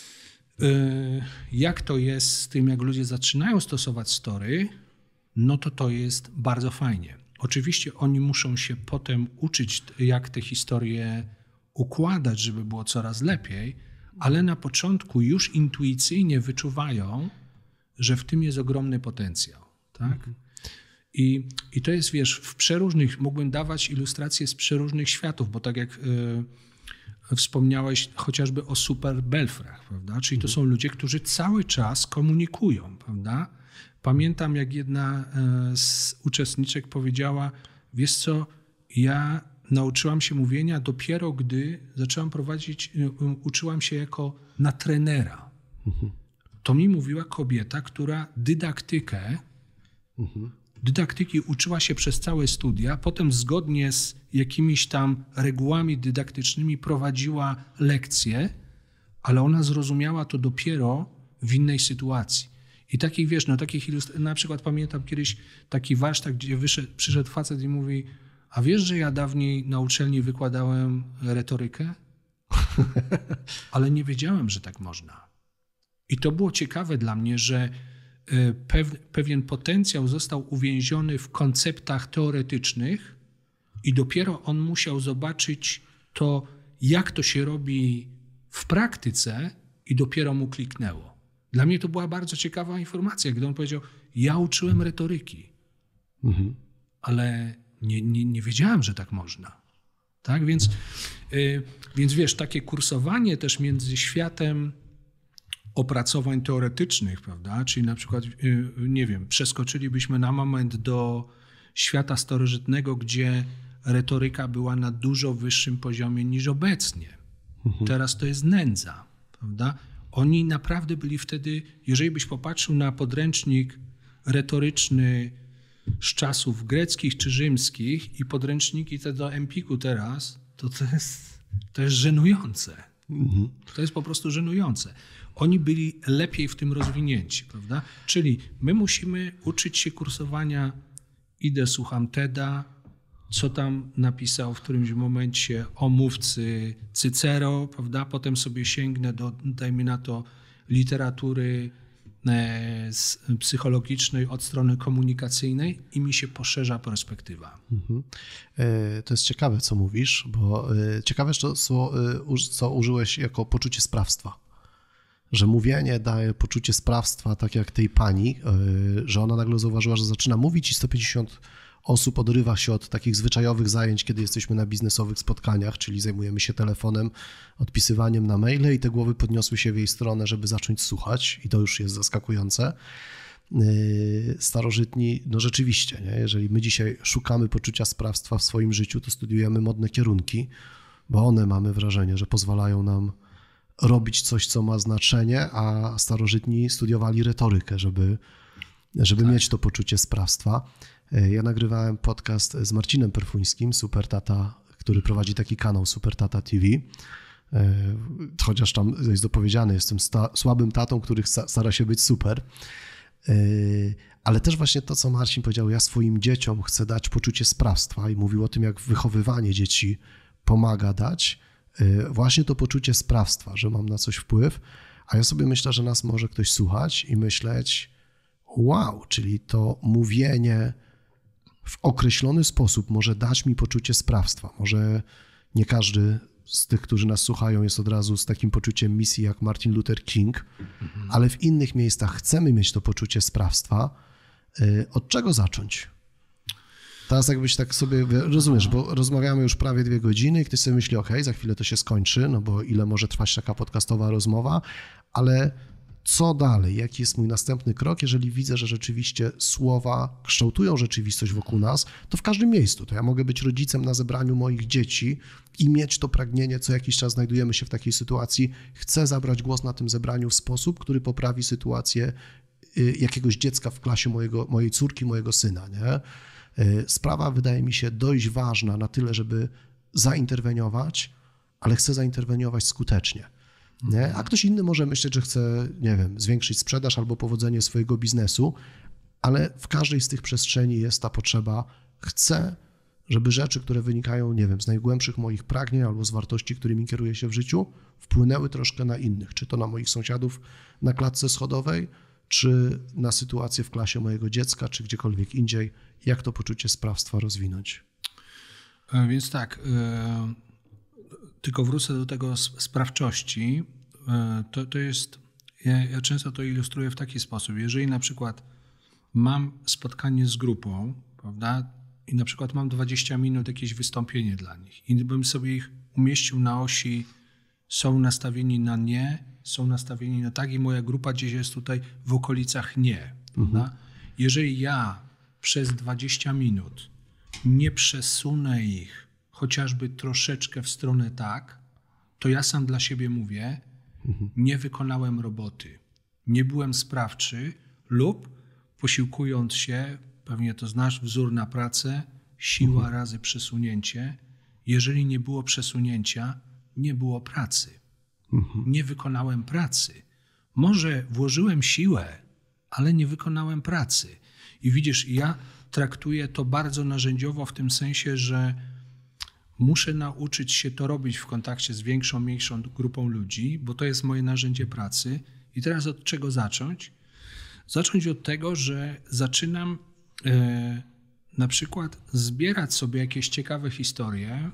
[SPEAKER 2] jak to jest z tym, jak ludzie zaczynają stosować story, no to to jest bardzo fajnie. Oczywiście oni muszą się potem uczyć, jak te historie układać, żeby było coraz lepiej, ale na początku już intuicyjnie wyczuwają, że w tym jest ogromny potencjał. Tak? Mhm. I, I to jest, wiesz, w przeróżnych, mógłbym dawać ilustracje z przeróżnych światów, bo tak jak y, wspomniałeś chociażby o super belfrach, prawda? Czyli to są ludzie, którzy cały czas komunikują, prawda? Pamiętam, jak jedna z uczestniczek powiedziała, wiesz co, ja nauczyłam się mówienia dopiero gdy zaczęłam prowadzić, uczyłam się jako na trenera. Mhm. To mi mówiła kobieta, która dydaktykę, mhm. dydaktyki uczyła się przez całe studia, potem zgodnie z jakimiś tam regułami dydaktycznymi prowadziła lekcje, ale ona zrozumiała to dopiero w innej sytuacji. I takich, wiesz, no takich ilustracji, na przykład pamiętam kiedyś taki warsztat, gdzie wyszedł, przyszedł facet i mówi, a wiesz, że ja dawniej na uczelni wykładałem retorykę? Ale nie wiedziałem, że tak można. I to było ciekawe dla mnie, że pew, pewien potencjał został uwięziony w konceptach teoretycznych i dopiero on musiał zobaczyć to, jak to się robi w praktyce i dopiero mu kliknęło. Dla mnie to była bardzo ciekawa informacja, gdy on powiedział, ja uczyłem retoryki, mhm. ale nie, nie, nie wiedziałem, że tak można. Tak? Więc, yy, więc wiesz, takie kursowanie też między światem opracowań teoretycznych, prawda? Czyli na przykład, yy, nie wiem, przeskoczylibyśmy na moment do świata starożytnego, gdzie retoryka była na dużo wyższym poziomie niż obecnie. Mhm. Teraz to jest nędza, prawda? Oni naprawdę byli wtedy, jeżeli byś popatrzył na podręcznik retoryczny z czasów greckich czy rzymskich i podręczniki te do Empiku teraz, to to jest, to jest żenujące. Mhm. To jest po prostu żenujące. Oni byli lepiej w tym rozwinięci, prawda? Czyli my musimy uczyć się kursowania, idę, słucham TEDa, co tam napisał w którymś momencie o mówcy Cycero, prawda? Potem sobie sięgnę do, dajmy na to, literatury e, z, psychologicznej od strony komunikacyjnej i mi się poszerza perspektywa. Mhm.
[SPEAKER 1] E, to jest ciekawe, co mówisz, bo e, ciekawe, co, co użyłeś jako poczucie sprawstwa. Że mówienie daje poczucie sprawstwa, tak jak tej pani, e, że ona nagle zauważyła, że zaczyna mówić i sto pięćdziesiąt osób odrywa się od takich zwyczajowych zajęć, kiedy jesteśmy na biznesowych spotkaniach, czyli zajmujemy się telefonem, odpisywaniem na maile i te głowy podniosły się w jej stronę, żeby zacząć słuchać i to już jest zaskakujące. Starożytni, no rzeczywiście, nie? Jeżeli my dzisiaj szukamy poczucia sprawstwa w swoim życiu, to studiujemy modne kierunki, bo one, mamy wrażenie, że pozwalają nam robić coś, co ma znaczenie, a starożytni studiowali retorykę, żeby, żeby tak. mieć to poczucie sprawstwa. Ja nagrywałem podcast z Marcinem Perfuńskim, Super Tata, który prowadzi taki kanał Super Tata T V. Chociaż tam jest dopowiedziane, jestem sta- słabym tatą, który stara się być super. Ale też właśnie to, co Marcin powiedział, ja swoim dzieciom chcę dać poczucie sprawstwa i mówił o tym, jak wychowywanie dzieci pomaga dać właśnie to poczucie sprawstwa, że mam na coś wpływ, a ja sobie myślę, że nas może ktoś słuchać i myśleć, wow, czyli to mówienie w określony sposób może dać mi poczucie sprawstwa. Może nie każdy z tych, którzy nas słuchają, jest od razu z takim poczuciem misji jak Martin Luther King, mhm. ale w innych miejscach chcemy mieć to poczucie sprawstwa. Od czego zacząć? Teraz jakbyś tak sobie, rozumiesz, bo rozmawiamy już prawie dwie godziny i ktoś sobie myśli, okej, za chwilę to się skończy, no bo ile może trwać taka podcastowa rozmowa, ale co dalej? Jaki jest mój następny krok, jeżeli widzę, że rzeczywiście słowa kształtują rzeczywistość wokół nas, to w każdym miejscu. To ja mogę być rodzicem na zebraniu moich dzieci i mieć to pragnienie, co jakiś czas znajdujemy się w takiej sytuacji, chcę zabrać głos na tym zebraniu w sposób, który poprawi sytuację jakiegoś dziecka w klasie mojego, mojej córki, mojego syna, nie? Sprawa wydaje mi się dość ważna na tyle, żeby zainterweniować, ale chcę zainterweniować skutecznie. Nie? A ktoś inny może myśleć, że chce, nie wiem, zwiększyć sprzedaż albo powodzenie swojego biznesu, ale w każdej z tych przestrzeni jest ta potrzeba, chcę, żeby rzeczy, które wynikają, nie wiem, z najgłębszych moich pragnień albo z wartości, którymi kieruję się w życiu, wpłynęły troszkę na innych, czy to na moich sąsiadów na klatce schodowej, czy na sytuację w klasie mojego dziecka, czy gdziekolwiek indziej, jak to poczucie sprawstwa rozwinąć.
[SPEAKER 2] Więc tak, tylko wrócę do tego sprawczości. To, to jest, ja, ja często to ilustruję w taki sposób. Jeżeli na przykład mam spotkanie z grupą, prawda, i na przykład mam dwadzieścia minut jakieś wystąpienie dla nich i bym sobie ich umieścił na osi, są nastawieni na nie, są nastawieni na tak i moja grupa gdzieś jest tutaj w okolicach nie. Mhm. Jeżeli ja przez dwadzieścia minut nie przesunę ich chociażby troszeczkę w stronę tak, to ja sam dla siebie mówię, mhm. nie wykonałem roboty, nie byłem sprawczy lub posiłkując się, pewnie to znasz, wzór na pracę, siła mhm. razy przesunięcie. Jeżeli nie było przesunięcia, nie było pracy. Mhm. Nie wykonałem pracy. Może włożyłem siłę, ale nie wykonałem pracy. I widzisz, ja traktuję to bardzo narzędziowo w tym sensie, że muszę nauczyć się to robić w kontakcie z większą, mniejszą grupą ludzi, bo to jest moje narzędzie pracy. I teraz od czego zacząć? Zacząć od tego, że zaczynam e, na przykład zbierać sobie jakieś ciekawe historie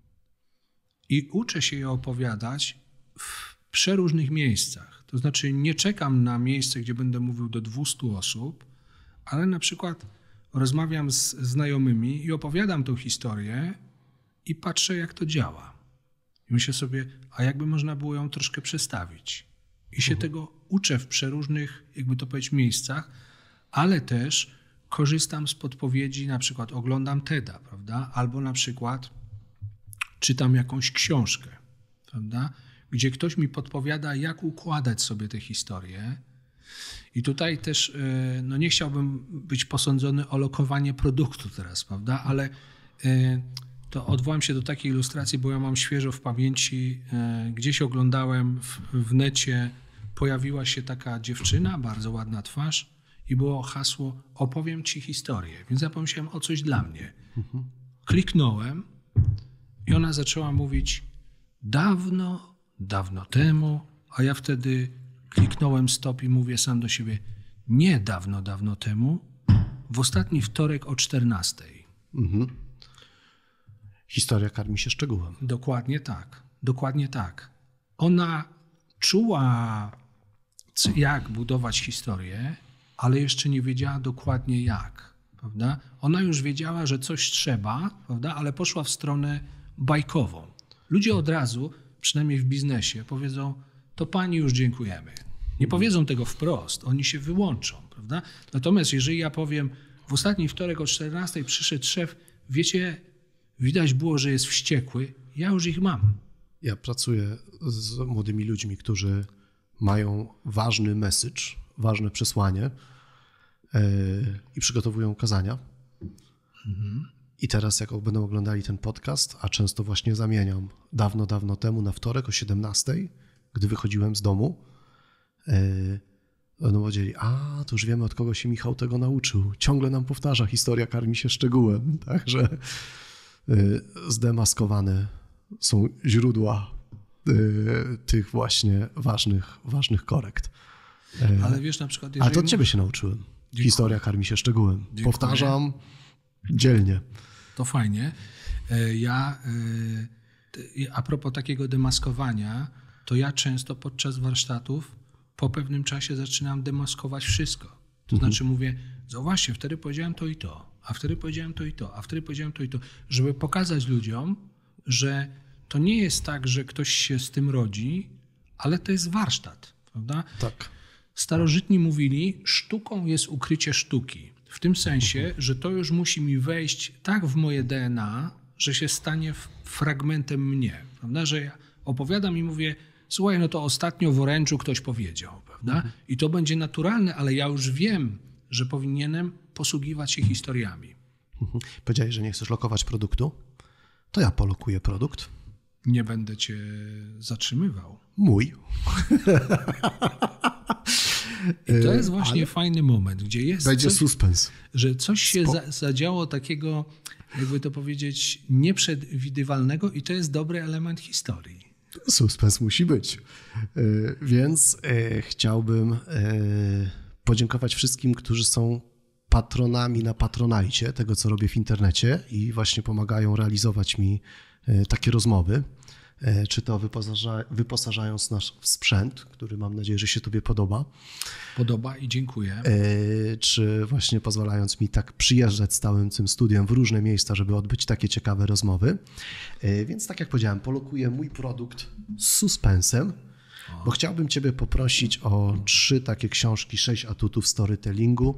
[SPEAKER 2] i uczę się je opowiadać w przeróżnych miejscach. To znaczy nie czekam na miejsce, gdzie będę mówił do dwustu osób, ale na przykład rozmawiam z znajomymi i opowiadam tą historię i patrzę, jak to działa. I myślę sobie, a jakby można było ją troszkę przestawić. I się uh-huh. tego uczę w przeróżnych, jakby to powiedzieć, miejscach, ale też korzystam z podpowiedzi, na przykład oglądam TEDa, prawda? Albo na przykład czytam jakąś książkę, prawda? Gdzie ktoś mi podpowiada, jak układać sobie te historie. I tutaj też, no nie chciałbym być posądzony o lokowanie produktu teraz, prawda? Ale to odwołam się do takiej ilustracji, bo ja mam świeżo w pamięci, gdzieś oglądałem w, w necie, pojawiła się taka dziewczyna, bardzo ładna twarz i było hasło opowiem ci historię. Więc ja pomyślałem o coś dla mnie. Kliknąłem i ona zaczęła mówić dawno, dawno temu, a ja wtedy kliknąłem stop i mówię sam do siebie nie dawno, dawno temu, w ostatni wtorek o czternastej. Mhm.
[SPEAKER 1] Historia karmi się szczegółem.
[SPEAKER 2] Dokładnie tak. Dokładnie tak. Ona czuła, jak budować historię, ale jeszcze nie wiedziała dokładnie jak. prawda? Ona już wiedziała, że coś trzeba, prawda? Ale poszła w stronę bajkową. Ludzie od razu, przynajmniej w biznesie, powiedzą, to pani już dziękujemy. Nie powiedzą tego wprost, oni się wyłączą, prawda? Natomiast jeżeli ja powiem, w ostatni wtorek o czternastej przyszedł szef, wiecie, widać było, że jest wściekły, ja już ich mam.
[SPEAKER 1] Ja pracuję z młodymi ludźmi, którzy mają ważny message, ważne przesłanie yy, i przygotowują kazania. Mhm. I teraz jak będą oglądali ten podcast, a często właśnie zamieniam dawno, dawno temu na wtorek o siedemnastej, gdy wychodziłem z domu, yy, będą powiedzieli, a to już wiemy, od kogo się Michał tego nauczył. Ciągle nam powtarza, historia karmi się szczegółem. Także yy, zdemaskowane są źródła yy, tych właśnie ważnych, ważnych korekt. Yy,
[SPEAKER 2] Ale wiesz, na przykład...
[SPEAKER 1] Ale to od ciebie się nauczyłem. Dziękuję. Historia karmi się szczegółem. Dziękuję. Powtarzam dzielnie.
[SPEAKER 2] To fajnie. Ja, a propos takiego demaskowania, to ja często podczas warsztatów po pewnym czasie zaczynam demaskować wszystko. To mhm. znaczy mówię, zauważcie, wtedy powiedziałem to i to, a wtedy powiedziałem to i to, a wtedy powiedziałem to i to, żeby pokazać ludziom, że to nie jest tak, że ktoś się z tym rodzi, ale to jest warsztat, prawda?
[SPEAKER 1] Tak.
[SPEAKER 2] Starożytni mówili, sztuką jest ukrycie sztuki. W tym sensie, że to już musi mi wejść tak w moje D N A, że się stanie fragmentem mnie, prawda? Że ja opowiadam i mówię, słuchaj, no to ostatnio w orężu ktoś powiedział, prawda? Mhm. I to będzie naturalne, ale ja już wiem, że powinienem posługiwać się historiami.
[SPEAKER 1] Mhm. Powiedziałeś, że nie chcesz lokować produktu, to ja polokuję produkt.
[SPEAKER 2] Nie będę cię zatrzymywał.
[SPEAKER 1] Mój.
[SPEAKER 2] I to jest właśnie ale fajny moment, gdzie jest
[SPEAKER 1] będzie
[SPEAKER 2] coś,
[SPEAKER 1] suspens.
[SPEAKER 2] Że coś się za, zadziało takiego, jakby to powiedzieć, nieprzewidywalnego i to jest dobry element historii.
[SPEAKER 1] Suspens musi być. Więc chciałbym podziękować wszystkim, którzy są patronami na Patronite tego, co robię w internecie i właśnie pomagają realizować mi takie rozmowy. Czy to wyposaża, wyposażając nas w sprzęt, który mam nadzieję, że się tobie podoba.
[SPEAKER 2] Podoba i dziękuję.
[SPEAKER 1] Czy właśnie pozwalając mi tak przyjeżdżać z całym tym studiem w różne miejsca, żeby odbyć takie ciekawe rozmowy. Więc tak jak powiedziałem, polokuję mój produkt z suspensem, o. bo chciałbym ciebie poprosić o trzy takie książki, sześć atutów storytellingu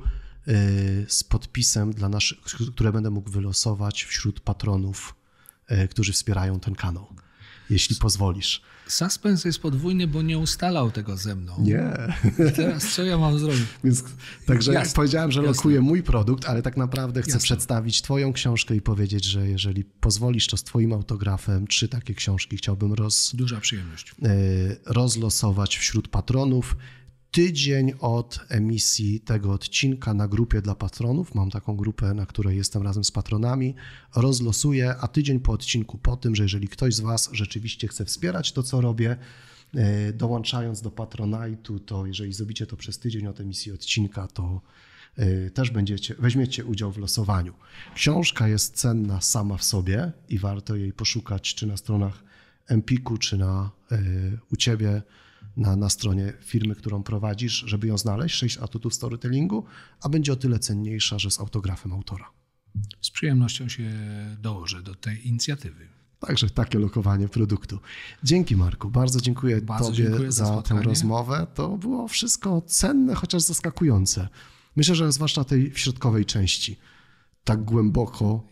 [SPEAKER 1] z podpisem, dla naszych, które będę mógł wylosować wśród patronów, którzy wspierają ten kanał. Jeśli pozwolisz.
[SPEAKER 2] Suspens jest podwójny, bo nie ustalał tego ze mną.
[SPEAKER 1] Nie.
[SPEAKER 2] I teraz co ja mam zrobić?
[SPEAKER 1] Więc, także jasne, powiedziałem, że jasne. lokuję mój produkt, ale tak naprawdę chcę jasne. przedstawić twoją książkę i powiedzieć, że jeżeli pozwolisz, to z twoim autografem trzy takie książki chciałbym roz,
[SPEAKER 2] Duża przyjemność.
[SPEAKER 1] rozlosować wśród patronów. Tydzień od emisji tego odcinka na grupie dla patronów, mam taką grupę, na której jestem razem z patronami, rozlosuję, a tydzień po odcinku po tym, że jeżeli ktoś z was rzeczywiście chce wspierać to, co robię, dołączając do Patronite'u, to jeżeli zrobicie to przez tydzień od emisji odcinka, to też będziecie, weźmiecie udział w losowaniu. Książka jest cenna sama w sobie i warto jej poszukać czy na stronach Empiku, czy na, u ciebie, Na, na stronie firmy, którą prowadzisz, żeby ją znaleźć, sześć atutów storytellingu, a będzie o tyle cenniejsza, że z autografem autora.
[SPEAKER 2] Z przyjemnością się dołożę do tej inicjatywy.
[SPEAKER 1] Także takie lokowanie produktu. Dzięki Marku, bardzo dziękuję bardzo Tobie dziękuję za, za tę rozmowę. To było wszystko cenne, chociaż zaskakujące. Myślę, że zwłaszcza tej w środkowej części. Tak głęboko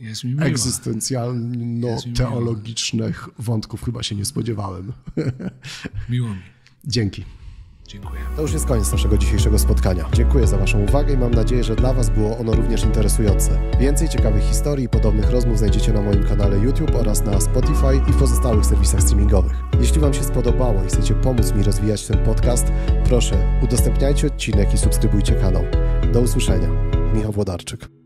[SPEAKER 1] egzystencjalno-teologicznych wątków chyba się nie spodziewałem.
[SPEAKER 2] Miło mi.
[SPEAKER 1] Dzięki.
[SPEAKER 2] Dziękuję.
[SPEAKER 1] To już jest koniec naszego dzisiejszego spotkania. Dziękuję za Waszą uwagę i mam nadzieję, że dla Was było ono również interesujące. Więcej ciekawych historii i podobnych rozmów znajdziecie na moim kanale YouTube oraz na Spotify i w pozostałych serwisach streamingowych. Jeśli Wam się spodobało i chcecie pomóc mi rozwijać ten podcast, proszę udostępniajcie odcinek i subskrybujcie kanał. Do usłyszenia. Michał Włodarczyk.